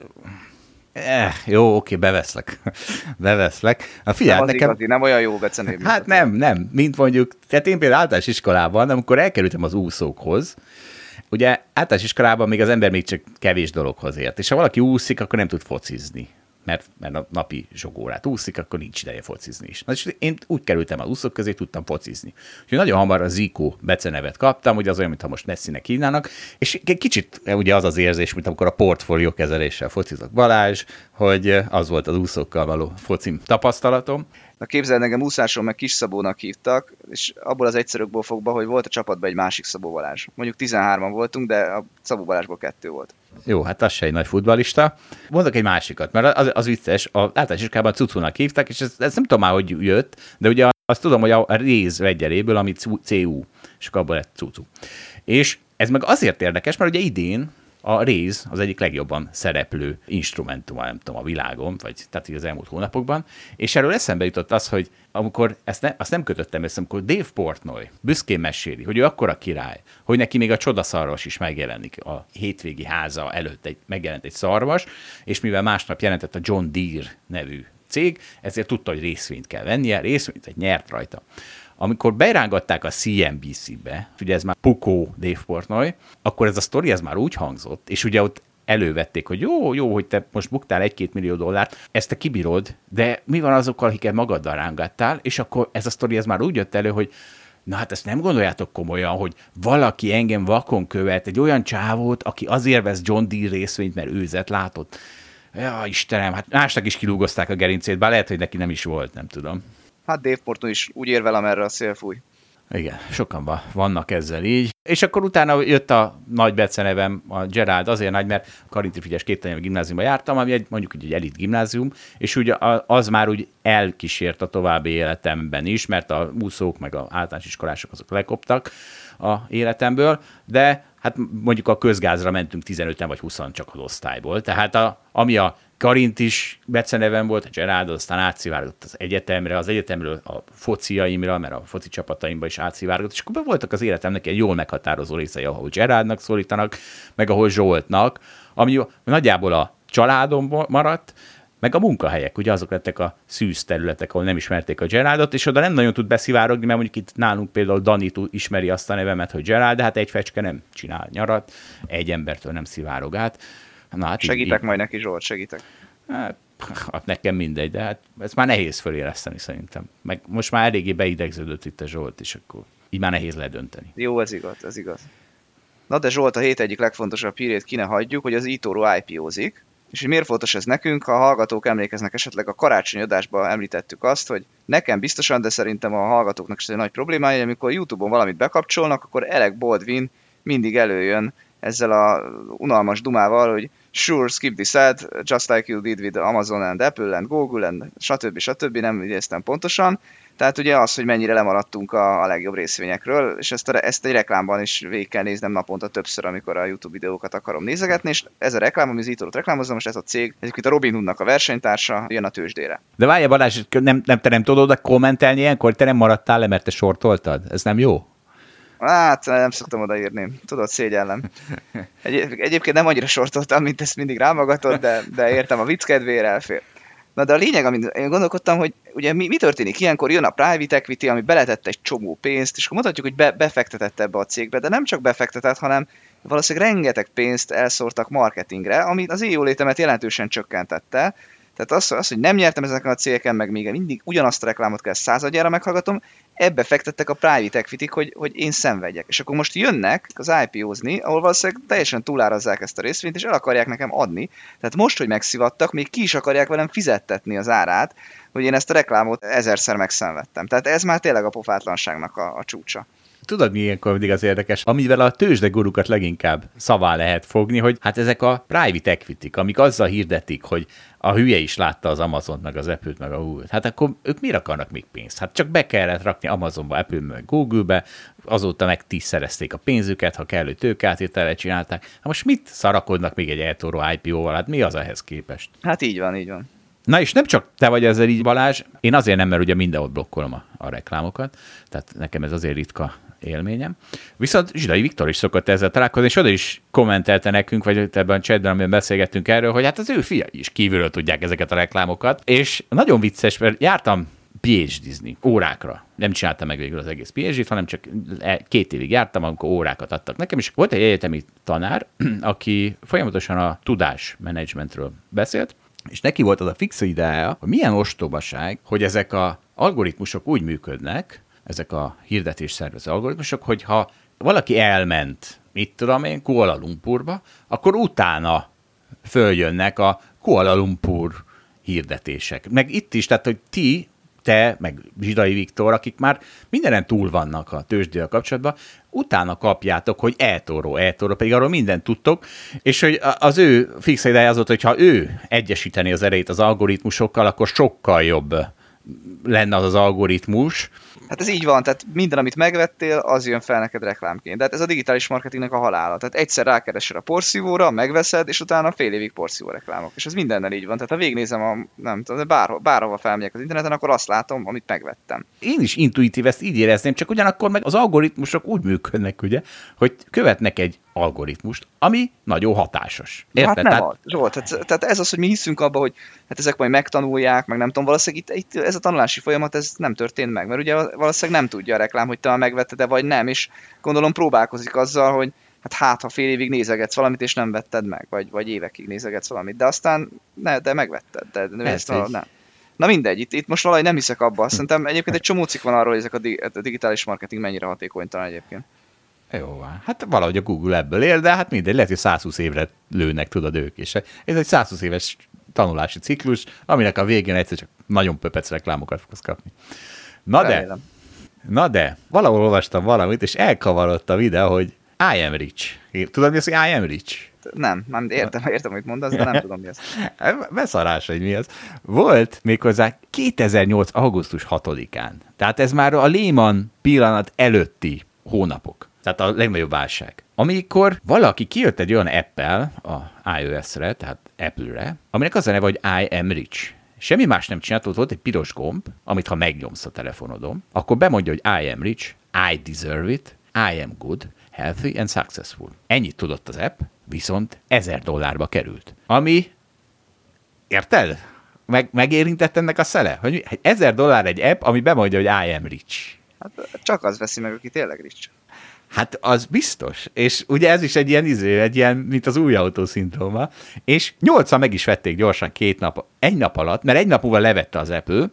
Eh, jó, oké, beveszlek. beveszlek. Na, figyelj, nem az nekem... igazi, nem olyan jó becenév. Hát nem, nem. Mint mondjuk, tehát én például általános iskolában, amikor elkerültem az úszókhoz, ugye általános iskolában még az ember még csak kevés dologhoz ért. És ha valaki úszik, akkor nem tud focizni. Mert, mert a napi zsogórát úszik, akkor nincs ideje focizni is. Na, és én úgy kerültem az úszók közé, tudtam focizni. Úgyhogy nagyon hamar a Zico becenevet kaptam, hogy az olyan, mintha most Messinek hívnának, és kicsit ugye az az érzés, mint amikor a portfólió kezeléssel focizok Balázs, hogy az volt az úszókkal való focim tapasztalatom. Na képzeld, engem úszáson meg Kis Szabónak hívtak, és abból az egyszerűkból fogva, hogy volt a csapatban egy másik Szabó Balázs. Mondjuk tizenhárman voltunk, de a Szabó Balázsból kettő volt. Jó, hát az se egy nagy futballista. Mondok egy másikat, mert az, az vicces, az általános iskolában Cucunak hívták, és ez, ez nem tudom már, hogy jött, de ugye azt tudom, hogy a Réz vegyeléből, ami cé u, és akkor abban lett Cucu. És ez meg azért érdekes, mert ugye idén a Réz az egyik legjobban szereplő instrumentum, nem tudom, a világon, vagy tehát így az elmúlt hónapokban, és erről eszembe jutott az, hogy amikor ezt ne, azt nem kötöttem össze, amikor Dave Portnoy büszkén meséli, hogy ő akkora király, hogy neki még a csodaszarvas is megjelenik a hétvégi háza előtt, egy, megjelent egy szarvas, és mivel másnap jelentett a John Deere nevű cég, ezért tudta, hogy részvényt kell vennie, részvényt egy nyert rajta. Amikor berángatták a cé en bé cé-be, ugye ez már Pukó Dave Portnoy, akkor ez a sztori ez már úgy hangzott, és ugye ott elővették, hogy jó, jó, hogy te most buktál egy-két millió dollárt, ezt te kibírod, de mi van azokkal, akiket magaddal rángattál, és akkor ez a sztori ez már úgy jött elő, hogy na hát ezt nem gondoljátok komolyan, hogy valaki engem vakon követ, egy olyan csávót, aki azért vesz John Deere részvényt, mert őzet látott. Ja, Istenem, hát másnak is kilúgozták a gerincét, bár lehet, hogy neki nem is volt, nem tudom. Hát Dave Portnoy is úgy érvel, amerre a szél fúj. Igen, sokan vannak ezzel így. És akkor utána jött a nagy becenevem, a Gerald, azért nagy, mert a Karinti Frigyes kétanyelvű gimnáziumban jártam, ami egy, mondjuk egy elit gimnázium, és ugye az már úgy elkísért a további életemben is, mert a úszók meg az általános iskolások azok lekoptak a életemből, de hát mondjuk a közgázra mentünk tizenöten vagy húszan csak az osztályból. Tehát a, ami a Karint is becenevem volt, a Gerald, aztán átszivárgott az egyetemre, az egyetemről a fociaimra, mert a foci csapataimba is átszivárgott, és akkor voltak az életemnek egy jól meghatározó részei, ahol Geraldnak szólítanak, meg ahol Zsoltnak, ami nagyjából a családom maradt, meg a munkahelyek, ugye azok lettek a szűz területek, ahol nem ismerték a Geraldot, és oda nem nagyon tud beszivárogni, mert mondjuk itt nálunk például Dani ismeri azt a nevemet, hogy Gerald, de hát egy fecske nem csinál nyarat, egy embertől nem szivárog át. Na, hát segítek így, majd neki, Zsolt, segítek. Hát, hát nekem mindegy, de hát ezt már nehéz föléleszteni szerintem. Meg most már eléggé beidegződött itt a Zsolt is, akkor így már nehéz ledönteni. Jó, ez igaz, ez igaz. Na de Zsolt, a hét egyik legfontosabb hírét ki ne hagyjuk, hogy az eToro i pé ó-zik. És hogy miért fontos ez nekünk? Ha a hallgatók emlékeznek esetleg, a karácsonyi adásban említettük azt, hogy nekem biztosan, de szerintem a hallgatóknak is egy nagy problémája, hogy amikor YouTube-on valamit bekapcsolnak, akkor Alec Baldwin mindig előjön ezzel a unalmas dumával, hogy sure, skip this ad, just like you did with Amazon and Apple and Google and stb. stb. Nem idéztem pontosan. Tehát ugye az, hogy mennyire lemaradtunk a, a legjobb részvényekről, és ezt, a, ezt egy reklámban is végig kell néznem naponta többször, amikor a YouTube videókat akarom nézegetni, és ez a reklám, ami az eToro-t reklámozza, most ez a cég, egyébként a Robinhoodnak a versenytársa, jön a tőzsdére. De várjál Balázs, nem, nem, te nem tudod oda kommentelni ilyenkor, te nem maradtál le, mert te sortoltad? Ez nem jó? Hát, nem szoktam odaírni. Tudod, szégyellem. Egy, egyébként nem annyira sortoltam, mint ezt mindig rámagatod, de, de értem, a vicc kedvére elfér. Na de a lényeg, amit én gondolkodtam, hogy ugye mi, mi történik? Ilyenkor jön a private equity, ami beletett egy csomó pénzt, és akkor mondhatjuk, hogy be, befektetett ebbe a cégbe, de nem csak befektetett, hanem valószínűleg rengeteg pénzt elszórtak marketingre, ami az én jólétemet jelentősen csökkentette. Tehát az, az, hogy nem nyertem ezeken a cégeken, meg még mindig ugyanazt a reklámot kell századjára meghallgatom, ebbe fektettek a private equity-k, hogy, hogy én szenvedjek. És akkor most jönnek az I P O-zni, ahol valószínűleg teljesen túlárazzák ezt a részvényt, és el akarják nekem adni. Tehát most, hogy megszivattak, még ki is akarják velem fizettetni az árát, hogy én ezt a reklámot ezerszer megszenvedtem. Tehát ez már tényleg a pofátlanságnak a, a csúcsa. Tudod, mi ilyenkor mindig az érdekes, amivel a tőzsdegurukat leginkább szavá lehet fogni, hogy hát ezek a private equity-k, amik azzal hirdetik, hogy a hülye is látta az Amazont, meg az Apple-t, meg a Google-t. Hát akkor ők miért akarnak még pénzt? Hát csak be kellett rakni Amazonba, Apple, meg Google-be, azóta meg tízszerezték a pénzüket, ha kellő tőkeáttételre csinálták. Hát most mit szarakodnak még egy eltóró I P O-val? Hát mi az ehhez képest? Hát így van, így van. Na és nem csak te vagy ezzel így, Balázs, én azért nem, mert ugye mindenhol blokkolom a, a reklámokat, tehát nekem ez azért ritka élményem. Viszont Zsidai Viktor is szokott ezzel találkozni, és oda is kommentelte nekünk, vagy ebben a chatben, amiben beszélgettünk erről, hogy hát az ő fia is kívülről tudják ezeket a reklámokat, és nagyon vicces, mert jártam PhD-zni órákra. Nem csináltam meg végül az egész PhD-t, hanem csak két évig jártam, amikor órákat adtak nekem, és volt egy egyetemi tanár, aki folyamatosan a tudásmenedzsmentről beszélt, és neki volt az a fix ideája, hogy milyen ostobaság, hogy ezek az algoritmusok úgy működnek, ezek a hirdetés szervező algoritmusok, hogy ha valaki elment, mit tudom én, Kuala Lumpurba, akkor utána följönnek a Kuala Lumpur hirdetések. Meg itt is, tehát, hogy ti, te, meg Zsidai Viktor, akik már mindenen túl vannak a tőzsdével kapcsolatban, utána kapjátok, hogy eltóró, eltóró, pedig arról mindent tudtok, és hogy az ő fix ideje az volt, hogy ha ő egyesíteni az erejét az algoritmusokkal, akkor sokkal jobb lenne az az algoritmus. Hát ez így van, tehát minden, amit megvettél, az jön fel neked reklámként. Tehát ez a digitális marketingnek a halála. Tehát egyszer rákeresel a porszívóra, megveszed, és utána fél évig porszívó reklámok. És ez mindennel így van. Tehát ha végignézem, a, nem tudom, bárho, bárhova felmegyek az interneten, akkor azt látom, amit megvettem. Én is intuitív ezt így érezném, csak ugyanakkor meg az algoritmusok úgy működnek, ugye, hogy követnek egy algoritmust, ami nagyon hatásos. Érted? Hát nem tehát... az, Zsolt, tehát, tehát ez az, hogy mi hiszünk abba, hogy hát ezek majd megtanulják, meg nem tudom, valószínűleg itt, itt ez a tanulási folyamat, ez nem történt meg, mert ugye valószínűleg nem tudja a reklám, hogy te már megvetted-e, vagy nem, és gondolom próbálkozik azzal, hogy hát hát, ha fél évig nézegetsz valamit, és nem vetted meg, vagy, vagy évekig nézegetsz valamit, de aztán ne, de megvetted, de, de ezt a, nem. Na mindegy, itt, itt most valahogy nem hiszek abba, szerintem egyébként egy csomó cikk van arról, hogy ezek a digitális marketing mennyire hatékonytalan egyébként. Jó van. Hát valahogy a Google ebből él, de hát mindegy, lehet, hogy százhúsz évre lőnek, tudod ők is. Ez egy százhúsz éves tanulási ciklus, aminek a végén egyszer csak nagyon pöpec reklámokat fogsz kapni. Na de, na de, valahol olvastam valamit, és elkavarodott a videó, hogy I am rich. Tudod, mi az, hogy I am rich? Nem, nem értem, értem, hogy mondasz, de nem tudom, mi ez. Beszarás, hogy mi az. Volt méghozzá kétezer-nyolc. augusztus hatodikán. Tehát ez már a Lehman pillanat előtti hónapok. Tehát a legnagyobb válság. Amikor valaki kijött egy olyan app-el a iOS-re, tehát Apple-re, aminek az a neve, hogy I am rich. Semmi más nem csinált, ott volt egy piros gomb, amit ha megnyomsz a telefonodon, akkor bemondja, hogy I am rich, I deserve it, I am good, healthy and successful. Ennyit tudott az app, viszont ezer dollárba került. Ami, érted? Meg, megérintett ennek a szele? Hogy ezer dollár egy app, ami bemondja, hogy I am rich. Hát csak az veszi meg, aki tényleg rich. Hát az biztos. És ugye ez is egy ilyen izé, egy ilyen, mint az új autó szindróma. És nyolcan meg is vették gyorsan két nap, egy nap alatt, mert egy nap múlva levette az Apple,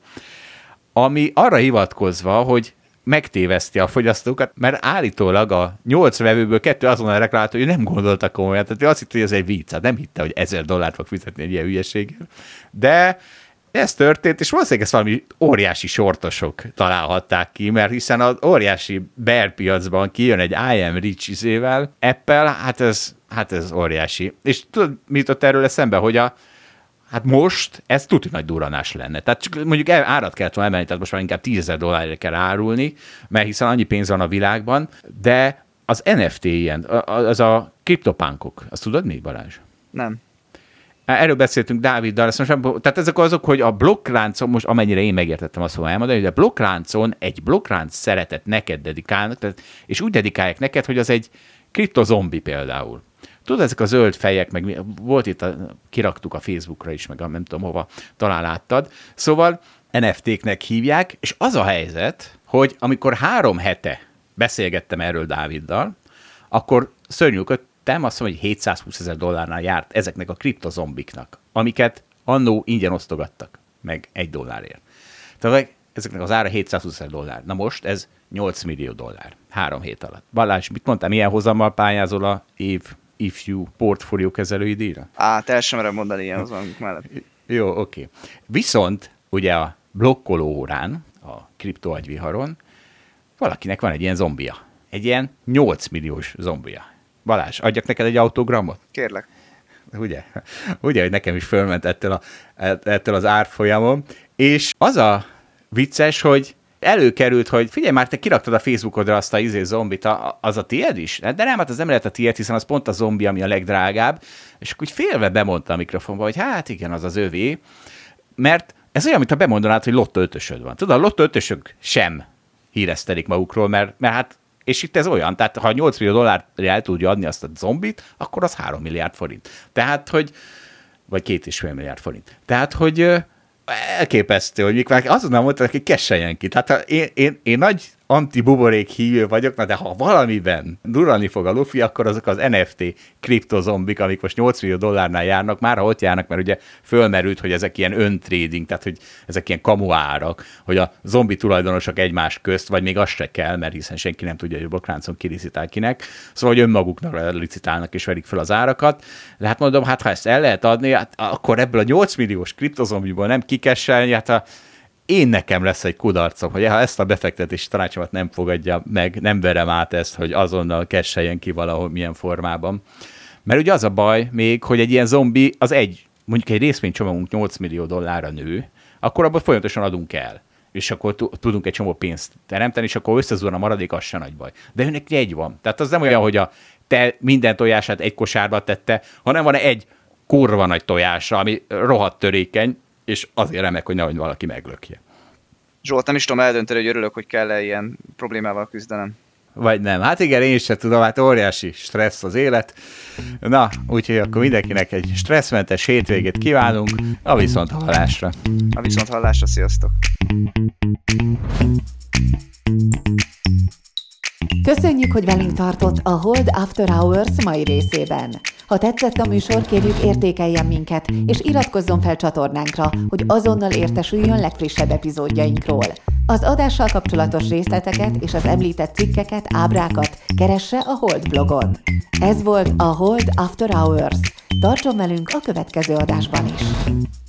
ami arra hivatkozva, hogy megtéveszti a fogyasztókat, mert állítólag a nyolc vevőből kettő azonnal reklált, hogy nem gondolta komolyan. Tehát ő azt hitte, hogy ez egy vicc. Hát nem hitte, hogy ezer dollárt fog fizetni egy ilyen hülyeséggel. De ez történt, és valószínűleg ezt valami óriási sortosok találhatták ki, mert hiszen az óriási bear piacban kijön egy I am rich izével, Apple, hát ez, hát ez óriási. És tudod, mit jutott erről eszembe, hogy a, hát most ez tuti nagy durranás lenne. Tehát csak mondjuk árat kellett volna emelni, tehát most már inkább tízezer dollárra kell árulni, mert hiszen annyi pénz van a világban, de az en ef té ilyen, az a kriptopunkok, azt tudod mi, Balázs? Nem. Erről beszéltünk Dáviddal, most, tehát ezek azok, hogy a blokkláncon, most amennyire én megértettem, azt fogom elmondani, hogy a blokkláncon egy blokklánc szeretet neked dedikálnak, tehát, és úgy dedikálják neked, hogy az egy kriptozombi például. Tudod, ezek a zöld fejek, meg volt itt, a, kiraktuk a Facebookra is, meg a, nem tudom hova, talán láttad. Szóval en ef té-knek hívják, és az a helyzet, hogy amikor három hete beszélgettem erről Dáviddal, akkor szörnyűköt azt mondom, hogy hétszázhúszezer dollárnál járt ezeknek a kriptozombiknak, amiket annó ingyen osztogattak, meg egy dollárért. Tehát ezeknek az ára hétszázhúszezer dollár. Na most ez nyolc millió dollár. Három hét alatt. Balázs, mit mondtál, milyen hozammal pályázol a év ifjú portfólió kezelői díjra? Á, te el sem merem mondani ilyen hozamok mellett. Jó, oké. Okay. Viszont ugye a blokkoló órán, a kriptoagyviharon, valakinek van egy ilyen zombia. Egy ilyen nyolc milliós zombia. Balázs, adjak neked egy autogramot? Kérlek. Ugye? Ugye, hogy nekem is fölment ettől, a, ettől az árfolyamon. És az a vicces, hogy előkerült, hogy figyelj már, te kiraktad a Facebookodra azt a izé zombit, az a tiéd is? De nem, hát az nem lehet a tiéd, hiszen az pont a zombi, ami a legdrágább. És akkor úgy félve bemondta a mikrofonba, hogy hát igen, az az övé. Mert ez olyan, mintha bemondanád, hogy lottó ötösöd van. Tudod, a lottó ötösök sem híresztelik magukról, mert, mert hát, és itt ez olyan, tehát ha nyolc millió dollár el tudja adni azt a zombit, akkor az három milliárd forint. Tehát, hogy, vagy két és fél milliárd forint. Tehát, hogy elképesztő, hogy mikor azonnal mondták, hogy kesseljen ki. Tehát én, én, én nagy anti-buborék hívő vagyok, na de ha valamiben durrani fog a lufi, akkor azok az en ef té kriptozombik, amik most nyolc millió dollárnál járnak, már ha ott járnak, mert ugye fölmerült, hogy ezek ilyen öntrading, tehát hogy ezek ilyen kamuárak, hogy a zombi tulajdonosok egymás közt, vagy még az se kell, mert hiszen senki nem tudja, hogy a blokkláncon kilicitál kinek, szóval, hogy önmaguknak licitálnak és verik fel az árakat. De hát mondom, hát ha ezt el lehet adni, hát akkor ebből a nyolc milliós kriptozombiból nem kikesselni, hát a én nekem lesz egy kudarcom, hogy ha ezt a befektetési tanácsomat nem fogadja meg, nem verem át ezt, hogy azonnal kesseljen ki valahol milyen formában. Mert ugye az a baj még, hogy egy ilyen zombi, az egy, mondjuk egy részvénycsomagunk nyolc millió dollárra nő, akkor abban folyamatosan adunk el. És akkor tudunk egy csomó pénzt teremteni, és akkor összezúrna a maradék, az se nagy baj. De önnek egy van. Tehát az nem olyan, hogy a te minden tojását egy kosárba tette, hanem van egy kurva nagy tojása, ami rohadt törékeny, és azért remek, hogy nehogy valaki meglökje. Zsolt, nem is tudom eldönteni, hogy örülök, hogy kell-e ilyen problémával küzdenem. Vagy nem. Hát igen, én sem tudom, hát óriási stressz az élet. Na, úgyhogy akkor mindenkinek egy stresszmentes hétvégét kívánunk, a viszonthallásra. A viszonthallásra, sziasztok! Köszönjük, hogy velünk tartott a Hold After Hours mai részében. Ha tetszett a műsor, kérjük értékeljen minket, és iratkozzon fel csatornánkra, hogy azonnal értesüljön legfrissebb epizódjainkról. Az adással kapcsolatos részleteket és az említett cikkeket, ábrákat keresse a Hold blogon. Ez volt a Hold After Hours. Tartson velünk a következő adásban is!